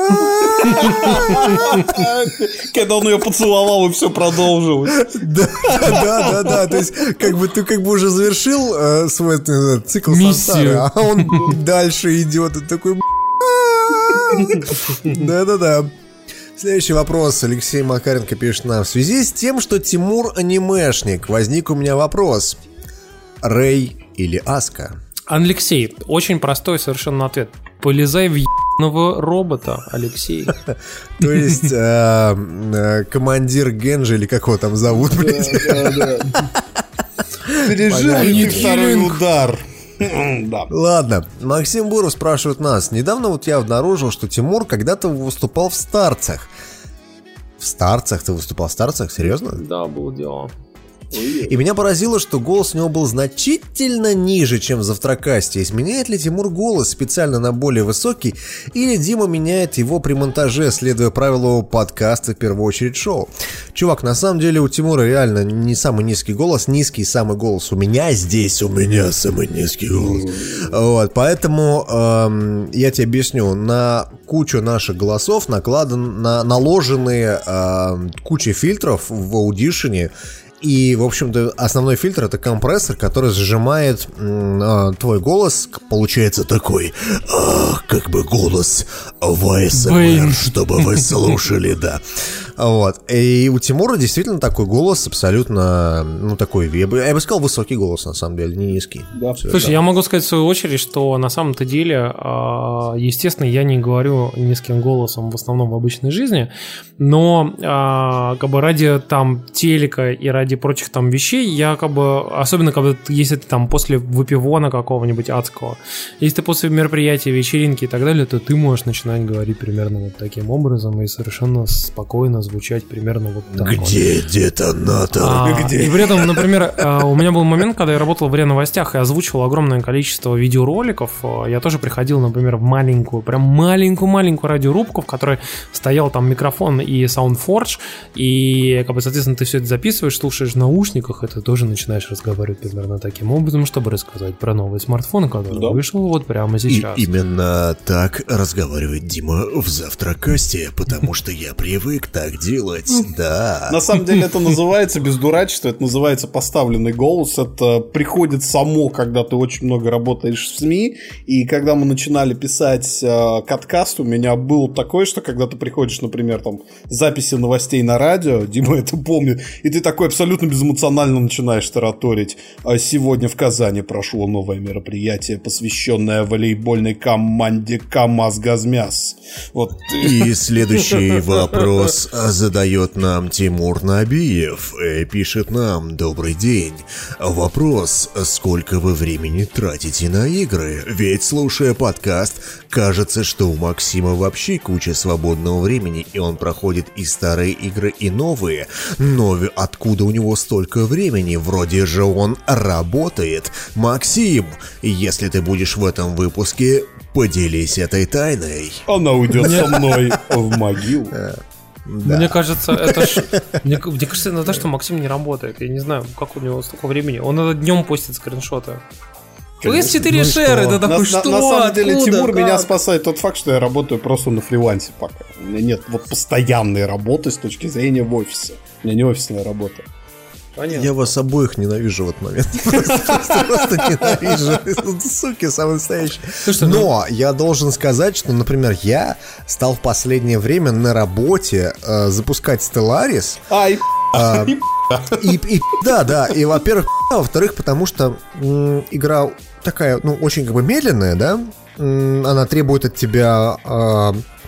Когда он ее поцеловал, и все продолжилось. Да, да, да, да. То есть, как бы ты как бы уже завершил э, свой э, цикл сансары, а он дальше идет и такой... Да-да-да. Следующий вопрос. Алексей Макаренко пишет нам: в связи с тем, что Тимур анимешник, возник у меня вопрос: Рэй или Аска? Алексей, очень простой совершенно ответ. Полезай в ебаного робота, Алексей. То есть командир Генджи, или как его там зовут, блядь? Пережил второй удар. Да. Ладно, Максим Буров спрашивает нас: недавно вот я обнаружил, что Тимур когда-то выступал в старцах. В старцах? Ты выступал в старцах? Серьезно? Да, было дело. И меня поразило, что голос у него был значительно ниже, чем в Завтракасте. Изменяет ли Тимур голос специально на более высокий, или Дима меняет его при монтаже, следуя правилу подкаста, в первую очередь шоу? Чувак, на самом деле у Тимура реально не самый низкий голос, низкий самый голос у меня здесь, у меня самый низкий голос. Вот, поэтому эм, я тебе объясню, на кучу наших голосов накладан, на, наложены эм, куча фильтров в аудишене. И, в общем-то, основной фильтр — это компрессор, который сжимает э, твой голос. Получается такой, э, как бы голос в эй эс эм ар, чтобы вы слушали, да. Вот. И у Тимура действительно такой голос абсолютно, ну, такой, я бы, я бы сказал, высокий голос, на самом деле, не низкий. Да. Слушай, я могу сказать в свою очередь, что на самом-то деле, естественно, я не говорю низким голосом в основном в обычной жизни, но как бы ради там телека и ради прочих там вещей я как бы, особенно когда если ты там после выпивона какого-нибудь адского, если ты после мероприятия, вечеринки и так далее, то ты можешь начинать говорить примерно вот таким образом и совершенно спокойно звучать примерно вот так. Где вот детонатор? А, Где? И при этом, например, у меня был момент, когда я работал в РИА Новостях и озвучивал огромное количество видеороликов. Я тоже приходил, например, в маленькую, прям маленькую-маленькую радиорубку, в которой стоял там микрофон и SoundForge, и, как бы, соответственно, ты все это записываешь, слушаешь в наушниках, и ты тоже начинаешь разговаривать примерно таким образом, чтобы рассказать про новый смартфон, который да. вышел вот прямо сейчас. И именно так разговаривает Дима в Завтракасте, потому что я привык так делать, да. На самом деле это называется, без дурачества, это называется поставленный голос. Это приходит само, когда ты очень много работаешь в СМИ. И когда мы начинали писать э, каткаст, у меня было такое, что когда ты приходишь, например, там, записи новостей на радио, Дима это помнит, и ты такой абсолютно безэмоционально начинаешь тараторить. А сегодня в Казани прошло новое мероприятие, посвященное волейбольной команде КамАЗ-Газмяс. Вот. И следующий вопрос задает нам Тимур Набиев. И пишет нам: добрый день. Вопрос: сколько вы времени тратите на игры? Ведь, слушая подкаст, кажется, что у Максима вообще куча свободного времени, и он проходит и старые игры, и новые. Но откуда у него столько времени? Вроде же он работает. Максим, если ты будешь в этом выпуске, поделись этой тайной. Она уйдет со мной в могилу. Да. Мне кажется, это ж... Мне, мне кажется, это то, что Максим не работает. Я не знаю, как у него столько времени. Он это днем постит скриншоты. пи эс четыре Ну шер, это такой, на, что? на самом деле, Откуда? Тимур Как? меня спасает тот факт, что я работаю просто на фрилансе пока. У меня нет вот постоянной работы с точки зрения в офисе. У меня не офисная работа. Понятно. Я вас обоих ненавижу в этот момент. Просто ненавижу. Суки, самые настоящие. Но я должен сказать, что, например, я стал в последнее время на работе запускать Stellaris. Ай, И, и да, да, и во-первых, а во-вторых, потому что м, игра такая, ну, очень как бы медленная, да, м, она требует от тебя, э,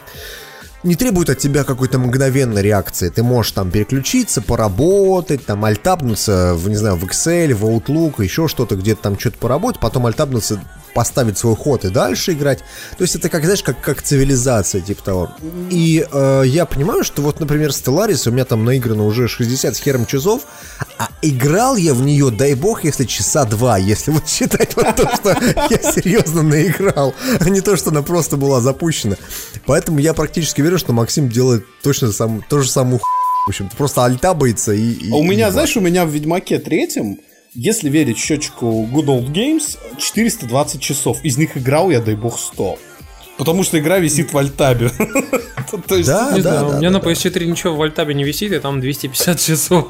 не требует от тебя какой-то мгновенной реакции, ты можешь там переключиться, поработать, там альтабнуться, в, не знаю, в Excel, в Outlook, еще что-то, где-то там что-то поработать, потом альтабнуться, поставить свой ход и дальше играть. То есть это как, знаешь, как, как цивилизация, типа того. И э, я понимаю, что вот, например, Stellaris у меня там наиграно уже шестьдесят с хером часов, а играл я в нее, дай бог, если часа два, если вот считать вот то, что я серьезно наиграл, а не то, что она просто была запущена. Поэтому я практически верю, что Максим делает точно сам, то же самое хуй. В общем, просто альтабается и... и а у меня, и знаешь, у меня в Ведьмаке третьем, если верить счетчику Good Old Games, четыреста двадцать часов. Из них играл я, дай бог, сто. Потому что игра висит в альтабе. Да, Не да, знаю, да. у меня да, на пи эс четыре ничего в альтабе не висит, и там двести пятьдесят часов.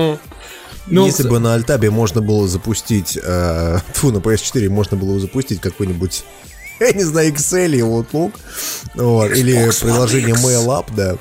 Ну, Если бы на альтабе можно было запустить, э, фу, на пи эс четыре можно было запустить какой-нибудь, я не знаю, Excel и Outlook, вот, или приложение MailUp, да.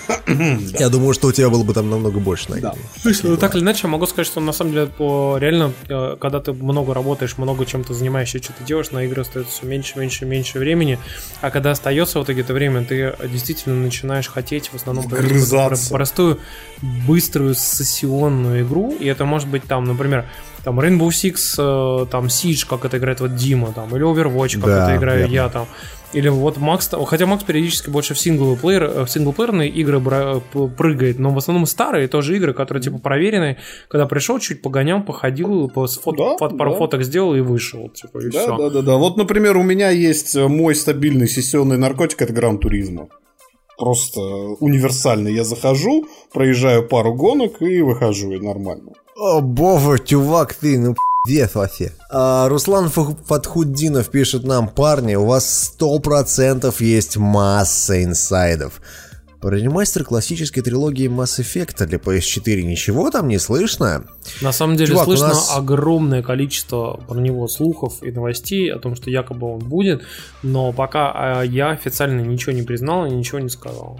Я думаю, что у тебя было бы там намного больше найдено. Ну, так или иначе, я могу сказать, что на самом деле по, реально, э, когда ты много работаешь, много чем-то занимаешься, что-то делаешь, на игры остается все меньше, меньше, меньше времени. А когда остается в итоге это время, ты действительно начинаешь хотеть в основном Грызаться. простую, быструю сессионную игру. И это может быть там, например, там Rainbow Six, э, там Siege, как это играет вот Дима, там, или Overwatch, как Да, это играю верно. я там. Или вот Макс, хотя Макс периодически больше в синглплеер, в синглплеерные игры бра- прыгает, но в основном старые тоже игры, которые типа проверенные, когда пришел, чуть погонял, походил, по- фото, Да, фото- пару да. фоток сделал и вышел, типа, и Да, все. да, да, да. Вот, например, у меня есть мой стабильный сессионный наркотик, это Гран Туризмо. Просто универсальный. Я захожу, проезжаю пару гонок и выхожу, и нормально. О, боже, чувак, ты, ну пиздец вообще. А, Руслан Фах- Фатхуддинов пишет нам: парни, у вас сто процентов есть масса инсайдов. Про ремастер классической трилогии Mass Effect для пи эс четыре ничего там не слышно? На самом деле Чувак, у слышно нас- огромное количество про него слухов и новостей о том, что якобы он будет, но пока а, я официально ничего не признал и ничего не сказал.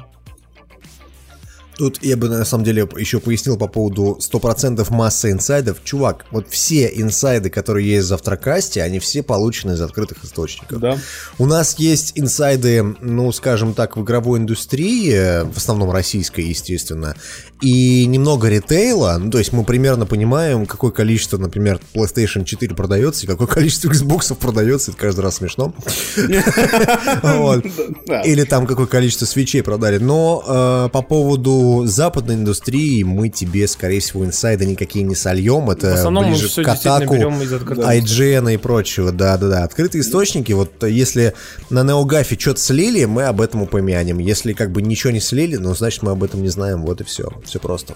Тут я бы на самом деле еще пояснил по поводу сто процентов массы инсайдов. Чувак, вот все инсайды, которые есть в Завтракасте, они все получены из открытых источников. Да. У нас есть инсайды, ну, скажем так, в игровой индустрии, в основном российской, естественно, и немного ритейла. Ну, то есть мы примерно понимаем, какое количество, например, PlayStation четыре продается и какое количество Xbox продается. Это каждый раз смешно. Вот. Или там какое количество свечей продали. Но э, по поводу западной индустрии мы тебе, скорее всего, инсайды никакие не сольем. В Это основном мы ближе все к действительно атаку берем из открытых. ай джи эн и прочего. Да-да-да. Открытые источники. Вот если на NeoGAF что-то слили, мы об этом упомянем. Если как бы ничего не слили, ну, значит, мы об этом не знаем. Вот и все. Все просто.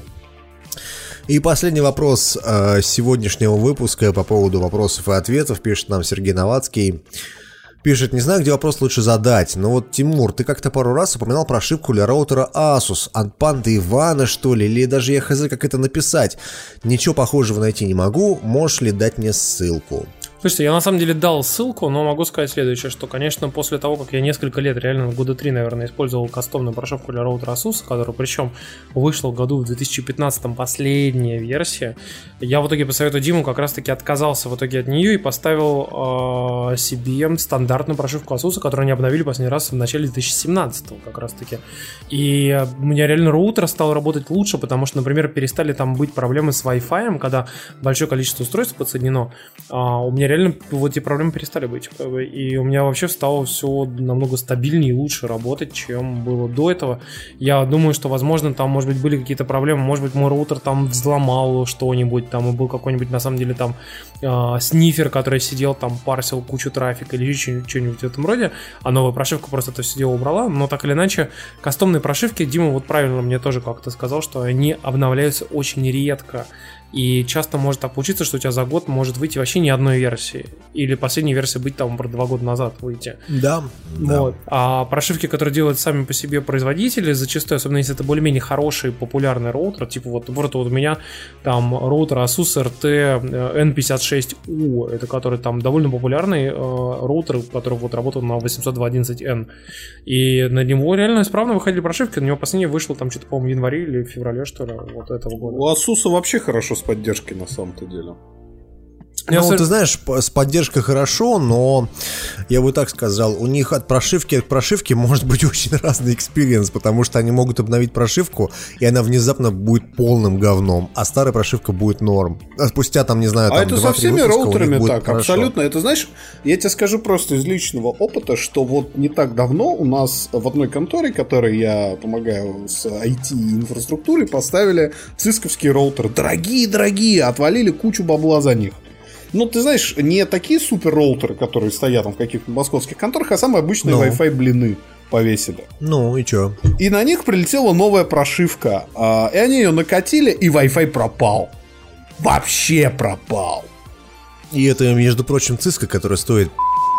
И последний вопрос э, сегодняшнего выпуска по поводу вопросов и ответов. Пишет нам Сергей Новацкий. Пишет: не знаю, где вопрос лучше задать, но вот, Тимур, ты как-то пару раз упоминал про ошибку для роутера Asus от панды Ивана, что ли, или даже я хз, как это написать. Ничего похожего найти не могу, можешь ли дать мне ссылку? Слушайте, я на самом деле дал ссылку, но могу сказать следующее, что, конечно, после того, как я несколько лет, реально года три, наверное, использовал кастомную прошивку для роутера Asus, которая, причем, вышла в году в две тысячи пятнадцатом последняя версия, я в итоге по совету Диму как раз-таки отказался в итоге от нее и поставил э, себе стандартную прошивку Asus, которую они обновили последний раз в начале две тысячи семнадцатого как раз-таки. И у меня реально роутер стал работать лучше, потому что, например, перестали там быть проблемы с Wi-Fi, когда большое количество устройств подсоединено. Э, у меня реально реально вот эти проблемы перестали быть. И у меня вообще стало все намного стабильнее и лучше работать, чем было до этого. Я думаю, что, возможно, там, может быть, были какие-то проблемы, может быть, мой роутер там взломал что-нибудь, там, и был какой-нибудь, на самом деле, там, э, снифер, который сидел, там, парсил кучу трафика или что-нибудь в этом роде, а новая прошивка просто это все дело убрала. Но так или иначе, кастомные прошивки, Дима вот правильно мне тоже как-то сказал, что они обновляются очень редко. И часто может так получиться, что у тебя за год может выйти вообще ни одной версии. Или последняя версия быть там про два года назад выйти. Да, вот. да. А прошивки, которые делают сами по себе производители, зачастую, особенно если это более-менее хороший, популярный роутер, типа вот, вот, вот у меня там роутер Asus эр ти эн пятьдесят шесть у, это который там довольно популярный э, роутер, который вот работал на восемьсот два одиннадцать эн. И на него реально исправно выходили прошивки. На него последний вышел там что-то, по-моему, в январе или в феврале, что ли, вот этого года. У Asus вообще хорошо с поддержкой на самом-то деле. Ну, ты знаешь, с поддержкой хорошо, но я бы так сказал, у них от прошивки к прошивке может быть очень разный экспириенс, потому что они могут обновить прошивку, и она внезапно будет полным говном, а старая прошивка будет норм. А спустя там, не знаю, там а это со всеми выпуска, роутерами так, хорошо. Абсолютно. Это, знаешь, я тебе скажу просто из личного опыта, что вот не так давно у нас в одной конторе, которой я помогаю с ай ти-инфраструктурой, поставили цисковские роутеры. Дорогие-дорогие, отвалили кучу бабла за них. Ну, ты знаешь, не такие супер роутеры, которые стоят там в каких-то московских конторах, а самые обычные ну. Wi-Fi блины повесили. Ну, и чё? И на них прилетела новая прошивка. И они ее накатили, и Wi-Fi пропал. Вообще пропал. И это, между прочим, циска, которая стоит...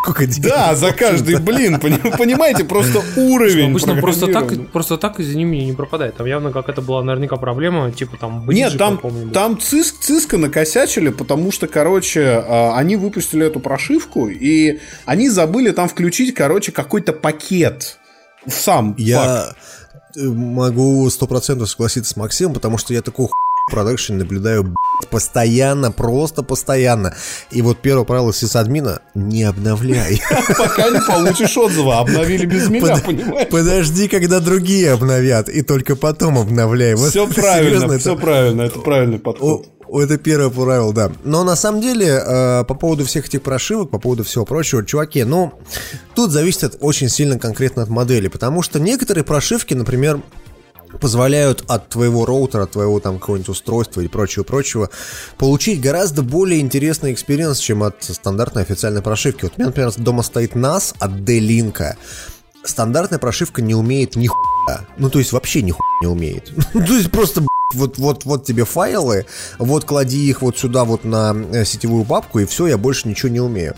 Да, за каждый блин, понимаете, просто уровень. Обычно просто так, просто так из-за ними не пропадает. Там явно как это была наверняка проблема, типа там бриджи. Нет, там, там циск, циска накосячили, потому что, короче, они выпустили эту прошивку, и они забыли там включить, короче, какой-то пакет в сам Я пак. Могу сто процентов согласиться с Максимом, потому что я такой в продакшене наблюдаю постоянно, просто постоянно. И вот первое правило сисадмина — не обновляй. Пока не получишь отзыва, обновили без меня, понимаешь? Подожди, когда другие обновят, и только потом обновляй. Все правильно, все правильно, это правильный подход. Это первое правило, да. Но на самом деле, по поводу всех этих прошивок, по поводу всего прочего, чуваки, ну, тут зависит очень сильно конкретно от модели, потому что некоторые прошивки, например, позволяют от твоего роутера, от твоего там какого-нибудь устройства и прочего-прочего получить гораздо более интересный экспириенс, чем от стандартной официальной прошивки. Вот у меня, например, дома стоит нас от D-Link. Стандартная прошивка не умеет ни хуя. Ну, то есть вообще ни хуя не умеет. То есть просто вот, вот, вот тебе файлы, вот клади их вот сюда вот на сетевую папку, и все, я больше ничего не умею.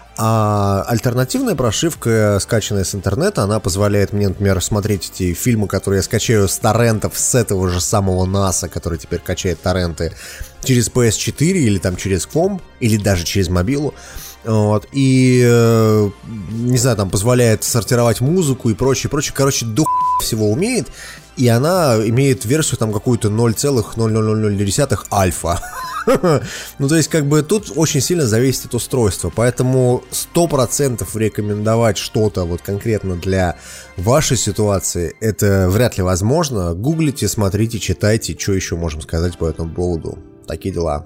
А альтернативная прошивка, скачанная с интернета, она позволяет мне, например, смотреть эти фильмы, которые я скачаю с торрентов с этого же самого НАСа, который теперь качает торренты, через пи эс четыре или там через ком, или даже через мобилу. Вот, и, э, не знаю, там позволяет сортировать музыку и прочее, прочее. Короче, до всего умеет. И она имеет версию там какую-то ноль целых ноль ноль ноль ноль альфа. Ну, то есть, как бы тут очень сильно зависит от устройства. Поэтому сто процентов рекомендовать что-то вот конкретно для вашей ситуации это вряд ли возможно. Гуглите, смотрите, читайте, что еще можем сказать по этому поводу. Такие дела.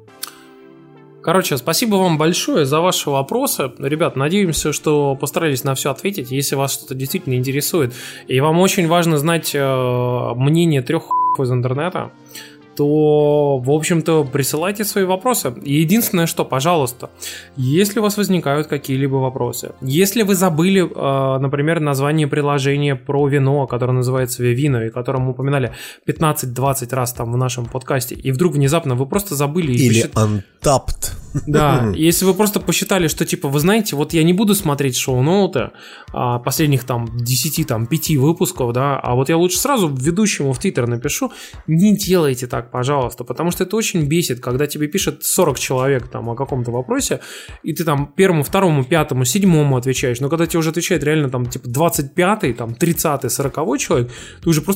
Короче, спасибо вам большое за ваши вопросы. Ребят, надеемся, что постарались на все ответить. Если вас что-то действительно интересует, и вам очень важно знать э, мнение трех из интернета, то, в общем-то, присылайте свои вопросы. И единственное, что, пожалуйста, если у вас возникают какие-либо вопросы, если вы забыли, э, например, название приложения про вино, которое называется Vivino, и которое мы упоминали пятнадцать-двадцать раз там в нашем подкасте, и вдруг внезапно вы просто забыли... Или посчит... Untapped. Да, если вы просто посчитали, что, типа, вы знаете, вот я не буду смотреть шоу-ноуты а, последних там десять, там, пяти выпусков, да, а вот я лучше сразу ведущему в Твиттер напишу, не делайте так, пожалуйста, потому что это очень бесит, когда тебе пишет сорок человек там о каком-то вопросе, и ты там первому, второму, пятому, седьмому отвечаешь, но когда тебе уже отвечает реально там, типа, двадцать пятый, там, тридцатый, сороковой человек, ты уже просто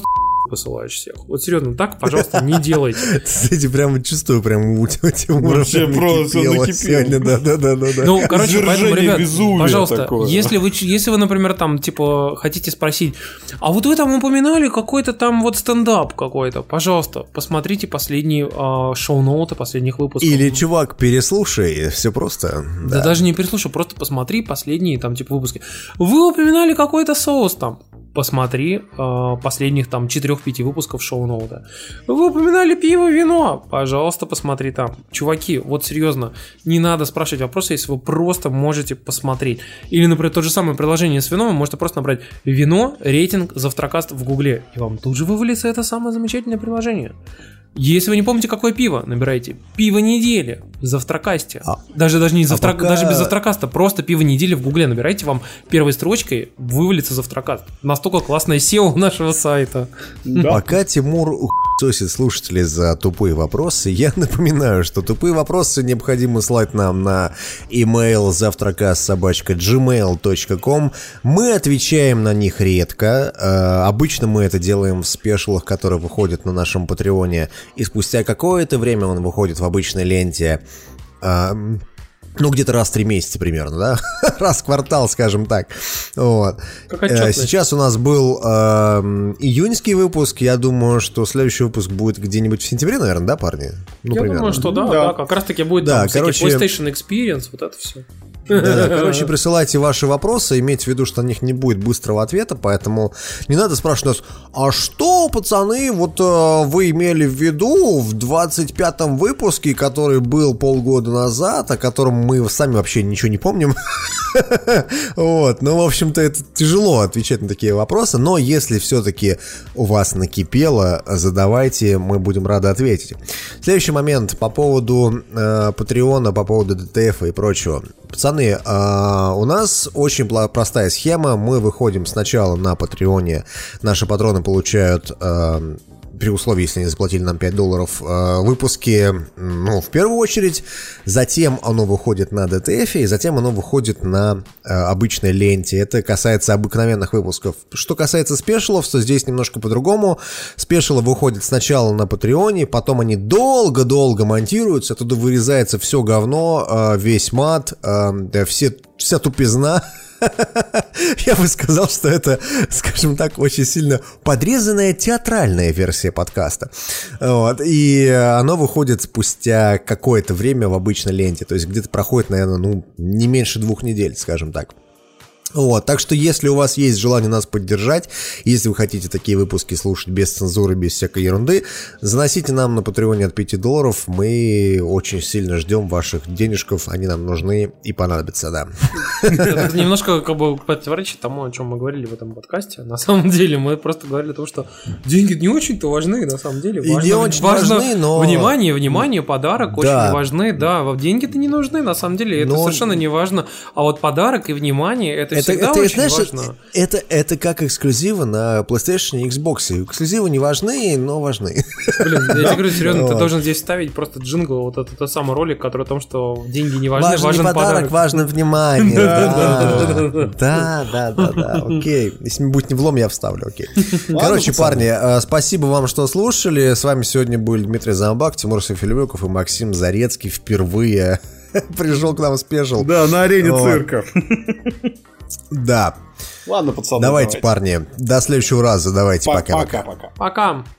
посылаешь всех. Вот серьезно, так, пожалуйста, не делайте. Кстати, прямо чувствую, прям у Тимура вообще просто накипело. Да, да, да, да. Ну, короче, поэтому, ребят, пожалуйста, такое. если вы, если вы, например, там, типа, хотите спросить, а вот вы там упоминали какой-то там вот стендап какой-то, пожалуйста, посмотрите последние э, шоу-ноуты последних выпусков. Или, чувак, переслушай, все просто. Да, да даже не переслушай, просто посмотри последние там, типа, выпуски. Вы упоминали какой-то соус там. Посмотри э, последних там четырех-пяти выпусков шоу-ноута. Вы упоминали пиво, вино. Пожалуйста, посмотри там. Чуваки, вот серьезно, не надо спрашивать вопросы, если вы просто можете посмотреть. Или, например, то же самое приложение с вином, вы можете просто набрать вино, рейтинг, Завтракаст в гугле. И вам тут же вывалится это самое замечательное приложение. Если вы не помните, какое пиво, набирайте пиво недели в Завтракасте. А, даже, даже, не завтра... а пока... даже без Завтракаста, просто пиво недели в гугле набирайте, вам первой строчкой вывалится Завтракаст. Настолько классное сео нашего сайта. Да. Пока Тимур ухуесосит слушателей за тупые вопросы, я напоминаю, что тупые вопросы необходимо слать нам на email завтракаст собака джимейл точка ком. Мы отвечаем на них редко. Обычно мы это делаем в спешлах, которые выходят на нашем Патреоне. И спустя какое-то время он выходит в обычной ленте, э, ну, где-то раз в три месяца примерно, да? Раз в квартал, скажем так. Вот. Э, сейчас у нас был э, июньский выпуск. Я думаю, что следующий выпуск будет где-нибудь в сентябре, наверное, да, парни? Ну, я примерно. думаю, что да, да. да как раз-таки будет да, там короче... PlayStation Experience, вот это все. Да, да, короче, присылайте ваши вопросы, имейте в виду, что на них не будет быстрого ответа, поэтому не надо спрашивать нас, а что, пацаны, вот э, вы имели в виду в двадцать пятом выпуске, который был полгода назад, о котором мы сами вообще ничего не помним. Вот, ну, в общем-то, это тяжело отвечать на такие вопросы, но если все-таки у вас накипело, задавайте, мы будем рады ответить. Следующий момент по поводу э, Патреона, по поводу ди ти эф и прочего. Пацаны, э, у нас очень простая схема. Мы выходим сначала на Патреоне. Наши патроны получают, э, при условии, если они заплатили нам пять долларов, э, выпуски, ну, в первую очередь. Затем оно выходит на ди ти эф, и затем оно выходит на э, обычной ленте. Это касается обыкновенных выпусков. Что касается спешалов, то здесь немножко по-другому. Спешалы выходят сначала на Патреоне, потом они долго-долго монтируются, оттуда вырезается все говно, э, весь мат, э, все, вся тупизна. Я бы сказал, что это, скажем так, очень сильно подрезанная театральная версия подкаста. Вот. И оно выходит спустя какое-то время в обычной ленте. То есть где-то проходит, наверное, ну, не меньше двух недель, скажем так. Вот, так что если у вас есть желание нас поддержать, если вы хотите такие выпуски слушать без цензуры, без всякой ерунды, заносите нам на Патреоне от пяти долларов, мы очень сильно ждем ваших денежков, они нам нужны и понадобятся, да. Это немножко как бы противоречит тому, о чем мы говорили в этом подкасте. На самом деле мы просто говорили о том, что деньги не очень-то важны, на самом деле. И не очень важны, но... Внимание, внимание, подарок очень важны, да, деньги-то не нужны, на самом деле, это совершенно не важно, а вот подарок и внимание, это Это, это, очень знаешь, важно. Это, это как эксклюзивы на PlayStation и Xbox. Эксклюзивы не важны, но важны. Блин, я тебе говорю, серьезно, ты должен здесь ставить просто джингл, вот этот тот самый ролик, который о том, что деньги не важны, важен, важен подарок. подарок. Важно внимание. Да, да, да, да, окей. Если будет не влом, я вставлю, окей. Короче, парни, спасибо вам, что слушали. С вами сегодня были Дмитрий Замбак, Тимур Софилюков и Максим Зарецкий впервые пришел к нам спешл. Да, на арене цирка. Да. Ладно, пацаны, давайте, давайте, парни. До следующего раза. Давайте. Пока-пока. Пока.